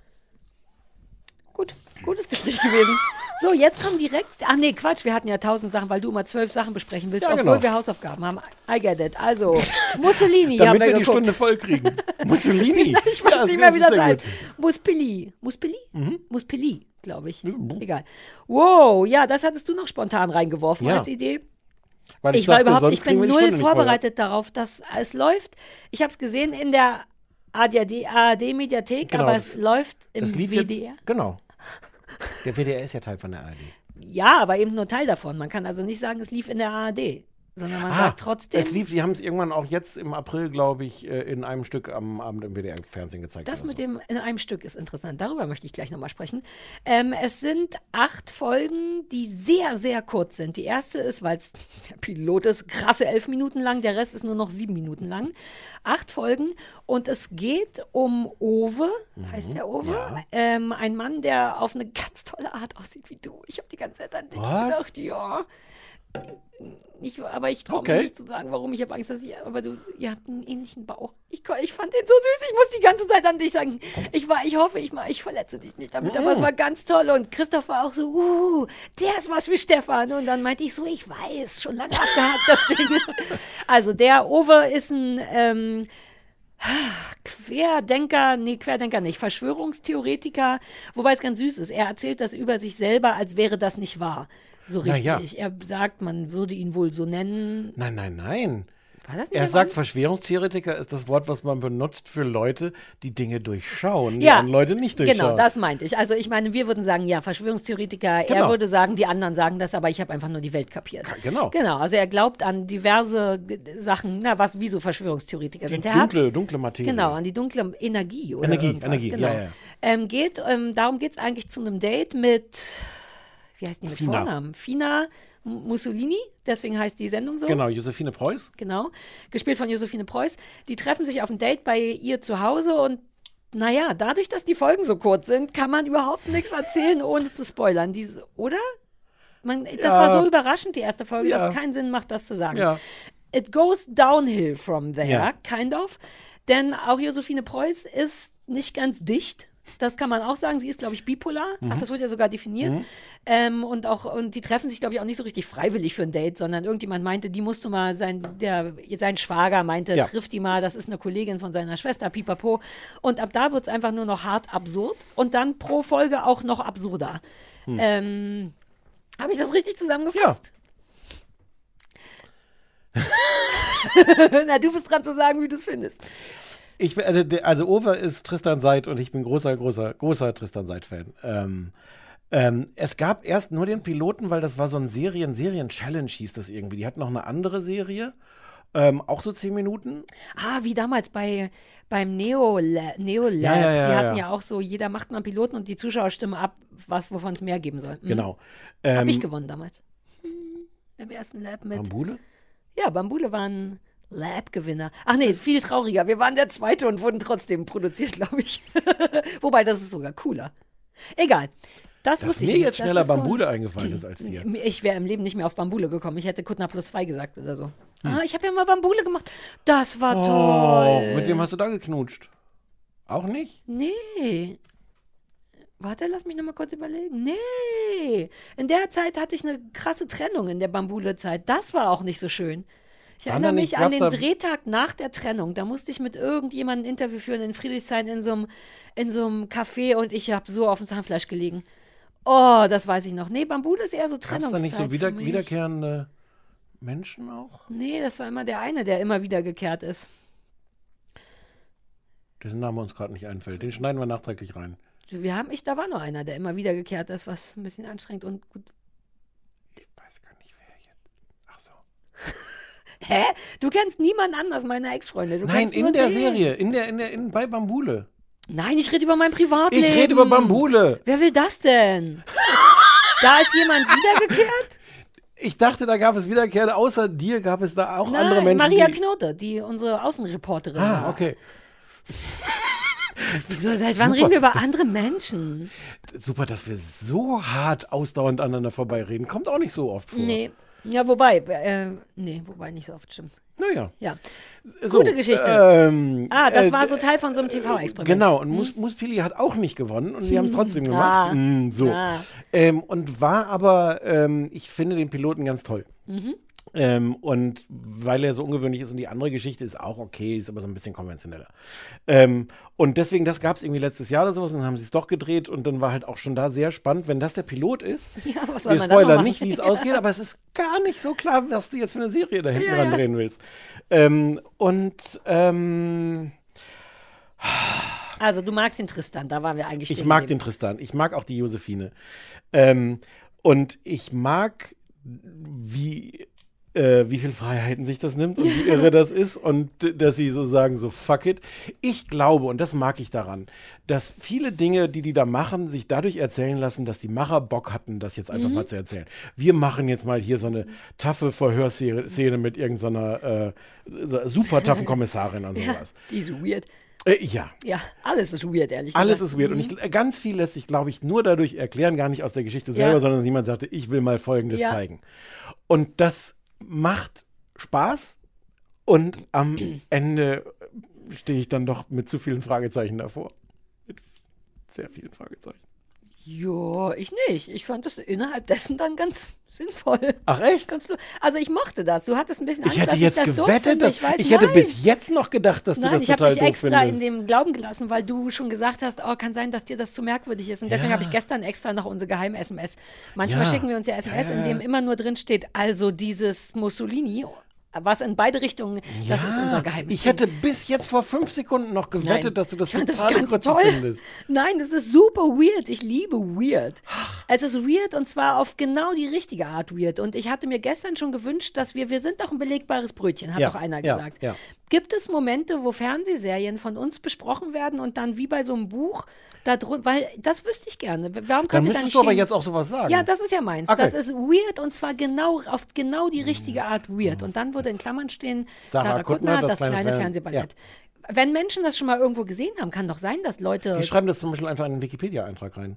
Speaker 2: Gut, gutes Gespräch gewesen. So, jetzt kommen direkt. Ach nee, Quatsch, wir hatten ja tausend Sachen, weil du immer zwölf Sachen besprechen willst,
Speaker 3: Ja,
Speaker 2: obwohl
Speaker 3: genau.
Speaker 2: wir Hausaufgaben haben. I get it. Also, Mussolini haben
Speaker 3: Damit
Speaker 2: wir
Speaker 3: wir die
Speaker 2: geguckt.
Speaker 3: Stunde voll kriegen. Mussolini.
Speaker 2: Ich weiß
Speaker 3: Ja,
Speaker 2: nicht
Speaker 3: das
Speaker 2: mehr, wie
Speaker 3: ist
Speaker 2: das
Speaker 3: sehr
Speaker 2: heißt.
Speaker 3: gut.
Speaker 2: Muspili. Muspili?
Speaker 3: Mhm.
Speaker 2: Muspili, glaube ich. Egal. Wow, ja, das hattest du noch spontan reingeworfen
Speaker 3: Ja.
Speaker 2: als Idee.
Speaker 3: Weil
Speaker 2: Ich, war
Speaker 3: dachte,
Speaker 2: überhaupt,
Speaker 3: sonst
Speaker 2: ich
Speaker 3: kriegen
Speaker 2: bin
Speaker 3: wir die
Speaker 2: null
Speaker 3: Stunde nicht voll.
Speaker 2: vorbereitet darauf, dass es läuft. Ich habe es gesehen in der A R D-Mediathek,
Speaker 3: Genau,
Speaker 2: aber
Speaker 3: das-
Speaker 2: es läuft im
Speaker 3: Das lief
Speaker 2: W D R.
Speaker 3: jetzt. Genau. Der W D R ist ja Teil von der A R D.
Speaker 2: Ja, aber eben nur Teil davon. Man kann also nicht sagen, es lief in der A R D, sondern man sagt trotzdem,
Speaker 3: Ah, es lief, die haben es irgendwann auch jetzt im April, glaube ich, äh, in einem Stück am Abend im W D R-Fernsehen gezeigt.
Speaker 2: das
Speaker 3: oder
Speaker 2: mit
Speaker 3: so.
Speaker 2: dem in einem Stück ist interessant. Darüber möchte ich gleich nochmal sprechen. Ähm, es sind acht Folgen, die sehr, sehr kurz sind. Die erste ist, weil es der Pilot ist, krasse elf Minuten lang, der Rest ist nur noch sieben Minuten lang. Acht Folgen und es geht um Owe, heißt der Owe?
Speaker 3: Mhm. ja.
Speaker 2: Ähm, ein Mann, der auf eine ganz tolle Art aussieht wie du. Ich habe die ganze Zeit an dich
Speaker 3: Was?
Speaker 2: gedacht, ja. Ich, aber ich traue
Speaker 3: Okay.
Speaker 2: mir nicht zu sagen, warum. Ich habe Angst, dass ich. Aber du, ihr habt einen ähnlichen Bauch. Ich, ko- ich fand den so süß. Ich muss die ganze Zeit an dich sagen. Ich war, ich hoffe, ich, mal, ich verletze dich nicht damit. Aber es war ganz toll. Und Christoph war auch so, uh, der ist was für Stefan. Und dann meinte ich so, ich weiß, schon lange abgehakt, das Ding. Also der Owe ist ein ähm, Querdenker, nee, Querdenker nicht, Verschwörungstheoretiker, wobei es ganz süß ist. Er erzählt das über sich selber, als wäre das nicht wahr. So
Speaker 3: Na
Speaker 2: richtig.
Speaker 3: ja.
Speaker 2: Er sagt, man würde ihn wohl so nennen.
Speaker 3: Nein, nein, nein.
Speaker 2: War das nicht
Speaker 3: Er
Speaker 2: am
Speaker 3: sagt,
Speaker 2: Anfang?
Speaker 3: Verschwörungstheoretiker ist das Wort, was man benutzt für Leute, die Dinge durchschauen, die
Speaker 2: Ja,
Speaker 3: andere Leute nicht durchschauen.
Speaker 2: Genau, das meinte ich. Also ich meine, wir würden sagen, ja, Verschwörungstheoretiker.
Speaker 3: Genau.
Speaker 2: Er würde sagen, die anderen sagen das, aber ich habe einfach nur die Welt kapiert.
Speaker 3: Ka- genau.
Speaker 2: Genau, also er glaubt an diverse G- Sachen, na, was, wie so Verschwörungstheoretiker
Speaker 3: Die
Speaker 2: sind. Er hat-
Speaker 3: dunkle, dunkle Materie.
Speaker 2: Genau, an die dunkle Energie. Oder
Speaker 3: Energie,
Speaker 2: irgendwas,
Speaker 3: Energie,
Speaker 2: genau.
Speaker 3: ja, ja.
Speaker 2: Ähm, geht, ähm, darum geht es eigentlich zu einem Date mit, wie heißt die mit
Speaker 3: Fina.
Speaker 2: Vornamen? Fina Mussolini, deswegen heißt die Sendung so.
Speaker 3: Genau, Josephine Preuß.
Speaker 2: Genau, gespielt von Josephine Preuß. Die treffen sich auf ein Date bei ihr zu Hause und naja, dadurch, dass die Folgen so kurz sind, kann man überhaupt nichts erzählen, ohne zu spoilern. Diese, oder? Man, das
Speaker 3: Ja.
Speaker 2: war so überraschend, die erste Folge,
Speaker 3: Ja.
Speaker 2: dass es keinen Sinn macht, das zu sagen.
Speaker 3: Ja.
Speaker 2: It goes downhill from there,
Speaker 3: Ja.
Speaker 2: kind of. Denn auch Josephine Preuß ist nicht ganz dicht. Das kann man auch sagen. Sie ist, glaube ich, bipolar.
Speaker 3: Mhm.
Speaker 2: Ach, das wird ja sogar definiert.
Speaker 3: Mhm.
Speaker 2: Ähm, und auch, und die treffen sich, glaube ich, auch nicht so richtig freiwillig für ein Date, sondern irgendjemand meinte, die musst du mal, sein, der, sein Schwager meinte,
Speaker 3: Ja.
Speaker 2: triff die mal, das ist eine Kollegin von seiner Schwester, pipapo. Und ab da wird es einfach nur noch hart absurd und dann pro Folge auch noch absurder.
Speaker 3: Hm.
Speaker 2: Ähm, Habe ich das richtig zusammengefasst? Na, du bist dran zu sagen, wie du es findest.
Speaker 3: Ich, bin- also, der- also Owe ist Tristan Seid und ich bin großer, großer, großer Tristan Seid-Fan. Ähm, ähm, es gab erst nur den Piloten, weil das war so ein Serien, Serien-Challenge hieß das irgendwie. Die hatten noch eine andere Serie, ähm, auch so zehn Minuten.
Speaker 2: Ah, wie damals bei, beim Neo-Lab. Neo
Speaker 3: Ja, ja, ja,
Speaker 2: die hatten
Speaker 3: ja.
Speaker 2: ja auch so, jeder macht mal einen Piloten und die Zuschauer stimmen ab, was, wovon es mehr geben soll. Mhm.
Speaker 3: Genau.
Speaker 2: Hab
Speaker 3: Ähm,
Speaker 2: ich gewonnen damals. Hm, Im ersten Lab mit.
Speaker 3: Bambule?
Speaker 2: Ja, Bambule waren Lab-Gewinner. Ach nee, viel trauriger. Wir waren der Zweite und wurden trotzdem produziert, glaube ich. Wobei, das ist sogar cooler. Egal. Das
Speaker 3: Dass
Speaker 2: wusste ich
Speaker 3: mir
Speaker 2: nicht.
Speaker 3: jetzt
Speaker 2: Das
Speaker 3: schneller
Speaker 2: ist so ein-
Speaker 3: Bambule eingefallen ist als dir.
Speaker 2: Ich wäre im Leben nicht mehr auf Bambule gekommen. Ich hätte Kuttner plus zwei gesagt oder so.
Speaker 3: Hm.
Speaker 2: Ah, ich habe ja mal Bambule gemacht. Das war
Speaker 3: Oh,
Speaker 2: toll.
Speaker 3: mit wem hast du da geknutscht? Auch nicht?
Speaker 2: Nee. Warte, lass mich noch mal kurz überlegen. Nee. In der Zeit hatte ich eine krasse Trennung in der Bambule-Zeit. Das war auch nicht so schön. Ich
Speaker 3: Waren
Speaker 2: erinnere
Speaker 3: da
Speaker 2: mich
Speaker 3: nicht-
Speaker 2: an
Speaker 3: gab's
Speaker 2: den
Speaker 3: da-
Speaker 2: Drehtag nach der Trennung. Da musste ich mit irgendjemandem ein Interview führen in Friedrichshain in so einem in so einem Café und ich habe so auf dem Zahnfleisch gelegen. Oh, das weiß ich noch. Nee, Bambule ist eher so
Speaker 3: Gab es
Speaker 2: Trennungszeit
Speaker 3: da nicht so
Speaker 2: für
Speaker 3: wieder,
Speaker 2: mich.
Speaker 3: wiederkehrende Menschen auch?
Speaker 2: Nee, das war immer der eine, der immer wieder gekehrt ist.
Speaker 3: Dessen Name uns gerade nicht einfällt. Den schneiden wir nachträglich rein.
Speaker 2: Wir haben, ich, da war nur einer, der immer wieder gekehrt ist, was ein bisschen anstrengend und gut.
Speaker 3: Ich weiß gar nicht, wer jetzt. Ach so.
Speaker 2: Hä? Du kennst niemand anders, meine Ex-Freunde. Du
Speaker 3: Nein,
Speaker 2: kennst nur
Speaker 3: in der
Speaker 2: den.
Speaker 3: Serie, in der, in der, in, bei Bambule.
Speaker 2: Nein, ich rede über mein Privatleben.
Speaker 3: Ich rede über Bambule.
Speaker 2: Wer will das denn? Da ist jemand wiedergekehrt?
Speaker 3: Ich dachte, da gab es Wiederkehrende. Außer dir gab es da auch
Speaker 2: Nein,
Speaker 3: andere Menschen.
Speaker 2: Maria
Speaker 3: die,
Speaker 2: Knote, die unsere Außenreporterin
Speaker 3: Ah,
Speaker 2: war.
Speaker 3: okay.
Speaker 2: Wieso, seit
Speaker 3: Super.
Speaker 2: wann reden wir über andere Menschen?
Speaker 3: Super, dass wir so hart ausdauernd aneinander vorbeireden. Kommt auch nicht so oft vor.
Speaker 2: Nee. Ja, wobei, äh, nee, wobei nicht so oft, stimmt.
Speaker 3: Naja.
Speaker 2: Ja.
Speaker 3: So,
Speaker 2: Gute Geschichte.
Speaker 3: Ähm,
Speaker 2: Ah, das
Speaker 3: äh,
Speaker 2: war so Teil von so einem T V-Experiment.
Speaker 3: Genau, und Mus Muspili hat auch nicht gewonnen und wir haben es trotzdem gemacht.
Speaker 2: Ah.
Speaker 3: Mm, so.
Speaker 2: Ah.
Speaker 3: Ähm, und war aber, ähm, ich finde den Piloten ganz toll.
Speaker 2: Mhm.
Speaker 3: Ähm, und weil er so ungewöhnlich ist und die andere Geschichte ist auch okay, ist aber so ein bisschen konventioneller. Ähm, und deswegen, das gab es irgendwie letztes Jahr oder sowas und dann haben sie es doch gedreht und dann war halt auch schon da sehr spannend, wenn das der Pilot ist.
Speaker 2: Ja, was soll
Speaker 3: Wir
Speaker 2: man da noch
Speaker 3: spoilern
Speaker 2: machen?
Speaker 3: nicht, wie es ausgeht, aber es ist gar nicht so klar, was du jetzt für eine Serie da hinten
Speaker 2: Ja,
Speaker 3: ran
Speaker 2: ja.
Speaker 3: drehen willst. Ähm, und ähm,
Speaker 2: Also, du magst den Tristan, da waren wir eigentlich
Speaker 3: ich
Speaker 2: stehen
Speaker 3: mag den
Speaker 2: geblieben.
Speaker 3: Tristan, ich mag auch die Josephine. Ähm, und ich mag, wie, äh, wie viel Freiheiten sich das nimmt und wie irre das ist und d- dass sie so sagen, so fuck it. Ich glaube, und das mag ich daran, dass viele Dinge, die die da machen, sich dadurch erzählen lassen, dass die Macher Bock hatten, das jetzt einfach mal zu erzählen. Wir machen jetzt mal hier so eine taffe Verhörszene mit irgendeiner äh, so super taffen Kommissarin und
Speaker 2: Ja,
Speaker 3: sowas.
Speaker 2: die ist weird.
Speaker 3: Äh, ja.
Speaker 2: Ja, alles ist weird, ehrlich
Speaker 3: Alles
Speaker 2: gesagt.
Speaker 3: ist weird. Und ich, ganz viel lässt sich, glaube ich, nur dadurch erklären, gar nicht aus der Geschichte selber,
Speaker 2: Ja.
Speaker 3: sondern jemand sagte, ich will mal Folgendes
Speaker 2: Ja.
Speaker 3: zeigen. Und das macht Spaß. Und am Ende stehe ich dann doch mit zu vielen Fragezeichen davor. Mit sehr vielen Fragezeichen.
Speaker 2: Ja, ich nicht. Ich fand das innerhalb dessen dann ganz sinnvoll.
Speaker 3: Ach echt?
Speaker 2: Ganz lu- also ich mochte das. Du hattest ein bisschen Angst,
Speaker 3: Ich hätte
Speaker 2: dass
Speaker 3: jetzt
Speaker 2: ich das doof
Speaker 3: gewettet,
Speaker 2: finde.
Speaker 3: dass
Speaker 2: Ich, weiß,
Speaker 3: ich hätte
Speaker 2: nein.
Speaker 3: bis jetzt noch gedacht, dass
Speaker 2: Nein,
Speaker 3: du das
Speaker 2: ich habe
Speaker 3: total
Speaker 2: dich
Speaker 3: doof
Speaker 2: extra
Speaker 3: findest.
Speaker 2: in dem Glauben gelassen, weil du schon gesagt hast, oh, kann sein, dass dir das zu merkwürdig ist. Und deswegen
Speaker 3: Ja.
Speaker 2: habe ich gestern extra noch unsere Geheim-S M S. Manchmal
Speaker 3: Ja.
Speaker 2: schicken wir uns ja S M S,
Speaker 3: Ja,
Speaker 2: in
Speaker 3: ja.
Speaker 2: dem immer nur drin steht, also dieses Mussolini, was in beide Richtungen, das ist unser Geheimnis.
Speaker 3: Ich hätte bis jetzt vor fünf Sekunden noch gewettet,
Speaker 2: Nein.
Speaker 3: dass du das
Speaker 2: Ich fand das
Speaker 3: total
Speaker 2: ganz
Speaker 3: kurz
Speaker 2: toll.
Speaker 3: findest.
Speaker 2: Nein, das ist super weird. Ich liebe weird. Es ist weird und zwar auf genau die richtige Art weird. Und ich hatte mir gestern schon gewünscht, dass wir, wir sind doch ein belegbares Brötchen, hat
Speaker 3: Ja,
Speaker 2: auch einer
Speaker 3: ja,
Speaker 2: gesagt.
Speaker 3: ja.
Speaker 2: Gibt es Momente, wo Fernsehserien von uns besprochen werden und dann wie bei so einem Buch da drunter, weil das wüsste ich gerne. Warum
Speaker 3: Dann
Speaker 2: könnt ihr da
Speaker 3: müsstest
Speaker 2: nicht
Speaker 3: du aber
Speaker 2: stehen?
Speaker 3: jetzt auch sowas sagen.
Speaker 2: Ja, das ist ja meins.
Speaker 3: Okay.
Speaker 2: Das ist weird und zwar genau auf genau die richtige Art weird. Und dann würde in Klammern stehen,
Speaker 3: Sarah
Speaker 2: Sarah,
Speaker 3: Kuttner,
Speaker 2: Kuttner,
Speaker 3: das
Speaker 2: das,
Speaker 3: kleine
Speaker 2: kleine
Speaker 3: Fern-
Speaker 2: Fernsehballett. Wenn Menschen das schon mal irgendwo gesehen haben, kann doch sein, dass Leute.
Speaker 3: Die schreiben das zum Beispiel einfach in einen Wikipedia-Eintrag rein.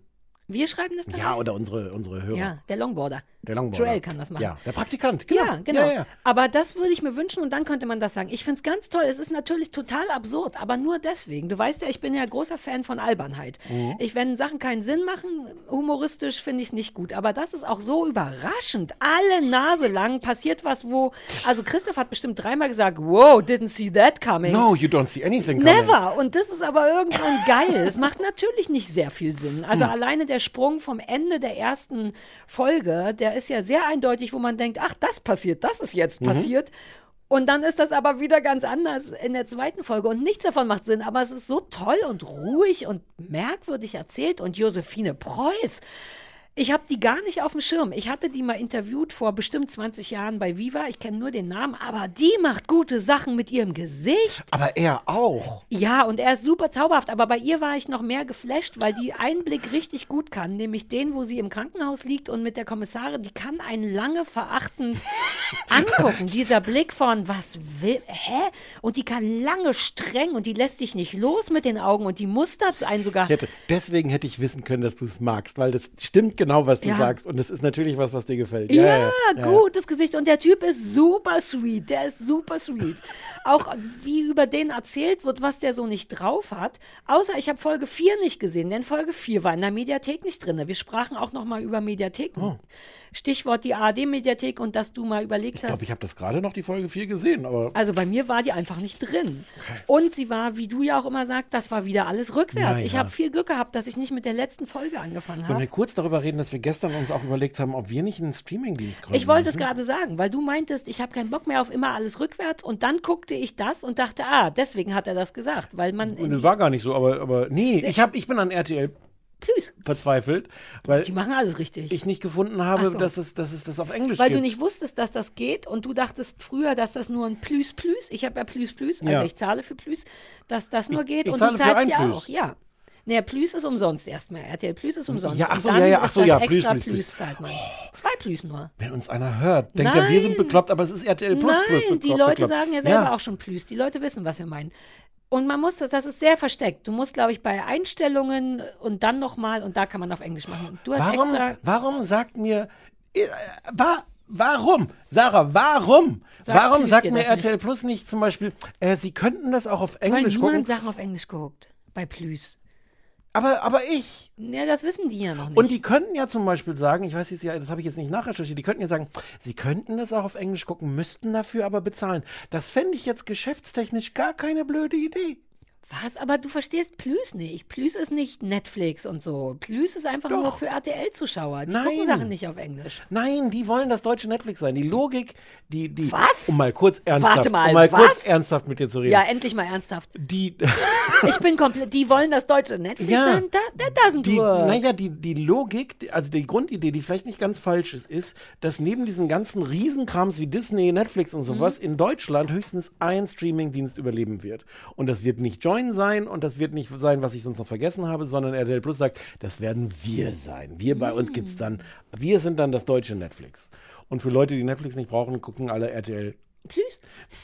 Speaker 2: Wir schreiben das dann
Speaker 3: Ja,
Speaker 2: rein?
Speaker 3: oder unsere, unsere Hörer.
Speaker 2: Ja, der Longboarder.
Speaker 3: Der Longboarder.
Speaker 2: Joel kann das machen.
Speaker 3: Ja, der Praktikant, genau.
Speaker 2: Ja, genau.
Speaker 3: Ja, ja.
Speaker 2: Aber das würde ich mir wünschen und dann könnte man das sagen. Ich finde es ganz toll. Es ist natürlich total absurd, aber nur deswegen. Du weißt ja, ich bin ja großer Fan von Albernheit.
Speaker 3: Mhm.
Speaker 2: Ich, wenn Sachen keinen Sinn machen, humoristisch finde ich es nicht gut. Aber das ist auch so überraschend. Alle Nase lang passiert was, wo, also Christoph hat bestimmt dreimal gesagt, wow, didn't see that coming.
Speaker 3: No, you don't see anything coming.
Speaker 2: Never. Und das ist aber irgendwann geil. Es macht natürlich nicht sehr viel Sinn. Also
Speaker 3: Hm.
Speaker 2: alleine der Sprung vom Ende der ersten Folge, der ist ja sehr eindeutig, wo man denkt, ach, das passiert, das ist jetzt
Speaker 3: Mhm.
Speaker 2: passiert. Und dann ist das aber wieder ganz anders in der zweiten Folge. Und nichts davon macht Sinn. Aber es ist so toll und ruhig und merkwürdig erzählt. Und Josephine Preuß, ich habe die gar nicht auf dem Schirm. Ich hatte die mal interviewt vor bestimmt zwanzig Jahren bei Viva. Ich kenne nur den Namen. Aber die macht gute Sachen mit ihrem Gesicht.
Speaker 3: Aber er auch.
Speaker 2: Ja, und er ist super zauberhaft, aber bei ihr war ich noch mehr geflasht, weil die einen Blick richtig gut kann, nämlich den, wo sie im Krankenhaus liegt und mit der Kommissarin, die kann einen lange verachtend angucken. Dieser Blick von, was will, hä? Und die kann lange streng und die lässt dich nicht los mit den Augen und die mustert einen sogar.
Speaker 3: Ich hätte, deswegen hätte ich wissen können, dass du es magst, weil das stimmt genau, was du
Speaker 2: Ja.
Speaker 3: sagst. Und das ist natürlich was, was dir gefällt.
Speaker 2: Ja,
Speaker 3: ja, ja.
Speaker 2: gutes Gesicht. Und der Typ ist super sweet. Der ist super sweet. Auch wie über den erzählt wird, was der so nicht drauf hat. Außer ich habe Folge vier nicht gesehen, denn Folge vier war in der Mediathek nicht drin. Wir sprachen auch noch mal über Mediatheken.
Speaker 3: Oh.
Speaker 2: Stichwort die A R D-Mediathek und dass du mal überlegt
Speaker 3: Ich
Speaker 2: hast.
Speaker 3: glaube, ich habe das gerade noch die Folge vier gesehen, aber
Speaker 2: Also bei mir war die einfach nicht drin. Und sie war, wie du ja auch immer sagst, das war wieder alles rückwärts.
Speaker 3: Ja,
Speaker 2: Ich
Speaker 3: ja.
Speaker 2: habe viel Glück gehabt, dass ich nicht mit der letzten Folge angefangen
Speaker 3: sollen
Speaker 2: habe.
Speaker 3: wir kurz darüber reden, dass wir gestern uns auch überlegt haben, ob wir nicht einen Streamingdienst gründen
Speaker 2: Ich wollte es
Speaker 3: müssen?
Speaker 2: gerade sagen, weil du meintest, ich habe keinen Bock mehr auf immer alles rückwärts und dann guckte ich das und dachte, ah, deswegen hat er das gesagt, weil man
Speaker 3: Und das war gar nicht so, aber, aber nee, ich, hab, ich bin an R T L
Speaker 2: Plus,
Speaker 3: verzweifelt, weil
Speaker 2: die machen alles richtig.
Speaker 3: ich nicht gefunden habe,
Speaker 2: Ach so.
Speaker 3: dass, es, dass es das auf Englisch
Speaker 2: Weil
Speaker 3: gibt.
Speaker 2: du nicht wusstest, dass das geht und du dachtest früher, dass das nur ein Plus Plus, ich habe ja Plus Plus, also
Speaker 3: Ja.
Speaker 2: ich zahle für Plus, dass das nur
Speaker 3: Ich-
Speaker 2: geht
Speaker 3: ich
Speaker 2: und
Speaker 3: zahle
Speaker 2: du
Speaker 3: für
Speaker 2: zahlst
Speaker 3: ein
Speaker 2: ja
Speaker 3: Plus.
Speaker 2: auch, ja. Naja, Plus ist umsonst erstmal. R T L Plus ist umsonst.
Speaker 3: Ja, ach
Speaker 2: Und
Speaker 3: so,
Speaker 2: dann
Speaker 3: ja, ja, ach
Speaker 2: ist
Speaker 3: so,
Speaker 2: das
Speaker 3: ja,
Speaker 2: extra
Speaker 3: Plus,
Speaker 2: Plus,
Speaker 3: Plus, Plus.
Speaker 2: zahlt man. Zwei Plus nur.
Speaker 3: Wenn uns einer hört, denkt er, wir sind
Speaker 2: Nein.
Speaker 3: bekloppt, aber es ist R T L Plus
Speaker 2: Nein,
Speaker 3: Plus.
Speaker 2: die
Speaker 3: bekloppt,
Speaker 2: Leute
Speaker 3: bekloppt.
Speaker 2: sagen ja selber
Speaker 3: Ja.
Speaker 2: auch schon Plus. Die Leute wissen, was wir meinen. Und man muss das, das ist sehr versteckt. Du musst, glaube ich, bei Einstellungen und dann nochmal und da kann man auf Englisch machen. Du hast
Speaker 3: Warum,
Speaker 2: extra.
Speaker 3: warum sagt mir, äh, wa, warum, Sarah, warum?
Speaker 2: Sagt
Speaker 3: warum
Speaker 2: Plus
Speaker 3: sagt
Speaker 2: dir
Speaker 3: mir
Speaker 2: das
Speaker 3: R T L Plus nicht zum Beispiel, äh, sie könnten das auch auf
Speaker 2: Weil
Speaker 3: Englisch
Speaker 2: niemand
Speaker 3: gucken,
Speaker 2: Sachen auf Englisch geguckt. Bei Plus.
Speaker 3: aber, aber ich.
Speaker 2: Ja, das wissen die ja noch nicht.
Speaker 3: Und die könnten ja zum Beispiel sagen, ich weiß jetzt ja, das habe ich jetzt nicht nachrecherchiert, die könnten ja sagen, sie könnten das auch auf Englisch gucken, müssten dafür aber bezahlen. Das fände ich jetzt geschäftstechnisch gar keine blöde Idee.
Speaker 2: Was? Aber du verstehst Plus nicht. Plus ist nicht Netflix und so. Plus ist einfach
Speaker 3: Doch.
Speaker 2: nur für R T L-Zuschauer. Die
Speaker 3: Nein.
Speaker 2: gucken Sachen nicht auf Englisch.
Speaker 3: Nein, die wollen das deutsche Netflix sein. Die Logik, die, die.
Speaker 2: Was?
Speaker 3: Um mal kurz ernsthaft,
Speaker 2: Warte mal,
Speaker 3: um mal
Speaker 2: was?
Speaker 3: kurz ernsthaft mit dir zu reden.
Speaker 2: Ja, endlich mal ernsthaft.
Speaker 3: Die,
Speaker 2: Ich bin komplett. Die wollen das deutsche Netflix
Speaker 3: Ja.
Speaker 2: sein? That, that doesn't
Speaker 3: die,
Speaker 2: work.
Speaker 3: naja, die, die Logik, die- also die Grundidee, die vielleicht nicht ganz falsch ist, ist, dass neben diesem ganzen Riesenkrams wie Disney, Netflix und sowas in Deutschland höchstens ein Streamingdienst überleben wird. Und das wird nicht Join sein und das wird nicht sein, was ich sonst noch vergessen habe, sondern R T L Plus sagt, das werden wir sein. Wir bei uns gibt's dann, wir sind dann das deutsche Netflix. Und für Leute, die Netflix nicht brauchen, gucken alle R T L.
Speaker 2: Plus.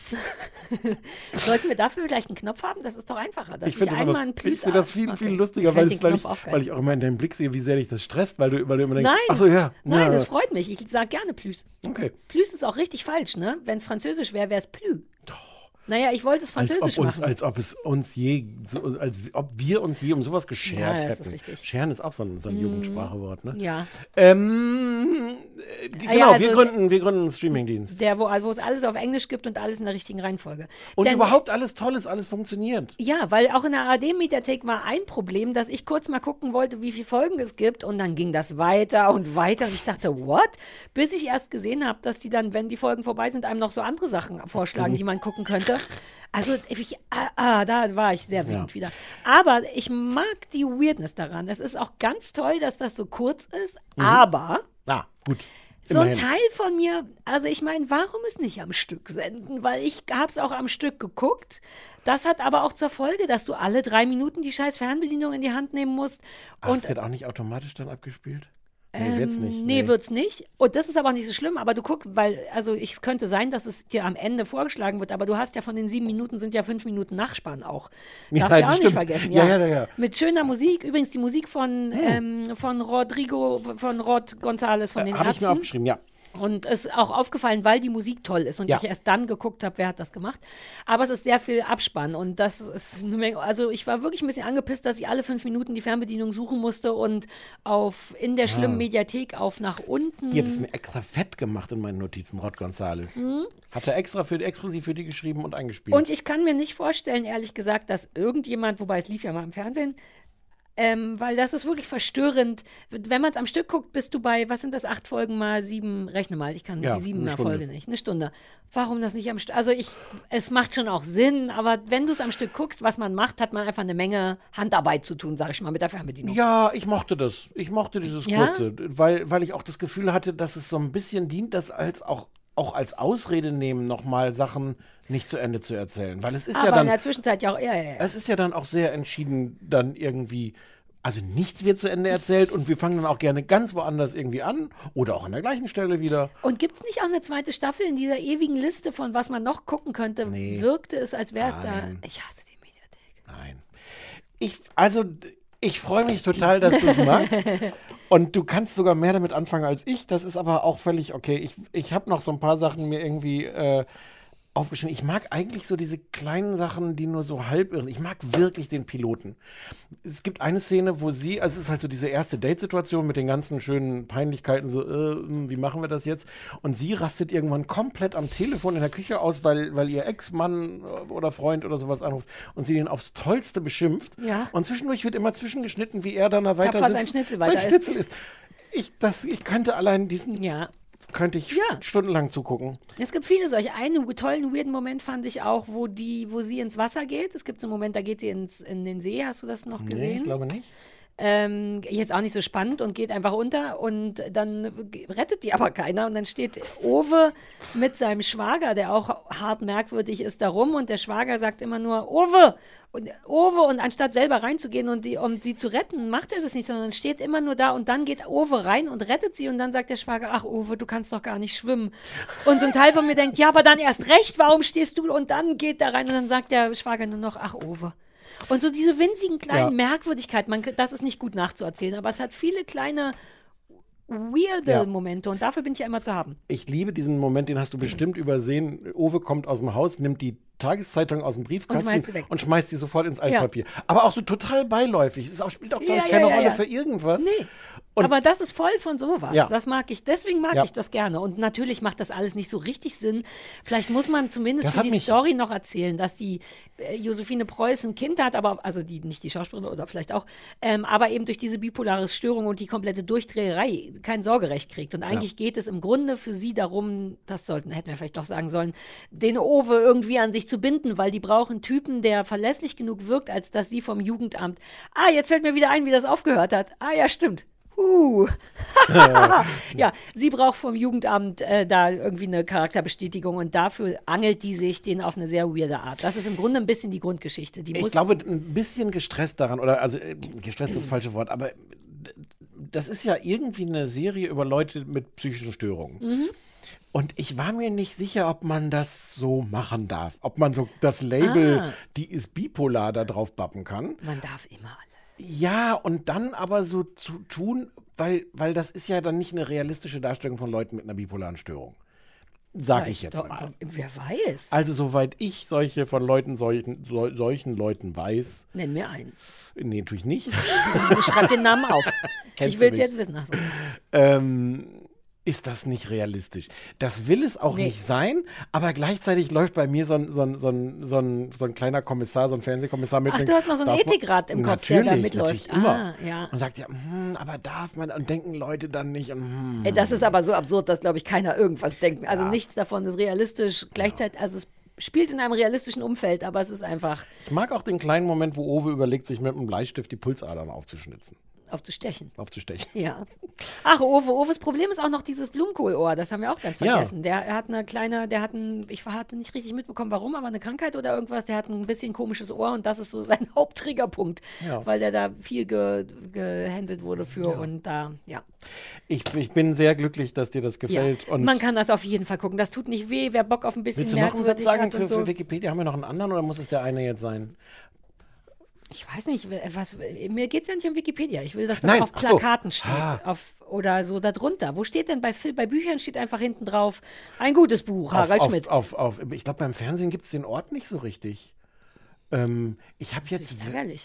Speaker 2: Sollten wir dafür vielleicht einen Knopf haben? Das ist doch einfacher. Dass
Speaker 3: Ich
Speaker 2: ich,
Speaker 3: finde das,
Speaker 2: einmal
Speaker 3: aber-
Speaker 2: einen Plus
Speaker 3: ich find das viel,
Speaker 2: Okay.
Speaker 3: viel lustiger,
Speaker 2: Ich
Speaker 3: weil,
Speaker 2: fänd
Speaker 3: es,
Speaker 2: den
Speaker 3: weil, ich,
Speaker 2: Knopf auch geil.
Speaker 3: weil ich auch immer in deinem Blick sehe, wie sehr dich das stresst, weil du, weil du immer denkst,
Speaker 2: Nein,
Speaker 3: ach so, ja.
Speaker 2: nein,
Speaker 3: ja,
Speaker 2: das freut mich. Ich sage gerne Plus.
Speaker 3: okay.
Speaker 2: Plus ist auch richtig falsch, ne? Wenn es französisch wäre, wäre es Plus. Naja, ich wollte es
Speaker 3: Als
Speaker 2: französisch
Speaker 3: ob, uns,
Speaker 2: machen.
Speaker 3: als ob es uns je, so, als ob wir uns je um sowas geschert
Speaker 2: Ja, das ist
Speaker 3: hätten.
Speaker 2: richtig.
Speaker 3: Scheren ist auch so ein, so ein Jugendsprachewort, ne?
Speaker 2: Ja.
Speaker 3: Ähm, äh, genau,
Speaker 2: ja, also-
Speaker 3: wir, gründen, wir gründen einen Streamingdienst.
Speaker 2: Der, wo, also wo es alles auf Englisch gibt und alles in der richtigen Reihenfolge.
Speaker 3: Und
Speaker 2: Denn,
Speaker 3: überhaupt alles Tolles, alles funktioniert.
Speaker 2: Ja, weil auch in der A R D-Mediathek war ein Problem, dass ich kurz mal gucken wollte, wie viele Folgen es gibt und dann ging das weiter und weiter und ich dachte, what? Bis ich erst gesehen habe, dass die dann, wenn die Folgen vorbei sind, einem noch so andere Sachen vorschlagen, die man gucken könnte. Also ich, ah, ah, da war ich sehr wütend
Speaker 3: Ja.
Speaker 2: wieder. Aber ich mag die Weirdness daran. Es ist auch ganz toll, dass das so kurz ist, aber
Speaker 3: Ah, gut.
Speaker 2: so ein
Speaker 3: Immerhin.
Speaker 2: Teil von mir, also ich meine, warum es nicht am Stück senden? Weil ich habe es auch am Stück geguckt. Das hat aber auch zur Folge, dass du alle drei Minuten die scheiß Fernbedienung in die Hand nehmen musst.
Speaker 3: Ach,
Speaker 2: Und
Speaker 3: es wird auch nicht automatisch dann abgespielt? Nee, wird's nicht.
Speaker 2: Ähm, nee,
Speaker 3: Nee.
Speaker 2: wird's nicht. Und das ist aber auch nicht so schlimm, aber du guckst, weil, also es könnte sein, dass es dir am Ende vorgeschlagen wird, aber du hast ja von den sieben Minuten sind ja fünf Minuten Nachspann auch.
Speaker 3: Ja,
Speaker 2: Darfst du
Speaker 3: das
Speaker 2: auch
Speaker 3: stimmt.
Speaker 2: nicht vergessen.
Speaker 3: Ja, ja, ja, ja.
Speaker 2: Mit schöner Musik, übrigens die Musik von, ähm, von Rodrigo, von Rod González von den
Speaker 3: Habe ich mir
Speaker 2: Ärzten.
Speaker 3: aufgeschrieben, ja.
Speaker 2: Und es ist auch aufgefallen, weil die Musik toll ist und
Speaker 3: Ja.
Speaker 2: ich erst dann geguckt habe, wer hat das gemacht. Aber es ist sehr viel Abspann und das ist eine Menge. Also ich war wirklich ein bisschen angepisst, dass ich alle fünf Minuten die Fernbedienung suchen musste und auf in der schlimmen Mediathek auf nach unten.
Speaker 3: Hier habe ich es mir extra fett gemacht in meinen Notizen, Rod González. Hat er extra für, exklusiv für die geschrieben und eingespielt.
Speaker 2: Und ich kann mir nicht vorstellen, ehrlich gesagt, dass irgendjemand, wobei es lief ja mal im Fernsehen, ähm, weil das ist wirklich verstörend. Wenn man es am Stück guckt, bist du bei, was sind das, acht Folgen mal sieben, rechne mal, ich kann
Speaker 3: Ja,
Speaker 2: die siebener
Speaker 3: eine Stunde.
Speaker 2: Folge nicht, eine Stunde. Warum das nicht am Stück? Also ich, es macht schon auch Sinn, aber wenn du es am Stück guckst, was man macht, hat man einfach eine Menge Handarbeit zu tun, sag ich mal, mit der Fernbedienung.
Speaker 3: Ja, ich mochte das. Ich mochte dieses
Speaker 2: Ja?
Speaker 3: Kurze, weil, weil ich auch das Gefühl hatte, dass es so ein bisschen dient, das als auch, auch als Ausrede nehmen, nochmal Sachen nicht zu Ende zu erzählen. Weil es ist
Speaker 2: aber
Speaker 3: ja
Speaker 2: in
Speaker 3: dann,
Speaker 2: der Zwischenzeit ja auch, ja, ja, ja.
Speaker 3: es ist ja dann auch sehr entschieden, dann irgendwie, also nichts wird zu Ende erzählt und wir fangen dann auch gerne ganz woanders irgendwie an oder auch an der gleichen Stelle wieder.
Speaker 2: Und gibt es nicht auch eine zweite Staffel in dieser ewigen Liste von was man noch gucken könnte?
Speaker 3: Nee.
Speaker 2: Wirkte es, als wäre es da.
Speaker 3: Nein.
Speaker 2: Ich hasse die Mediathek.
Speaker 3: Nein. Ich, also, ich freue mich total, dass du es magst. Und du kannst sogar mehr damit anfangen als ich. Das ist aber auch völlig okay. Ich, ich habe noch so ein paar Sachen mir irgendwie äh, aufgeschrieben. Ich mag eigentlich so diese kleinen Sachen, die nur so halb irre sind. Ich mag wirklich den Piloten. Es gibt eine Szene, wo sie, also es ist halt so diese erste Date-Situation mit den ganzen schönen Peinlichkeiten, so, äh, wie machen wir das jetzt? Und sie rastet irgendwann komplett am Telefon in der Küche aus, weil, weil ihr Ex-Mann oder Freund oder sowas anruft und sie ihn aufs Tollste beschimpft.
Speaker 2: Ja.
Speaker 3: Und zwischendurch wird immer zwischengeschnitten, wie er dann da weiter
Speaker 2: Tapfer
Speaker 3: sitzt.
Speaker 2: sein Schnitzel
Speaker 3: sein
Speaker 2: weiter isst.
Speaker 3: Schnitzel ist. Ich, das, ich könnte allein diesen,
Speaker 2: Ja.
Speaker 3: könnte ich
Speaker 2: Ja.
Speaker 3: stundenlang zugucken.
Speaker 2: Es gibt viele solche. Einen tollen, weirden Moment fand ich auch, wo die, wo sie ins Wasser geht. Es gibt so einen Moment, da geht sie ins, in den See. Hast du das noch
Speaker 3: Nee,
Speaker 2: gesehen?
Speaker 3: ich glaube nicht.
Speaker 2: Ähm, jetzt auch nicht so spannend und geht einfach unter und dann rettet die aber keiner und dann steht Owe mit seinem Schwager, der auch hart merkwürdig ist, da rum und der Schwager sagt immer nur Owe und Owe und anstatt selber reinzugehen und die, um sie zu retten, macht er das nicht, sondern steht immer nur da und dann geht Owe rein und rettet sie und dann sagt der Schwager, ach Owe, du kannst doch gar nicht schwimmen. Und so ein Teil von mir denkt, ja, aber dann erst recht, warum stehst du? Und dann geht da rein und dann sagt der Schwager nur noch, ach Owe. Und so diese winzigen kleinen
Speaker 3: Ja.
Speaker 2: Merkwürdigkeiten, man, das ist nicht gut nachzuerzählen, aber es hat viele kleine weirde
Speaker 3: Ja.
Speaker 2: Momente und dafür bin ich ja immer zu haben.
Speaker 3: Ich liebe diesen Moment, den hast du bestimmt übersehen. Owe kommt aus dem Haus, nimmt die Tageszeitung aus dem Briefkasten
Speaker 2: schmeißt sie weg.
Speaker 3: und schmeißt sie sofort ins Altpapier. Aber auch so total beiläufig. Es ist auch, spielt auch, glaube
Speaker 2: Ja,
Speaker 3: ich,
Speaker 2: ja,
Speaker 3: keine
Speaker 2: ja,
Speaker 3: Rolle
Speaker 2: ja.
Speaker 3: für irgendwas.
Speaker 2: Nee.
Speaker 3: Und-
Speaker 2: Aber das ist voll von sowas.
Speaker 3: Ja.
Speaker 2: Das mag ich. Deswegen mag
Speaker 3: Ja.
Speaker 2: ich das gerne. Und natürlich macht das alles nicht so richtig Sinn. Vielleicht muss man zumindest
Speaker 3: Das
Speaker 2: für
Speaker 3: hat
Speaker 2: die
Speaker 3: mich-
Speaker 2: Story noch erzählen, dass die äh, Josephine Preuß ein Kind hat, aber also die nicht die Schauspielerin oder vielleicht auch, ähm, aber eben durch diese bipolare Störung und die komplette Durchdreherei kein Sorgerecht kriegt. Und eigentlich geht es im Grunde für sie darum, das sollten hätten wir vielleicht doch sagen sollen, den Owe irgendwie an sich zu binden, weil die brauchen einen Typen, der verlässlich genug wirkt, als dass sie vom Jugendamt. Ah, jetzt fällt mir wieder ein, wie das aufgehört hat. Ah ja, stimmt. Uh. Ja, sie braucht vom Jugendamt äh, da irgendwie eine Charakterbestätigung und dafür angelt die sich den auf eine sehr weirde Art. Das ist im Grunde ein bisschen die Grundgeschichte. Die
Speaker 3: Ich
Speaker 2: muss,
Speaker 3: glaube, ein bisschen gestresst daran, oder also äh, gestresst ist das falsche Wort, aber das ist ja irgendwie eine Serie über Leute mit psychischen Störungen.
Speaker 2: Mhm.
Speaker 3: Und ich war mir nicht sicher, ob man das so machen darf. Ob man so das Label,
Speaker 2: Ah.
Speaker 3: die ist bipolar, da drauf bappen kann.
Speaker 2: man darf immer alle.
Speaker 3: Ja, und dann aber so zu tun, weil, weil das ist ja dann nicht eine realistische Darstellung von Leuten mit einer bipolaren Störung. Sag ich jetzt
Speaker 2: Doch,
Speaker 3: mal.
Speaker 2: Wer weiß?
Speaker 3: Also, soweit ich solche von Leuten, solchen, sol- solchen Leuten weiß,
Speaker 2: Nenn mir einen.
Speaker 3: nee, tue ich nicht,
Speaker 2: Schreib den Namen auf.
Speaker 3: Kennst
Speaker 2: Ich
Speaker 3: du
Speaker 2: will es
Speaker 3: nicht.
Speaker 2: jetzt wissen. Ach so.
Speaker 3: ähm, ist das nicht realistisch. Das will es auch
Speaker 2: Nee.
Speaker 3: nicht sein, aber gleichzeitig läuft bei mir so ein, so ein, so ein, so ein, so ein kleiner Kommissar, so ein Fernsehkommissar mit.
Speaker 2: Ach,
Speaker 3: und
Speaker 2: du hast noch so einen
Speaker 3: darf man-
Speaker 2: Ethikrat im Kopf, der
Speaker 3: natürlich,
Speaker 2: da mitläuft.
Speaker 3: Natürlich, immer.
Speaker 2: Ah, ja.
Speaker 3: Und sagt ja, hm, aber darf man, und denken Leute dann nicht, und hm.
Speaker 2: Äh, Das ist aber so absurd, dass, glaube ich, keiner irgendwas denkt. Also nichts davon ist realistisch. Gleichzeitig, also es spielt in einem realistischen Umfeld, aber es ist einfach.
Speaker 3: Ich mag auch den kleinen Moment, wo Owe überlegt, sich mit einem Bleistift die Pulsadern aufzuschnitzen.
Speaker 2: aufzustechen.
Speaker 3: Aufzustechen.
Speaker 2: Ja. Ach, Owe, Oves Problem ist auch noch dieses Blumenkohlohr. Das haben wir auch ganz
Speaker 3: Ja.
Speaker 2: vergessen. Der er hat eine kleine, der hat ein, ich hatte nicht richtig mitbekommen, warum, aber eine Krankheit oder irgendwas. Der hat ein bisschen komisches Ohr und das ist so sein Haupttriggerpunkt,
Speaker 3: Ja.
Speaker 2: weil der da viel ge, gehänselt wurde für
Speaker 3: Ja.
Speaker 2: und da, ja.
Speaker 3: Ich, ich bin sehr glücklich, dass dir das gefällt.
Speaker 2: ja.
Speaker 3: Und
Speaker 2: Man kann das auf jeden Fall gucken. Das tut nicht weh. Wer Bock auf ein bisschen
Speaker 3: willst du noch einen Satz
Speaker 2: merkwürdig
Speaker 3: sagen
Speaker 2: hat
Speaker 3: für,
Speaker 2: und so.
Speaker 3: für Wikipedia? Haben wir noch einen anderen oder muss es der eine jetzt sein?
Speaker 2: Ich weiß nicht, was, mir geht es ja nicht um Wikipedia. Ich will, dass das
Speaker 3: Nein,
Speaker 2: auf
Speaker 3: ach so.
Speaker 2: Plakaten steht.
Speaker 3: Ah.
Speaker 2: Auf, oder so darunter. Wo steht denn bei, Fil- bei Büchern steht einfach hinten drauf, ein gutes Buch, Harald
Speaker 3: auf,
Speaker 2: Schmidt.
Speaker 3: Auf, auf, auf, ich glaube, beim Fernsehen gibt es den Ort nicht so richtig. Ähm, ich habe jetzt,
Speaker 2: Ärgerlich.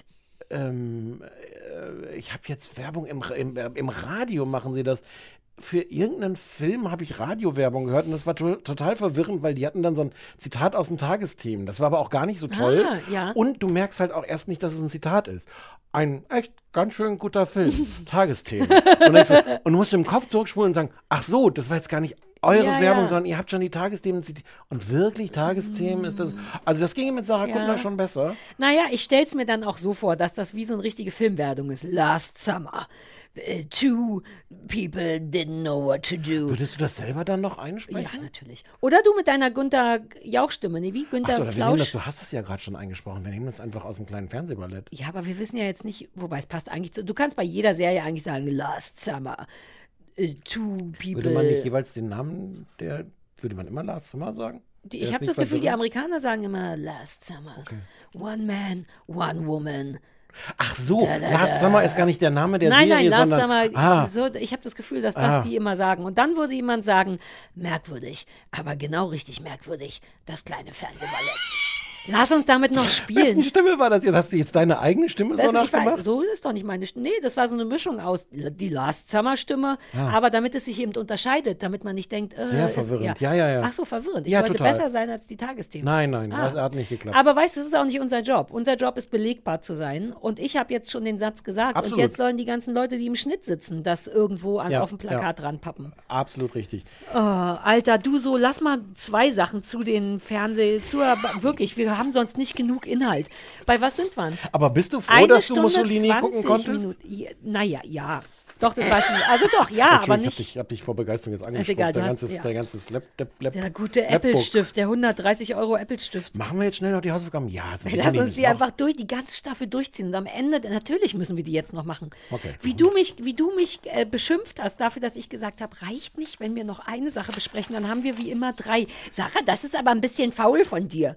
Speaker 3: ähm, äh, ich habe jetzt Werbung im, im, im Radio machen sie das. Für irgendeinen Film habe ich Radiowerbung gehört und das war to total verwirrend, weil die hatten dann so ein Zitat aus dem Tagesthemen. Das war aber auch gar nicht so toll.
Speaker 2: Ah, ja.
Speaker 3: Und du merkst halt auch erst nicht, dass es ein Zitat ist. Ein echt ganz schön guter Film. Tagesthemen. Und, denkst du, und du musst im Kopf zurückspulen und sagen, ach so, das war jetzt gar nicht eure
Speaker 2: Ja,
Speaker 3: Werbung,
Speaker 2: ja.
Speaker 3: sondern ihr habt schon die Tagesthemen zitiert. Und wirklich Tagesthemen ist das. Also das ginge mit Sarah
Speaker 2: Ja.
Speaker 3: Kuttner schon besser.
Speaker 2: Naja, ich stell's mir dann auch so vor, dass das wie so eine richtige Filmwerbung ist. Last summer, uh, two people didn't know what to do.
Speaker 3: Würdest du das selber dann noch einsprechen?
Speaker 2: Ja, natürlich. Oder du mit deiner Günther Jauch-Stimme, ne? Wie Günther
Speaker 3: Achso, wir nehmen das,
Speaker 2: Flausch.
Speaker 3: du hast es ja gerade schon eingesprochen. Wir nehmen das einfach aus dem kleinen Fernsehballett.
Speaker 2: Ja, aber wir wissen ja jetzt nicht, wobei es passt eigentlich zu. Du kannst bei jeder Serie eigentlich sagen, Last summer, uh, two people.
Speaker 3: Würde man nicht jeweils den Namen der, würde man immer Last Summer sagen?
Speaker 2: Die,
Speaker 3: Der
Speaker 2: ich
Speaker 3: ist
Speaker 2: habe
Speaker 3: nicht
Speaker 2: das Gefühl, die
Speaker 3: verwirrend?
Speaker 2: Amerikaner sagen immer Last Summer.
Speaker 3: Okay.
Speaker 2: One man, one woman.
Speaker 3: Ach so,
Speaker 2: Da, da,
Speaker 3: Last
Speaker 2: da.
Speaker 3: Summer ist gar nicht der Name der
Speaker 2: nein,
Speaker 3: Serie,
Speaker 2: nein, Last
Speaker 3: sondern
Speaker 2: Summer.
Speaker 3: ah,
Speaker 2: So, ich habe das Gefühl, dass das
Speaker 3: Ah.
Speaker 2: die immer sagen. Und dann würde jemand sagen, merkwürdig, aber genau richtig merkwürdig, das kleine Fernsehballett. Lass uns damit noch
Speaker 3: wessen
Speaker 2: spielen.
Speaker 3: Stimme war das jetzt? Hast du jetzt deine eigene Stimme
Speaker 2: Das,
Speaker 3: so
Speaker 2: ich weiß,
Speaker 3: nachgemacht?
Speaker 2: so ist doch nicht meine Stimme. Nee, das war so eine Mischung aus die Last Summer Stimme, aber damit es sich eben unterscheidet, damit man nicht denkt, äh,
Speaker 3: Ah. Sehr
Speaker 2: ist-
Speaker 3: verwirrend. Ja, ja, ja.
Speaker 2: Ach so, verwirrend. Ich
Speaker 3: Ja,
Speaker 2: wollte
Speaker 3: total.
Speaker 2: besser sein als die Tagesthemen.
Speaker 3: Nein, nein,
Speaker 2: Ah.
Speaker 3: das hat nicht geklappt.
Speaker 2: Aber weißt du, das ist auch nicht unser Job. Unser Job ist belegbar zu sein. Und ich habe jetzt schon den Satz gesagt.
Speaker 3: Absolut.
Speaker 2: Und jetzt sollen die ganzen Leute, die im Schnitt sitzen, das irgendwo an,
Speaker 3: Ja,
Speaker 2: auf dem Plakat ranpappen.
Speaker 3: Absolut richtig.
Speaker 2: Oh, Alter, du so, lass mal zwei Sachen zu den Fernseh... Zu, wirklich, wir haben sonst nicht genug Inhalt. Bei was sind wir?
Speaker 3: Aber bist du froh,
Speaker 2: Eine
Speaker 3: dass du
Speaker 2: Stunde
Speaker 3: Mussolini gucken
Speaker 2: zwanzig
Speaker 3: konntest?
Speaker 2: Minuten. Ja, naja, ja. Doch, das war schon... Also doch, ja, aber
Speaker 3: Entschuldigung, ich
Speaker 2: nicht...
Speaker 3: hab dich, hab dich vor Begeisterung jetzt angesprochen.
Speaker 2: egal, du
Speaker 3: der,
Speaker 2: hast-
Speaker 3: ganzes,
Speaker 2: ja.
Speaker 3: der ganze Lap, Lap, Lap,
Speaker 2: Der gute
Speaker 3: Lapbook.
Speaker 2: Apple-Stift, der hundertdreißig Euro Apple-Stift.
Speaker 3: Machen wir jetzt schnell noch die Hausaufgaben? Ja, das
Speaker 2: Lass uns die einfach durch, die ganze Staffel durchziehen. Und am Ende, natürlich müssen wir die jetzt noch machen.
Speaker 3: Okay.
Speaker 2: Wie du mich, wie du mich äh, beschimpft hast dafür, dass ich gesagt habe, reicht nicht, wenn wir noch eine Sache besprechen, dann haben wir wie immer drei. Sarah, das ist aber ein bisschen faul von dir.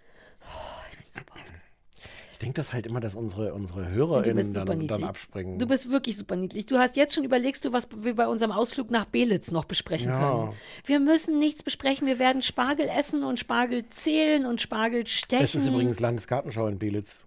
Speaker 3: Ich denke das halt immer, dass unsere, unsere
Speaker 2: Du
Speaker 3: HörerInnen
Speaker 2: bist super
Speaker 3: dann,
Speaker 2: niedlich.
Speaker 3: dann abspringen.
Speaker 2: Du bist wirklich super niedlich. Du hast jetzt schon überlegst du, was wir bei unserem Ausflug nach Belitz noch besprechen
Speaker 3: Ja.
Speaker 2: können. Wir müssen nichts besprechen. Wir werden Spargel essen und Spargel zählen und Spargel stechen.
Speaker 3: Es ist übrigens Landesgartenschau in Belitz.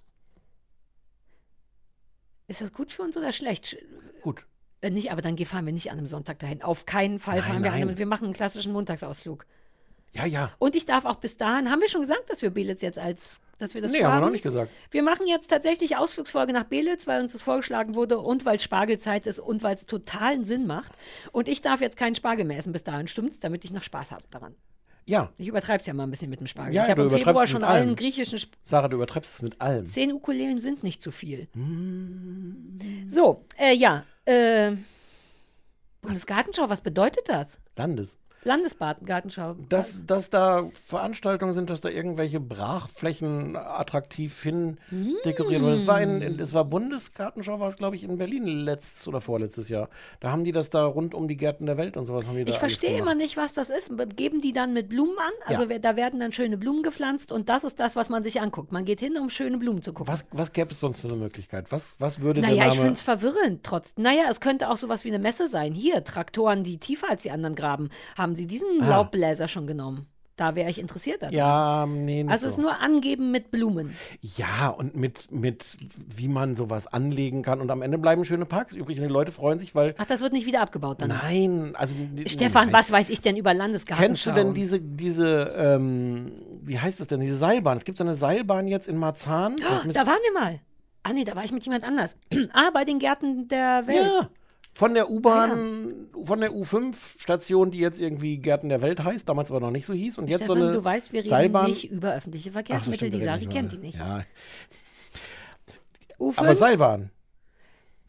Speaker 2: Ist das gut für uns oder schlecht?
Speaker 3: Gut.
Speaker 2: Äh, nicht, aber dann geh- fahren wir nicht an einem Sonntag dahin. Auf keinen Fall
Speaker 3: Nein,
Speaker 2: fahren wir an
Speaker 3: nein.
Speaker 2: einem. Wir machen einen klassischen Montagsausflug.
Speaker 3: Ja, ja.
Speaker 2: Und ich darf auch bis dahin, haben wir schon gesagt, dass wir Belitz jetzt als, dass wir das
Speaker 3: Nee, haben wir
Speaker 2: vorhaben?
Speaker 3: noch nicht gesagt.
Speaker 2: Wir machen jetzt tatsächlich Ausflugsfolge nach Belitz, weil uns das vorgeschlagen wurde und weil Spargelzeit ist und weil es totalen Sinn macht. Und ich darf jetzt keinen Spargel mehr essen bis dahin, stimmt's? Damit ich noch Spaß habe daran.
Speaker 3: Ja,
Speaker 2: Ich übertreibe es ja mal ein bisschen mit dem Spargel.
Speaker 3: Ja,
Speaker 2: ich habe
Speaker 3: du
Speaker 2: im Februar
Speaker 3: übertreibst es
Speaker 2: schon
Speaker 3: mit
Speaker 2: allen
Speaker 3: allem.
Speaker 2: griechischen Sp
Speaker 3: Sarah, du übertreibst es mit allem.
Speaker 2: Zehn Ukulelen sind nicht zu viel.
Speaker 3: Mm.
Speaker 2: So, äh, ja. Äh, Bundesgartenschau, was bedeutet das?
Speaker 3: Landes.
Speaker 2: Landesgartenschau.
Speaker 3: Dass, dass da Veranstaltungen sind, dass da irgendwelche Brachflächen attraktiv hin dekoriert wurden. Es war, in, es war Bundesgartenschau, war es glaube ich in Berlin letztes oder vorletztes Jahr. Da haben die das da rund um die Gärten der Welt und sowas haben die da
Speaker 2: Ich
Speaker 3: alles
Speaker 2: verstehe
Speaker 3: gemacht.
Speaker 2: immer nicht, was das ist. Geben die dann mit Blumen an? Also
Speaker 3: Ja.
Speaker 2: wer- da werden dann schöne Blumen gepflanzt und das ist das, was man sich anguckt. Man geht hin, um schöne Blumen zu gucken.
Speaker 3: Was, was gäbe es sonst für eine Möglichkeit? Was, was würde
Speaker 2: Naja,
Speaker 3: der
Speaker 2: ich
Speaker 3: Name...
Speaker 2: finde es verwirrend. Trotz, naja, es könnte auch sowas wie eine Messe sein. Hier, Traktoren, die tiefer als die anderen graben. Haben sie diesen
Speaker 3: Ah.
Speaker 2: Laubbläser schon genommen? Da wäre ich interessiert daran.
Speaker 3: ja, nee, nicht
Speaker 2: Also es
Speaker 3: so.
Speaker 2: ist nur angeben mit Blumen.
Speaker 3: Ja, und mit, mit wie man sowas anlegen kann. Und am Ende bleiben schöne Parks übrig. Und die Leute freuen sich, weil...
Speaker 2: Ach, das wird nicht wieder abgebaut dann.
Speaker 3: Nein, also...
Speaker 2: Stefan,
Speaker 3: nein.
Speaker 2: was weiß ich denn über Landesgartenschau?
Speaker 3: Kennst du denn diese, diese ähm, wie heißt das denn, diese Seilbahn? Es gibt so eine Seilbahn jetzt in Marzahn.
Speaker 2: Oh, da waren wir mal. Ah nee, da war ich mit jemand anders. ah, bei den Gärten der Welt.
Speaker 3: ja, von der U-Bahn, von der U fünf Station, die jetzt irgendwie Gärten der Welt heißt, damals aber noch nicht so hieß. Und jetzt
Speaker 2: Stefan,
Speaker 3: so eine
Speaker 2: du weißt, wir reden
Speaker 3: Seilbahn.
Speaker 2: nicht über öffentliche
Speaker 3: Ach so,
Speaker 2: Verkehrsmittel.
Speaker 3: stimmt,
Speaker 2: die
Speaker 3: wir
Speaker 2: Sari
Speaker 3: reden
Speaker 2: kennt die
Speaker 3: über-
Speaker 2: nicht.
Speaker 3: Ja,
Speaker 2: U fünf,
Speaker 3: aber Seilbahn.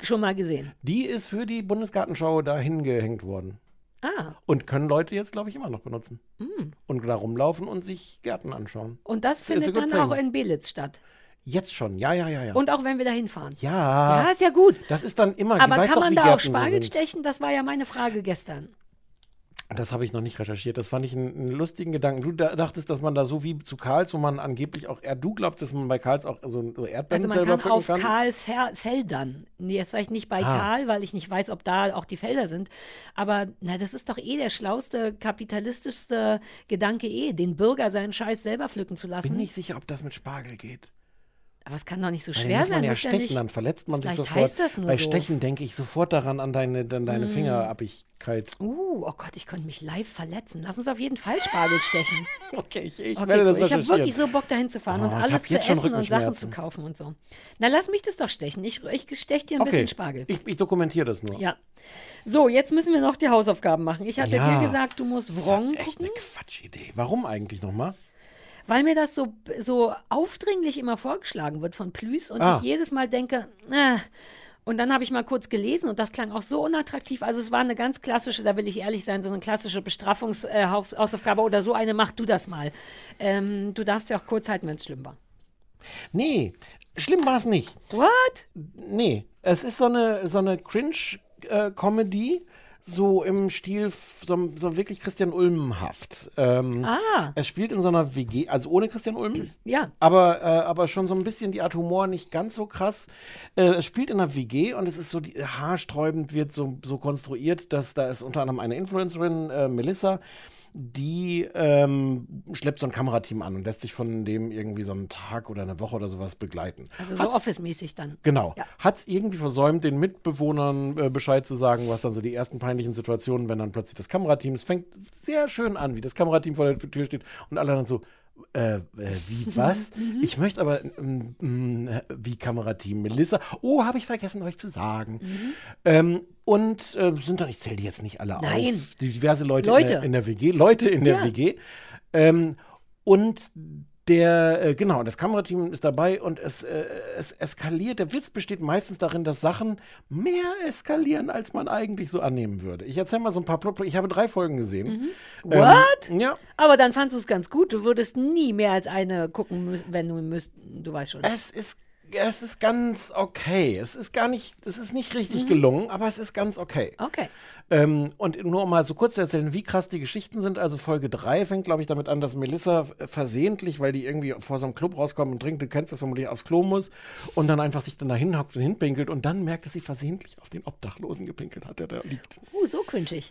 Speaker 2: schon mal gesehen.
Speaker 3: Die ist für die Bundesgartenschau dahin gehängt worden.
Speaker 2: Ah.
Speaker 3: Und können Leute jetzt, glaube ich, immer noch benutzen.
Speaker 2: Mm.
Speaker 3: Und da rumlaufen und sich Gärten anschauen.
Speaker 2: Und das
Speaker 3: It's
Speaker 2: findet
Speaker 3: a good
Speaker 2: dann
Speaker 3: thing.
Speaker 2: auch in Belitz statt.
Speaker 3: Jetzt schon, ja, ja, ja, ja.
Speaker 2: Und auch wenn wir da hinfahren.
Speaker 3: ja,
Speaker 2: Ja, ist ja gut.
Speaker 3: das ist dann immer,
Speaker 2: Aber
Speaker 3: ich weiß
Speaker 2: kann
Speaker 3: doch,
Speaker 2: man
Speaker 3: wie
Speaker 2: da auch
Speaker 3: Gärten so
Speaker 2: Spargel
Speaker 3: sind.
Speaker 2: stechen? Das war ja meine Frage gestern.
Speaker 3: Das habe ich noch nicht recherchiert. Das fand ich einen, einen lustigen Gedanken. Du da, dachtest, dass man da so wie zu Karls, wo man angeblich auch, er, du glaubst, dass man bei Karls auch so, so Erdbeeren
Speaker 2: Also man
Speaker 3: selber
Speaker 2: kann
Speaker 3: pflücken
Speaker 2: auf
Speaker 3: kann?
Speaker 2: Karl-Feldern, nee, jetzt vielleicht nicht bei
Speaker 3: Ah.
Speaker 2: Karl, weil ich nicht weiß, ob da auch die Felder sind, aber na, das ist doch eh der schlauste, kapitalistischste Gedanke eh, den Bürger seinen Scheiß selber pflücken zu lassen.
Speaker 3: Bin nicht sicher, ob das mit Spargel geht.
Speaker 2: Aber es kann doch nicht so
Speaker 3: Weil den
Speaker 2: schwer
Speaker 3: muss man
Speaker 2: sein.
Speaker 3: ja
Speaker 2: muss
Speaker 3: stechen,
Speaker 2: nicht,
Speaker 3: dann verletzt man sich
Speaker 2: vielleicht
Speaker 3: sofort.
Speaker 2: heißt das nur
Speaker 3: Bei
Speaker 2: so.
Speaker 3: Stechen denke ich sofort daran, an deine, an deine Fingerabigkeit.
Speaker 2: Uh, oh Gott, ich könnte mich live verletzen. Lass uns auf jeden Fall Spargel stechen.
Speaker 3: Okay, ich, ich
Speaker 2: Okay,
Speaker 3: werde das
Speaker 2: cool. Ich habe
Speaker 3: recherchieren.
Speaker 2: wirklich so Bock, dahin zu fahren
Speaker 3: Oh,
Speaker 2: und
Speaker 3: ich
Speaker 2: alles
Speaker 3: hab
Speaker 2: zu
Speaker 3: jetzt schon
Speaker 2: essen und Sachen zu
Speaker 3: Rückenschmerzen.
Speaker 2: kaufen und so. Na, lass mich das doch stechen. Ich, ich stech dir ein
Speaker 3: Okay,
Speaker 2: bisschen Spargel.
Speaker 3: ich, ich dokumentiere das nur.
Speaker 2: Ja. So, jetzt müssen wir noch die Hausaufgaben machen. Ich hatte
Speaker 3: Ja.
Speaker 2: dir gesagt, du musst
Speaker 3: Das war
Speaker 2: Wrong
Speaker 3: echt
Speaker 2: gucken,
Speaker 3: eine Quatschidee. Warum eigentlich nochmal?
Speaker 2: weil mir das so, so aufdringlich immer vorgeschlagen wird von Plüs und
Speaker 3: Ah.
Speaker 2: ich jedes Mal denke, äh. Und dann habe ich mal kurz gelesen und das klang auch so unattraktiv. Also es war eine ganz klassische, da will ich ehrlich sein, so eine klassische Bestrafungshausaufgabe oder so eine, mach du das mal. Ähm, du darfst ja auch kurz halten, wenn es schlimm war.
Speaker 3: Nee, schlimm war es nicht.
Speaker 2: What?
Speaker 3: Nee, es ist so eine, so eine Cringe-Comedy, so im Stil, f- so, so wirklich Christian Ulm-haft. Ähm,
Speaker 2: Ah.
Speaker 3: Es spielt in so einer W G, also ohne Christian Ulm,
Speaker 2: Ja.
Speaker 3: aber, äh, aber schon so ein bisschen die Art Humor nicht ganz so krass. Äh, es spielt in einer W G und es ist so, die, haarsträubend wird so, so konstruiert, dass da ist unter anderem eine Influencerin, äh, Melissa, die ähm, schleppt so ein Kamerateam an und lässt sich von dem irgendwie so einen Tag oder eine Woche oder sowas begleiten.
Speaker 2: Also so
Speaker 3: Hat's-
Speaker 2: Office-mäßig dann.
Speaker 3: Genau.
Speaker 2: Ja.
Speaker 3: Hat es irgendwie versäumt, den Mitbewohnern äh, Bescheid zu sagen, was dann so die ersten peinlichen Situationen, wenn dann plötzlich das Kamerateam, es fängt sehr schön an, wie das Kamerateam vor der Tür steht und alle dann so, äh, äh, wie, was? Ich möchte aber, ähm, ähm, wie Kamerateam Melissa, oh, habe ich vergessen, euch zu sagen. Ähm, und äh, sind dann, ich zähle die jetzt nicht alle
Speaker 2: Nein.
Speaker 3: auf, die diverse Leute,
Speaker 2: Leute.
Speaker 3: In, der, in der W G, Leute in der
Speaker 2: Ja.
Speaker 3: W G. Ähm, und der, äh, genau, das Kamerateam ist dabei und es, äh, es eskaliert. Der Witz besteht meistens darin, dass Sachen mehr eskalieren, als man eigentlich so annehmen würde. Ich erzähle mal so ein paar Plot. Ich habe drei Folgen gesehen.
Speaker 2: Mhm. What?
Speaker 3: Ähm, ja.
Speaker 2: Aber dann fandst du es ganz gut. Du würdest nie mehr als eine gucken müssen, wenn du müsst. Du weißt schon.
Speaker 3: Es ist, es ist ganz okay. Es ist gar nicht, es ist nicht
Speaker 2: Mhm.
Speaker 3: richtig gelungen, aber es ist ganz okay.
Speaker 2: Okay.
Speaker 3: Ähm, und nur um mal so kurz zu erzählen, wie krass die Geschichten sind. Also Folge drei fängt, glaube ich, damit an, dass Melissa äh, versehentlich, weil die irgendwie vor so einem Club rauskommt und trinkt, du kennst das vermutlich, aufs Klo muss und dann einfach sich dann da hinhockt und hinpinkelt und dann merkt, dass sie versehentlich auf den Obdachlosen gepinkelt hat, der da liegt.
Speaker 2: Uh, so cringig.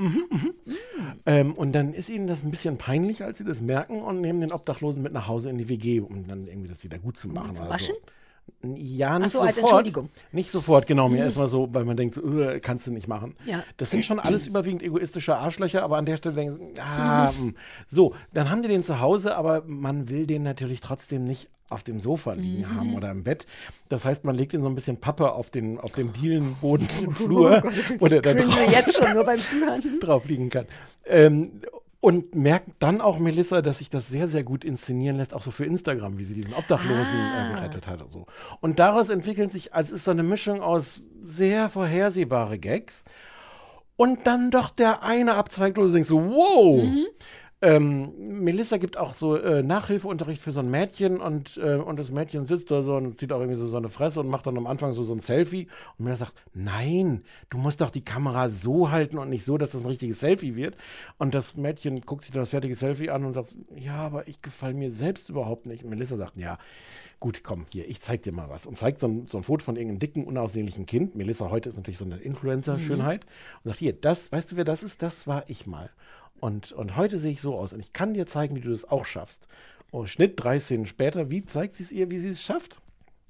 Speaker 3: Ähm, und dann ist ihnen das ein bisschen peinlich, als sie das merken und nehmen den Obdachlosen mit nach Hause in die W G, um dann irgendwie das wieder gut zu machen.
Speaker 2: zu
Speaker 3: oder
Speaker 2: waschen?
Speaker 3: So. Ja, nicht
Speaker 2: Ach so, als
Speaker 3: sofort.
Speaker 2: Entschuldigung.
Speaker 3: Nicht sofort, genau. Mir erstmal so, weil man denkt, so, "Ugh, kannst du nicht machen.
Speaker 2: Ja.
Speaker 3: Das sind schon alles überwiegend egoistische Arschlöcher, aber an der Stelle denken sie, ah, mh. So, dann haben die den zu Hause, aber man will den natürlich trotzdem nicht auf dem Sofa liegen
Speaker 2: Mhm.
Speaker 3: haben oder im Bett. Das heißt, man legt ihn so ein bisschen Pappe auf den, auf den Dielenboden im Flur, wo der da
Speaker 2: Cringe
Speaker 3: drauf,
Speaker 2: jetzt schon nur beim Zuhören.
Speaker 3: drauf liegen kann. Ähm, und merkt dann auch Melissa, dass sich das sehr, sehr gut inszenieren lässt, auch so für Instagram, wie sie diesen Obdachlosen
Speaker 2: Ah.
Speaker 3: äh, gerettet hat. Und, so. Und daraus entwickelt sich, als ist so eine Mischung aus sehr vorhersehbare Gags und dann doch der eine Abzweig, wo du denkst so, wow.
Speaker 2: Mhm.
Speaker 3: Ähm, Melissa gibt auch so äh, Nachhilfeunterricht für so ein Mädchen und, äh, und das Mädchen sitzt da so und zieht auch irgendwie so, so eine Fresse und macht dann am Anfang so, so ein Selfie und Melissa sagt, nein, du musst doch die Kamera so halten und nicht so, dass das ein richtiges Selfie wird. Und das Mädchen guckt sich das fertige Selfie an und sagt, ja, aber ich gefalle mir selbst überhaupt nicht. Und Melissa sagt, ja, gut, komm, hier, ich zeig dir mal was. Und zeigt so ein, so ein Foto von irgendeinem dicken, unaussehnlichen Kind. Melissa heute ist natürlich so eine Influencer-Schönheit. Und sagt, hier, das, weißt du, wer das ist? Das war ich mal. Und, und heute sehe ich so aus. Und ich kann dir zeigen, wie du das auch schaffst. Oh, Schnitt, drei Szenen später. Wie zeigt sie es ihr, wie sie es schafft?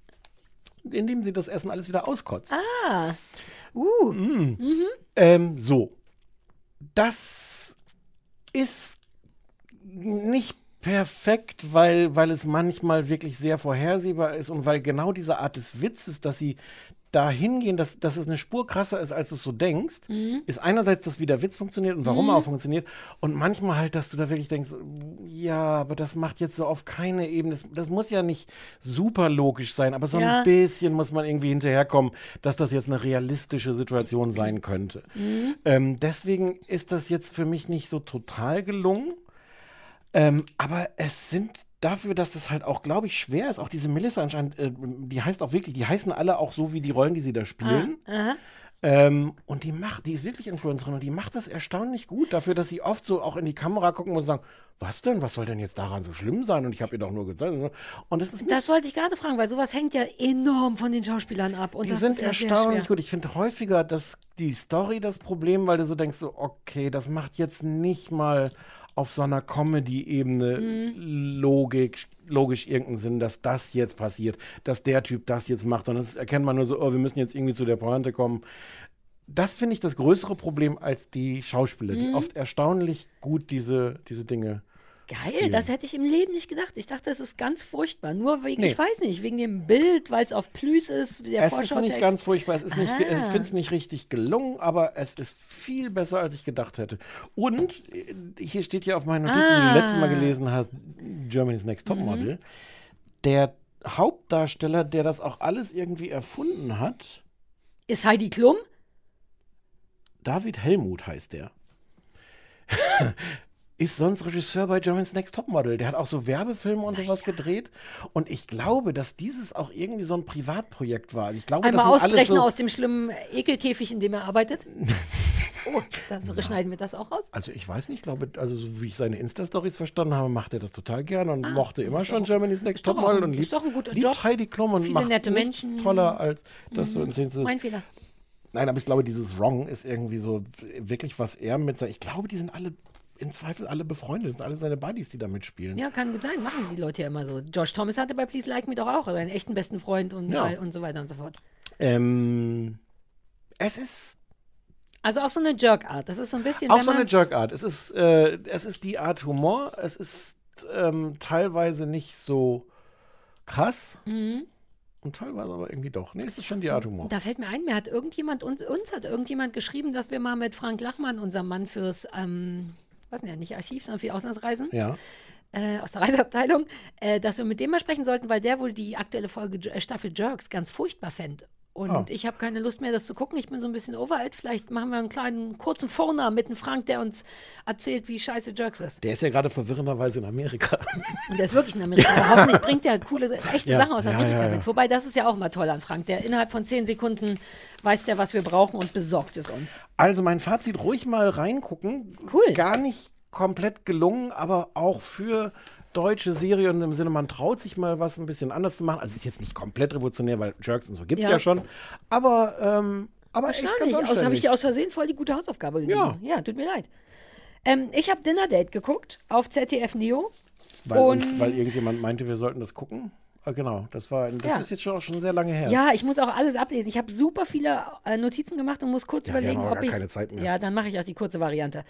Speaker 3: Indem sie das Essen alles wieder auskotzt.
Speaker 2: Ah. Uh.
Speaker 3: Mm. Ähm, so. Das ist nicht perfekt, weil, weil es manchmal wirklich sehr vorhersehbar ist und weil genau diese Art des Witzes, dass sie dahin gehen, dass, dass es eine Spur krasser ist, als du es so denkst,
Speaker 2: Mhm.
Speaker 3: ist einerseits, dass wie der Witz funktioniert und warum
Speaker 2: Mhm.
Speaker 3: er auch funktioniert und manchmal halt, dass du da wirklich denkst, ja, aber das macht jetzt so auf keine Ebene, das, das muss ja nicht super logisch sein, aber so
Speaker 2: Ja.
Speaker 3: ein bisschen muss man irgendwie hinterherkommen, dass das jetzt eine realistische Situation sein könnte.
Speaker 2: Mhm.
Speaker 3: Ähm, deswegen ist das jetzt für mich nicht so total gelungen, ähm, aber es sind dafür, dass das halt auch, glaube ich, schwer ist, auch diese Melissa anscheinend, äh, die heißt auch wirklich, die heißen alle auch so wie die Rollen, die sie da spielen.
Speaker 2: Ah, aha.
Speaker 3: Ähm, und die macht, die ist wirklich Influencerin und die macht das erstaunlich gut dafür, dass sie oft so auch in die Kamera gucken muss und sagen, was denn, was soll denn jetzt daran so schlimm sein? Und ich habe ihr doch nur gezeigt. Und es ist nicht,
Speaker 2: Das wollte ich gerade fragen, weil sowas hängt ja enorm von den Schauspielern ab. Und
Speaker 3: die
Speaker 2: das
Speaker 3: sind
Speaker 2: ist ja sehr
Speaker 3: erstaunlich
Speaker 2: schwer.
Speaker 3: gut. Ich finde häufiger dass die Story das Problem, weil du so denkst, so, okay, das macht jetzt nicht mal auf so einer Comedy-Ebene
Speaker 2: Mhm.
Speaker 3: logisch, logisch irgendeinen Sinn, dass das jetzt passiert, dass der Typ das jetzt macht. Und das erkennt man nur so, oh, wir müssen jetzt irgendwie zu der Pointe kommen. Das finde ich das größere Problem als die Schauspieler, die
Speaker 2: Mhm.
Speaker 3: oft erstaunlich gut diese, diese Dinge
Speaker 2: Geil,
Speaker 3: spielen.
Speaker 2: das hätte ich im Leben nicht gedacht. Ich dachte, das ist ganz furchtbar. Nur wegen,
Speaker 3: Nee.
Speaker 2: ich weiß nicht, wegen dem Bild, weil es auf Plüs ist. Der
Speaker 3: Es ist
Speaker 2: Vorschautext.
Speaker 3: nicht ganz furchtbar, es ist nicht,
Speaker 2: Ah.
Speaker 3: ich finde es nicht richtig gelungen, aber es ist viel besser, als ich gedacht hätte. Und äh, hier steht ja auf meinen Notizen, die
Speaker 2: Ah.
Speaker 3: du letztes Mal gelesen hast, Germany's Next Topmodel. Der Hauptdarsteller, der das auch alles irgendwie erfunden hat,
Speaker 2: Ist Heidi Klum?
Speaker 3: David Helmuth heißt der. Ist sonst Regisseur bei Germany's Next Topmodel. Der hat auch so Werbefilme und sowas gedreht. Und ich glaube, dass dieses auch irgendwie so ein Privatprojekt war. Also ich glaube,
Speaker 2: Einmal
Speaker 3: das sind alles
Speaker 2: ausbrechen
Speaker 3: so,
Speaker 2: aus dem schlimmen Ekelkäfig, in dem er arbeitet? Oh, da schneiden wir das auch raus?
Speaker 3: Also ich weiß nicht, glaube, also so wie ich seine Insta-Stories verstanden habe, macht er das total gerne und mochte immer schon Germany's Next
Speaker 2: doch auch
Speaker 3: Topmodel
Speaker 2: ein-
Speaker 3: und
Speaker 2: ist
Speaker 3: liebt,
Speaker 2: doch ein guter
Speaker 3: liebt
Speaker 2: Job.
Speaker 3: Heidi Klum und
Speaker 2: Viele
Speaker 3: macht
Speaker 2: nette
Speaker 3: nichts
Speaker 2: Menschen.
Speaker 3: toller, als das so in Szene zu...
Speaker 2: Mein Fehler.
Speaker 3: Nein, aber ich glaube, dieses Wrong ist irgendwie so wirklich, was er mit seinem... Ich glaube, die sind alle, im Zweifel alle befreundet, das sind alle seine Buddies, die da mitspielen.
Speaker 2: Ja, kann gut sein. Machen die Leute ja immer so. Josh Thomas hatte bei Please Like Me doch auch seinen echten besten Freund und,
Speaker 3: Ja.
Speaker 2: und so weiter und so fort.
Speaker 3: Ähm, es ist
Speaker 2: Also auf so eine Jerk-Art. Das ist so ein bisschen.
Speaker 3: auf
Speaker 2: wenn
Speaker 3: so eine
Speaker 2: man's-
Speaker 3: Jerk-Art. Es ist, äh, es ist die Art Humor, es ist ähm, teilweise nicht so krass
Speaker 2: Mhm.
Speaker 3: und teilweise aber irgendwie doch. Nee, es ist schon die Art Humor.
Speaker 2: Da fällt mir ein, mir hat irgendjemand, uns, uns hat irgendjemand geschrieben, dass wir mal mit Frank Lachmann, unserem Mann fürs, ähm, was denn ja, nicht Archiv, sondern für die Auslandsreisen,
Speaker 3: Ja.
Speaker 2: äh, aus der Reiseabteilung, äh, dass wir mit dem mal sprechen sollten, weil der wohl die aktuelle Folge äh, Staffel Jerks ganz furchtbar fände. Und
Speaker 3: Ah.
Speaker 2: ich habe keine Lust mehr, das zu gucken. Ich bin so ein bisschen overalt. Vielleicht machen wir einen kleinen, kurzen Vornamen mit dem Frank, der uns erzählt, wie scheiße Jerks ist.
Speaker 3: Der ist ja gerade verwirrenderweise in Amerika.
Speaker 2: Und der ist wirklich in Amerika. Aber hoffentlich bringt der coole, echte
Speaker 3: Ja,
Speaker 2: Sachen aus
Speaker 3: ja,
Speaker 2: Amerika
Speaker 3: ja, ja.
Speaker 2: mit. Wobei, das ist ja auch mal toll an Frank. Der innerhalb von zehn Sekunden weiß der, was wir brauchen und besorgt es uns.
Speaker 3: Also mein Fazit, ruhig mal reingucken.
Speaker 2: Cool.
Speaker 3: Gar nicht komplett gelungen, aber auch für deutsche Serien im Sinne, man traut sich mal was ein bisschen anders zu machen. Also es ist jetzt nicht komplett revolutionär, weil Jerks und so gibt es ja.
Speaker 2: Ja.
Speaker 3: schon. Aber, ähm, aber echt ganz
Speaker 2: Erstaunlich. Also habe ich
Speaker 3: anständig.
Speaker 2: dir aus Versehen voll die gute Hausaufgabe gegeben. Ja, tut mir leid. Ähm, ich habe Dinner Date geguckt auf Z D F Neo.
Speaker 3: Weil,
Speaker 2: und
Speaker 3: uns, weil irgendjemand meinte, wir sollten das gucken. Ah, genau, das war, das
Speaker 2: Ja.
Speaker 3: ist jetzt schon auch schon sehr lange her.
Speaker 2: Ja, ich muss auch alles ablesen. Ich habe super viele äh, Notizen gemacht und muss kurz
Speaker 3: Ja, wir
Speaker 2: überlegen,
Speaker 3: haben aber
Speaker 2: ob
Speaker 3: gar
Speaker 2: ich.
Speaker 3: keine Zeit mehr.
Speaker 2: Ja, dann mache ich auch die kurze Variante.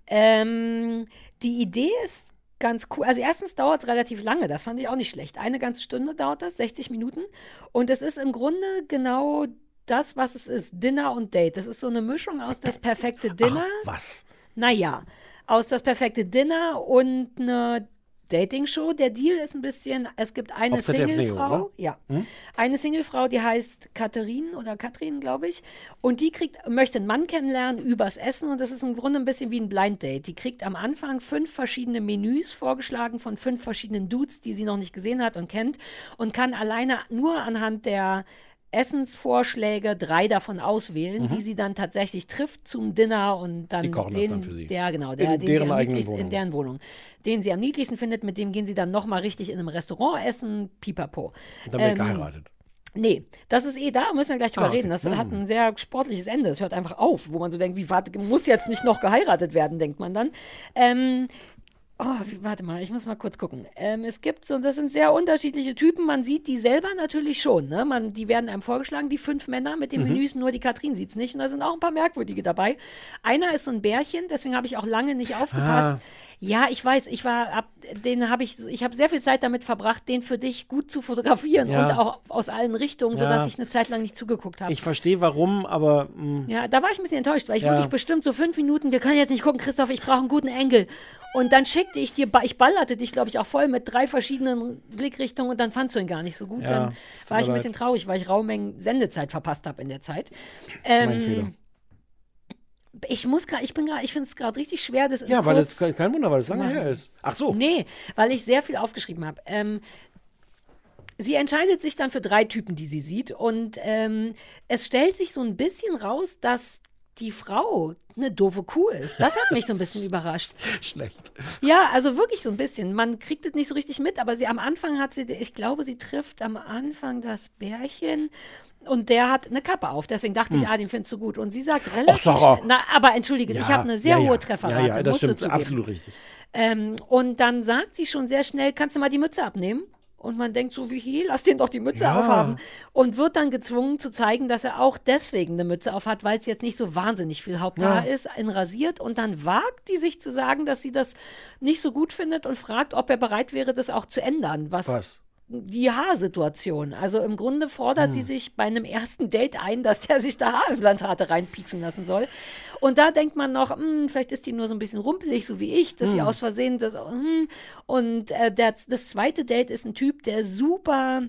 Speaker 2: Ähm, die Idee ist ganz cool. Also erstens dauert es relativ lange, das fand ich auch nicht schlecht. Eine ganze Stunde dauert das, sechzig Minuten. Und es ist im Grunde genau das, was es ist, Dinner und Date. Das ist so eine Mischung aus das perfekte Dinner.
Speaker 3: Ach, was?
Speaker 2: Naja, aus das perfekte Dinner und eine Dating-Show. Der Deal ist ein bisschen, es gibt eine
Speaker 3: Auf Z D F Neo,
Speaker 2: Singlefrau,
Speaker 3: oder?
Speaker 2: ja,
Speaker 3: Hm?
Speaker 2: eine Singlefrau, die heißt Katharin oder Katrin, glaube ich, und die kriegt, möchte einen Mann kennenlernen übers Essen und das ist im Grunde ein bisschen wie ein Blind Date. Die kriegt am Anfang fünf verschiedene Menüs vorgeschlagen von fünf verschiedenen Dudes, die sie noch nicht gesehen hat und kennt und kann alleine nur anhand der Essensvorschläge drei davon auswählen,
Speaker 3: Mhm.
Speaker 2: die sie dann tatsächlich trifft zum Dinner und dann
Speaker 3: Die kochen das
Speaker 2: den,
Speaker 3: dann für sie.
Speaker 2: der genau, der,
Speaker 3: In
Speaker 2: den
Speaker 3: deren
Speaker 2: sie am
Speaker 3: eigenen
Speaker 2: niedlichsten, in
Speaker 3: Wohnung.
Speaker 2: deren Wohnung, den sie am niedlichsten findet, mit dem gehen sie dann nochmal richtig in einem Restaurant essen, pipapo.
Speaker 3: Und dann wird
Speaker 2: Ähm,
Speaker 3: geheiratet.
Speaker 2: Nee, das ist eh da, müssen wir gleich drüber
Speaker 3: Ah, okay.
Speaker 2: reden. Das
Speaker 3: Hm.
Speaker 2: hat ein sehr sportliches Ende. Es hört einfach auf, wo man so denkt, wie, warte, muss jetzt nicht noch geheiratet werden, denkt man dann. Ähm, oh, wie, warte mal, ich muss mal kurz gucken. Ähm, es gibt so, das sind sehr unterschiedliche Typen. Man sieht die selber natürlich schon. Ne? Man, die werden einem vorgeschlagen, die fünf Männer mit den
Speaker 3: Mhm.
Speaker 2: Menüs, nur die Katrin sieht es nicht. Und da sind auch ein paar merkwürdige dabei. Einer ist so ein Bärchen, deswegen habe ich auch lange nicht aufgepasst.
Speaker 3: Ah.
Speaker 2: Ja, ich weiß, ich war, ab, den habe ich, ich habe sehr viel Zeit damit verbracht, den für dich gut zu fotografieren
Speaker 3: Ja.
Speaker 2: und auch aus allen Richtungen,
Speaker 3: Ja.
Speaker 2: sodass ich eine Zeit lang nicht zugeguckt habe.
Speaker 3: Ich verstehe warum, aber mh,
Speaker 2: Ja, da war ich ein bisschen enttäuscht, weil ich
Speaker 3: Ja.
Speaker 2: wirklich bestimmt so fünf Minuten, wir können jetzt nicht gucken, Christoph, ich brauche einen guten Engel. Und dann schickte ich dir, ba- ich ballerte dich, glaube ich, auch voll mit drei verschiedenen Blickrichtungen und dann fandst du ihn gar nicht so gut.
Speaker 3: Ja,
Speaker 2: dann
Speaker 3: tut
Speaker 2: war
Speaker 3: mir
Speaker 2: ich ein
Speaker 3: leid.
Speaker 2: bisschen traurig, weil ich Raumengen Sendezeit verpasst habe in der Zeit.
Speaker 3: mein
Speaker 2: Ähm,
Speaker 3: Fehler.
Speaker 2: Ich muss gerade, ich bin gerade, ich finde es gerade richtig schwer, das in
Speaker 3: Ja, weil
Speaker 2: kurz
Speaker 3: das kein Wunder, weil es lange
Speaker 2: machen.
Speaker 3: her ist. Ach so.
Speaker 2: Nee, weil ich sehr viel aufgeschrieben habe. Ähm, sie entscheidet sich dann für drei Typen, die sie sieht. Und ähm, es stellt sich so ein bisschen raus, dass die Frau eine doofe Kuh ist. Das hat mich so ein bisschen überrascht.
Speaker 3: Schlecht.
Speaker 2: Ja, also wirklich so ein bisschen. Man kriegt es nicht so richtig mit, aber sie am Anfang hat sie, ich glaube, sie trifft am Anfang das Bärchen und der hat eine Kappe auf. Deswegen dachte ich, ah, den findest du gut. Und sie sagt relativ
Speaker 3: Sarah.
Speaker 2: schnell, na, aber entschuldige, ich habe eine sehr
Speaker 3: ja,
Speaker 2: hohe
Speaker 3: ja.
Speaker 2: Trefferrate,
Speaker 3: Ja, ja, das
Speaker 2: musst du
Speaker 3: stimmt.
Speaker 2: zugeben.
Speaker 3: Absolut richtig.
Speaker 2: Ähm, und dann sagt sie schon sehr schnell, kannst du mal die Mütze abnehmen? Und man denkt so, wie hier, lass den doch die Mütze
Speaker 3: Ja.
Speaker 2: aufhaben. Und wird dann gezwungen zu zeigen, dass er auch deswegen eine Mütze aufhat, weil es jetzt nicht so wahnsinnig viel Haupthaar
Speaker 3: Ja.
Speaker 2: ist, ihn rasiert. Und dann wagt die sich zu sagen, dass sie das nicht so gut findet und fragt, ob er bereit wäre, das auch zu ändern. Was?
Speaker 3: Was?
Speaker 2: Die Haarsituation. Also im Grunde fordert
Speaker 3: Hm.
Speaker 2: sie sich bei einem ersten Date ein, dass er sich da Haarimplantate reinpieksen lassen soll. Und da denkt man noch, hm, vielleicht ist die nur so ein bisschen rumpelig, so wie ich, dass sie
Speaker 3: Hm.
Speaker 2: aus Versehen das, hm. Und äh, der, das zweite Date ist ein Typ, der super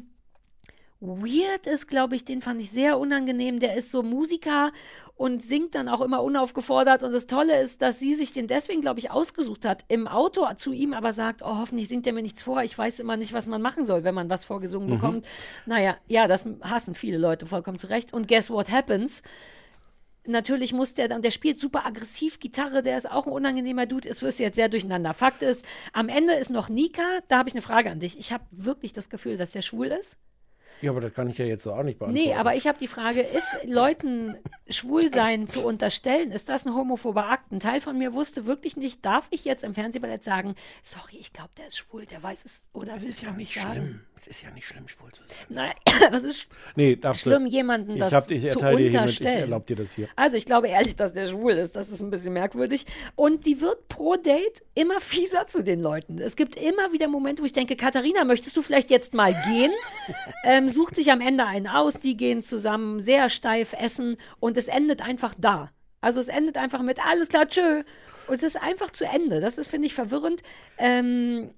Speaker 2: weird ist, glaube ich. Den fand ich sehr unangenehm. Der ist so Musiker und singt dann auch immer unaufgefordert. Und das Tolle ist, dass sie sich den deswegen, glaube ich, ausgesucht hat. Im Auto zu ihm aber sagt, oh, hoffentlich singt er mir nichts vor. Ich weiß immer nicht, was man machen soll, wenn man was vorgesungen
Speaker 3: Mhm.
Speaker 2: bekommt. Naja, ja, das hassen viele Leute vollkommen zu Recht. Und guess what happens? Natürlich muss der dann, der spielt super aggressiv Gitarre, der ist auch ein unangenehmer Dude. Es wird jetzt sehr durcheinander. Fakt ist, am Ende ist noch Nika. Da habe ich eine Frage an dich. Ich habe wirklich das Gefühl, dass der schwul ist.
Speaker 3: Ja, aber das kann ich ja jetzt so auch nicht beantworten.
Speaker 2: Nee, aber ich habe die Frage, ist Leuten Schwulsein zu unterstellen, ist das ein homophober Akt? Ein Teil von mir wusste wirklich nicht, darf ich jetzt im Fernsehballett sagen, sorry, ich glaube, der ist schwul, der weiß es oder
Speaker 3: Das
Speaker 2: will
Speaker 3: ist ja
Speaker 2: es
Speaker 3: nicht
Speaker 2: sagen.
Speaker 3: schlimm. Es ist ja nicht schlimm, schwul zu sein.
Speaker 2: Nein, was ist
Speaker 3: Nee, darfst du.
Speaker 2: schlimm, jemanden
Speaker 3: Ich,
Speaker 2: das
Speaker 3: hab, ich
Speaker 2: zu
Speaker 3: erteile dir hiermit, ich
Speaker 2: unterstellen?
Speaker 3: erlaube dir das hier.
Speaker 2: Also ich glaube ehrlich, dass der schwul ist. Das ist ein bisschen merkwürdig. Und die wird pro Date immer fieser zu den Leuten. Es gibt immer wieder Momente, wo ich denke, Katharina, möchtest du vielleicht jetzt mal gehen? ähm, sucht sich am Ende einen aus, die gehen zusammen sehr steif essen und es endet einfach da. Also es endet einfach mit, alles klar, tschö. Und es ist einfach zu Ende. Das ist, finde ich, verwirrend. Ähm,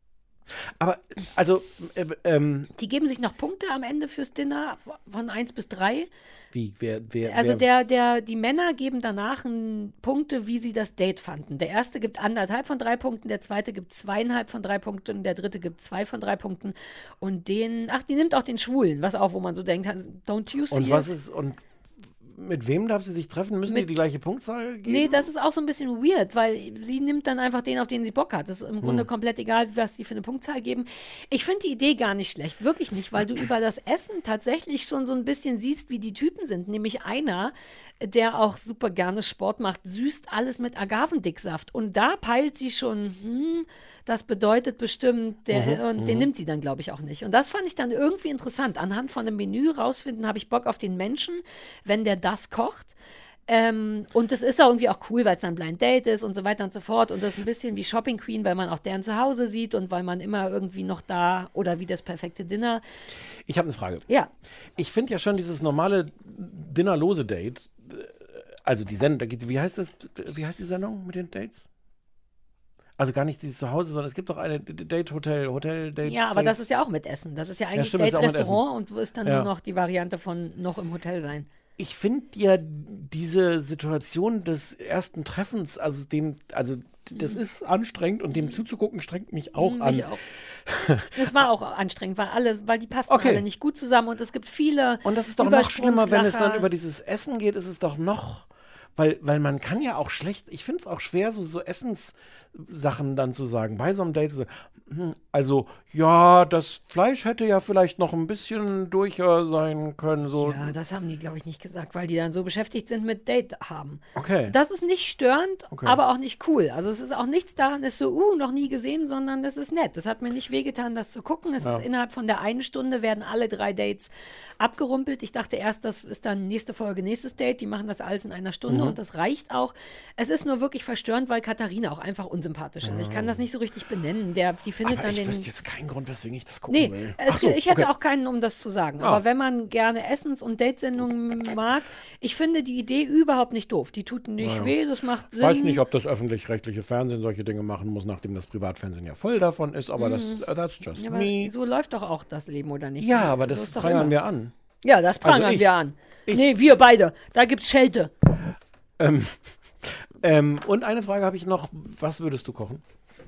Speaker 3: Aber, also, äh, ähm,
Speaker 2: die geben sich noch Punkte am Ende fürs Dinner von eins bis drei.
Speaker 3: wie, wer, wer,
Speaker 2: Also
Speaker 3: wer,
Speaker 2: der, der, die Männer geben danach ein, Punkte, wie sie das Date fanden. Der erste gibt anderthalb von drei Punkten, der zweite gibt zweieinhalb von drei Punkten, der dritte gibt zwei von drei Punkten. Und den, ach, die nimmt auch den Schwulen, was auch, wo man so denkt, don't you see
Speaker 3: und was
Speaker 2: it?
Speaker 3: ist, und mit wem darf sie sich treffen? Müssen die
Speaker 2: Mit-
Speaker 3: die gleiche Punktzahl geben?
Speaker 2: Nee, das ist auch so ein bisschen weird, weil sie nimmt dann einfach den, auf den sie Bock hat. Das ist im Grunde
Speaker 3: Hm.
Speaker 2: komplett egal, was sie für eine Punktzahl geben. Ich finde die Idee gar nicht schlecht, wirklich nicht, weil du über das Essen tatsächlich schon so ein bisschen siehst, wie die Typen sind. Nämlich einer, der auch super gerne Sport macht, süßt alles mit Agavendicksaft. Und da peilt sie schon, hm, das bedeutet bestimmt, der,
Speaker 3: Mhm,
Speaker 2: und den
Speaker 3: mhm.
Speaker 2: nimmt sie dann, glaube ich, auch nicht. Und das fand ich dann irgendwie interessant. Anhand von einem Menü rausfinden, habe ich Bock auf den Menschen, wenn der das kocht. Ähm, und das ist auch irgendwie auch cool, weil es ein Blind Date ist und so weiter und so fort. Und das ist ein bisschen wie Shopping Queen, weil man auch deren Zuhause sieht und weil man immer irgendwie noch da oder wie das perfekte Dinner.
Speaker 3: Ich habe eine Frage.
Speaker 2: Ja.
Speaker 3: Ich finde ja schon dieses normale dinnerlose Date, äh, also die Sendung, da geht- wie heißt das, wie heißt die Sendung mit den Dates? Also gar nicht dieses Zuhause, sondern es gibt doch eine Date-Hotel, Hotel-Dates.
Speaker 2: Ja, aber das ist ja auch mit Essen. Das ist ja eigentlich
Speaker 3: stimmt, ist auch mit
Speaker 2: Date-Restaurant und wo ist dann
Speaker 3: Ja.
Speaker 2: nur noch die Variante von noch im Hotel sein.
Speaker 3: Ich finde ja diese Situation des ersten Treffens, also dem, also das ist anstrengend und dem zuzugucken strengt mich auch
Speaker 2: Mhm,
Speaker 3: an.
Speaker 2: mich auch. Es war auch anstrengend, weil alle, weil die passten
Speaker 3: Okay.
Speaker 2: alle nicht gut zusammen und es gibt viele
Speaker 3: Und das ist doch noch schlimmer, wenn es dann
Speaker 2: Übersprungslacher.
Speaker 3: über dieses Essen geht, ist es doch noch, weil, weil man kann ja auch schlecht, ich finde es auch schwer, so, so Essenssachen dann zu sagen, bei so einem Date, so, hm, also, ja, das Fleisch hätte ja vielleicht noch ein bisschen durcher sein können, so.
Speaker 2: Ja, das haben die, glaube ich, nicht gesagt, weil die dann so beschäftigt sind mit Date haben.
Speaker 3: Okay.
Speaker 2: Das ist nicht störend,
Speaker 3: Okay.
Speaker 2: aber auch nicht cool. Also es ist auch nichts daran, das ist so, uh, noch nie gesehen, sondern es ist nett. Es hat mir nicht wehgetan, das zu gucken. Es
Speaker 3: Ja.
Speaker 2: ist innerhalb von der einen Stunde werden alle drei Dates abgerumpelt. Ich dachte erst, das ist dann nächste Folge, nächstes Date. Die machen das alles in einer Stunde. Stunde und das reicht auch. Es ist nur wirklich verstörend, weil Katharina auch einfach unsympathisch ist. Ich kann das nicht so richtig benennen. Der, die findet
Speaker 3: Aber
Speaker 2: dann
Speaker 3: ich
Speaker 2: den.
Speaker 3: wüsste jetzt keinen Grund, weswegen ich das gucken
Speaker 2: Nee,
Speaker 3: will.
Speaker 2: es,
Speaker 3: Ach so,
Speaker 2: ich hätte
Speaker 3: okay.
Speaker 2: auch keinen, um das zu sagen.
Speaker 3: Ah.
Speaker 2: Aber wenn man gerne Essens- und Datesendungen mag, ich finde die Idee überhaupt nicht doof. Die tut nicht
Speaker 3: Naja.
Speaker 2: weh, das macht
Speaker 3: Ich
Speaker 2: Sinn.
Speaker 3: weiß nicht, ob das öffentlich-rechtliche Fernsehen solche Dinge machen muss, nachdem das Privatfernsehen ja voll davon ist, aber das that's just
Speaker 2: Mhm. Ja, aber
Speaker 3: me.
Speaker 2: so läuft doch auch das Leben, oder nicht?
Speaker 3: Ja, aber
Speaker 2: So
Speaker 3: das
Speaker 2: ist doch
Speaker 3: prangern
Speaker 2: immer.
Speaker 3: wir an.
Speaker 2: Ja, das prangern
Speaker 3: Also ich-
Speaker 2: wir an.
Speaker 3: ich-
Speaker 2: Nee, wir beide. Da gibt's Schelte.
Speaker 3: Ähm, ähm, und eine Frage habe ich noch. Was würdest du kochen?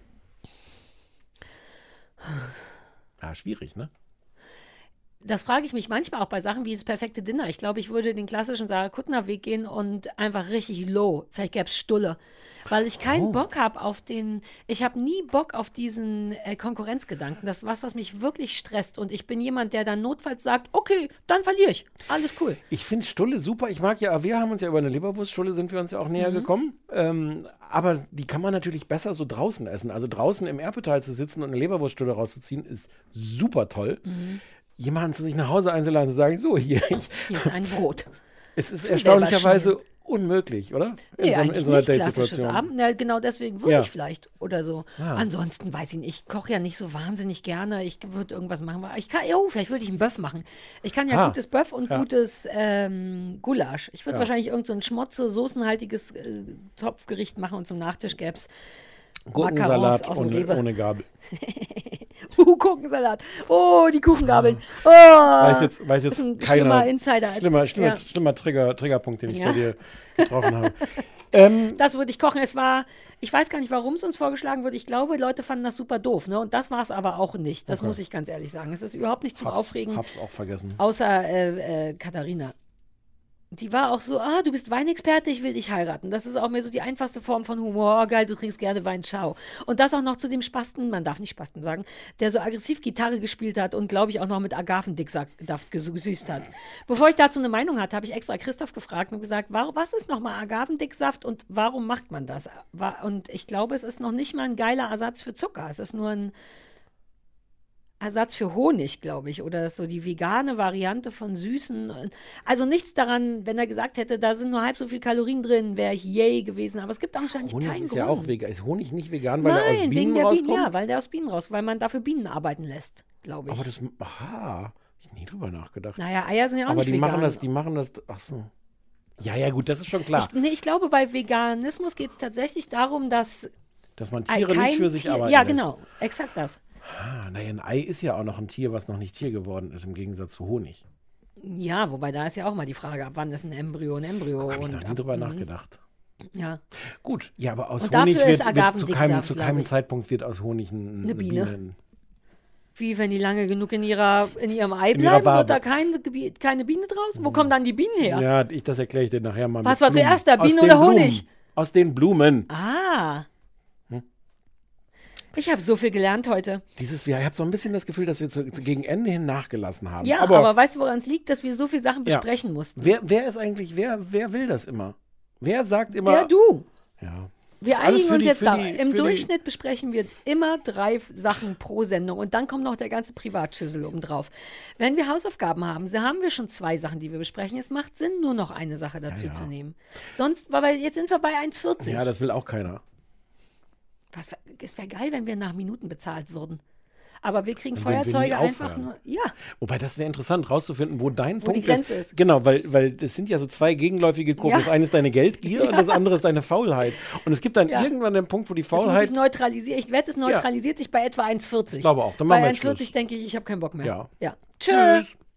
Speaker 3: Ja, schwierig, ne?
Speaker 2: Das frage ich mich manchmal auch bei Sachen wie das perfekte Dinner. Ich glaube, ich würde den klassischen Sarah Kuttner-Weg gehen und einfach richtig low. Vielleicht gäbe es Stulle. Weil ich keinen
Speaker 3: Oh.
Speaker 2: Bock habe auf den, ich habe nie Bock auf diesen äh, Konkurrenzgedanken. Das ist was, was mich wirklich stresst. Und ich bin jemand, der dann notfalls sagt, okay, dann verliere ich. Alles cool.
Speaker 3: Ich finde Stulle super. Ich mag ja, wir haben uns ja über eine Leberwurststulle sind wir uns ja auch
Speaker 2: Mhm.
Speaker 3: näher gekommen. Ähm, aber die kann man natürlich besser so draußen essen. Also draußen im Erpetal zu sitzen und eine Leberwurststulle rauszuziehen, ist super toll.
Speaker 2: Mhm.
Speaker 3: Jemanden zu sich nach Hause einzuladen und zu sagen, so hier, ich,
Speaker 2: Hier ist ein Brot.
Speaker 3: es ist
Speaker 2: Zum
Speaker 3: erstaunlicherweise unmöglich, oder? In
Speaker 2: Nee,
Speaker 3: so,
Speaker 2: eigentlich
Speaker 3: in so einer
Speaker 2: nicht klassisches
Speaker 3: Date-Situation.
Speaker 2: Abend. Na, genau deswegen würde
Speaker 3: Ja.
Speaker 2: ich vielleicht oder so.
Speaker 3: Ah.
Speaker 2: Ansonsten weiß ich nicht, ich koche ja nicht so wahnsinnig gerne. Ich würde irgendwas machen. Ich kann, oh, vielleicht würde ich einen Bœuf machen. Ich kann ja
Speaker 3: Ah.
Speaker 2: gutes Bœuf und
Speaker 3: Ja.
Speaker 2: gutes ähm, Gulasch. Ich würde
Speaker 3: Ja.
Speaker 2: wahrscheinlich irgend so ein schmotze, soßenhaltiges äh, Topfgericht machen und zum Nachtisch gäbe es
Speaker 3: Gurkensalat
Speaker 2: aus dem
Speaker 3: ohne,
Speaker 2: Rewe.
Speaker 3: ohne Gabel.
Speaker 2: Uh, Kuchensalat. Oh, die Kuchengabeln. Oh,
Speaker 3: Das weiß jetzt, weiß
Speaker 2: das ist
Speaker 3: jetzt
Speaker 2: ein
Speaker 3: keiner.
Speaker 2: schlimmer Insider.
Speaker 3: Schlimmer, schlimmer,
Speaker 2: Ja.
Speaker 3: schlimmer Trigger, Triggerpunkt, den ich
Speaker 2: Ja.
Speaker 3: bei dir getroffen habe. Ähm,
Speaker 2: Das würde ich kochen. Es war, ich weiß gar nicht, warum es uns vorgeschlagen wird. Ich glaube, Leute fanden das super doof. Ne? Und das war es aber auch nicht. Das
Speaker 3: Okay.
Speaker 2: muss ich ganz ehrlich sagen. Es ist überhaupt nicht zum
Speaker 3: hab's,
Speaker 2: Aufregen,
Speaker 3: hab's auch vergessen.
Speaker 2: außer äh, äh, Katharina. Die war auch so, ah, du bist Weinexperte, ich will dich heiraten. Das ist auch mehr so die einfachste Form von Humor. Oh, geil, du trinkst gerne Wein, ciao. Und das auch noch zu dem Spasten, man darf nicht Spasten sagen, der so aggressiv Gitarre gespielt hat und, glaube ich, auch noch mit Agavendicksaft gesüßt hat. Bevor ich dazu eine Meinung hatte, habe ich extra Christoph gefragt und gesagt, warum, was ist nochmal Agavendicksaft und warum macht man das? War- Und ich glaube, es ist noch nicht mal ein geiler Ersatz für Zucker. Es ist nur ein Ersatz für Honig, glaube ich, oder so die vegane Variante von Süßen. Also nichts daran, wenn er gesagt hätte, da sind nur halb so viele Kalorien drin, wäre ich yay gewesen. Aber es gibt anscheinend
Speaker 3: Honig
Speaker 2: keinen
Speaker 3: ist
Speaker 2: Grund.
Speaker 3: ja auch vegan. Ist Honig nicht vegan, weil
Speaker 2: Nein,
Speaker 3: er aus Bienen
Speaker 2: wegen der
Speaker 3: rauskommt?
Speaker 2: Bienen, ja, weil der aus Bienen raus, weil man dafür Bienen arbeiten lässt, glaube ich.
Speaker 3: Aber das, aha, ich nie drüber nachgedacht.
Speaker 2: naja, Eier sind ja auch
Speaker 3: Aber
Speaker 2: nicht
Speaker 3: die
Speaker 2: vegan.
Speaker 3: machen das, die machen das, ach so. Ja, ja, gut, das ist schon klar,
Speaker 2: Ich, nee, ich glaube, bei Veganismus geht es tatsächlich darum, dass
Speaker 3: dass man
Speaker 2: ein-
Speaker 3: Tiere
Speaker 2: kein
Speaker 3: nicht für sich
Speaker 2: Tier,
Speaker 3: arbeiten
Speaker 2: Ja,
Speaker 3: lässt.
Speaker 2: genau, exakt das.
Speaker 3: Ah, naja, ein Ei ist ja auch noch ein Tier, was noch nicht Tier geworden ist, im Gegensatz zu Honig.
Speaker 2: Ja, wobei da ist ja auch mal die Frage, ab wann ist ein Embryo ein Embryo?
Speaker 3: Habe ich
Speaker 2: und
Speaker 3: noch nie
Speaker 2: ab-
Speaker 3: drüber
Speaker 2: mhm.
Speaker 3: nachgedacht.
Speaker 2: Ja.
Speaker 3: Gut, ja, aber aus
Speaker 2: Und
Speaker 3: Honig
Speaker 2: dafür ist
Speaker 3: wird, wird zu
Speaker 2: Agavendicksaft,
Speaker 3: keinem, zu
Speaker 2: glaub
Speaker 3: keinem
Speaker 2: ich.
Speaker 3: Zeitpunkt wird aus Honig ein,
Speaker 2: Eine Biene.
Speaker 3: Biene.
Speaker 2: Wie, wenn die lange genug in, ihrer, in ihrem Ei
Speaker 3: In ihrer
Speaker 2: bleiben,
Speaker 3: Wabe.
Speaker 2: wird da kein, Gebi- keine Biene draus? Wo kommen dann die Bienen her?
Speaker 3: Ja, ich, das erkläre ich dir nachher mal.
Speaker 2: Was
Speaker 3: mit
Speaker 2: war
Speaker 3: Blumen.
Speaker 2: zuerst da,
Speaker 3: Aus
Speaker 2: Bienen
Speaker 3: den
Speaker 2: oder
Speaker 3: Blumen.
Speaker 2: Honig?
Speaker 3: Aus den Blumen.
Speaker 2: Ah.
Speaker 3: Hm?
Speaker 2: Ich habe so viel gelernt heute.
Speaker 3: Dieses, ja, ich habe so ein bisschen das Gefühl, dass wir zu, zu gegen Ende hin nachgelassen haben.
Speaker 2: Ja, aber, weißt du, woran es liegt, dass wir so viele Sachen
Speaker 3: Ja.
Speaker 2: besprechen mussten?
Speaker 3: wer, wer ist eigentlich, wer, wer will das immer? Wer sagt immer.
Speaker 2: Der du.
Speaker 3: Ja.
Speaker 2: Wir
Speaker 3: Alles
Speaker 2: einigen
Speaker 3: für
Speaker 2: uns
Speaker 3: die-
Speaker 2: jetzt
Speaker 3: für
Speaker 2: da.
Speaker 3: die-
Speaker 2: Im
Speaker 3: für die-
Speaker 2: Durchschnitt besprechen wir immer drei Sachen pro Sendung und dann kommt noch der ganze Privatschüssel obendrauf. Wenn wir Hausaufgaben haben, so haben wir schon zwei Sachen, die wir besprechen. Es macht Sinn, nur noch eine Sache dazu
Speaker 3: ja.
Speaker 2: zu nehmen. Sonst, weil wir, jetzt sind wir bei eins vierzig.
Speaker 3: Ja, das will auch keiner.
Speaker 2: Was, wär- es wäre geil, wenn wir nach Minuten bezahlt würden. Aber wir kriegen
Speaker 3: Dann würden wir nie
Speaker 2: Feuerzeuge einfach
Speaker 3: aufhören.
Speaker 2: nur. Ja,
Speaker 3: Wobei, das wäre interessant, rauszufinden, wo dein
Speaker 2: Wo
Speaker 3: Punkt
Speaker 2: die Grenze ist.
Speaker 3: Genau, weil, weil das sind ja so zwei gegenläufige Kurven.
Speaker 2: Ja.
Speaker 3: Das eine ist deine Geldgier und das andere ist deine Faulheit. Und es gibt dann
Speaker 2: Ja.
Speaker 3: irgendwann den Punkt, wo die
Speaker 2: das muss
Speaker 3: Faulheit.
Speaker 2: ich neutralisieren. Ich wette, es neutralisiert sich bei etwa eins vierzig.
Speaker 3: Ich glaube auch. Dann machen
Speaker 2: Bei
Speaker 3: wir
Speaker 2: eins
Speaker 3: jetzt
Speaker 2: vierzig
Speaker 3: Schluss.
Speaker 2: denke ich, ich habe keinen Bock mehr.
Speaker 3: Ja.
Speaker 2: ja. Tschüss.
Speaker 3: Tschüss.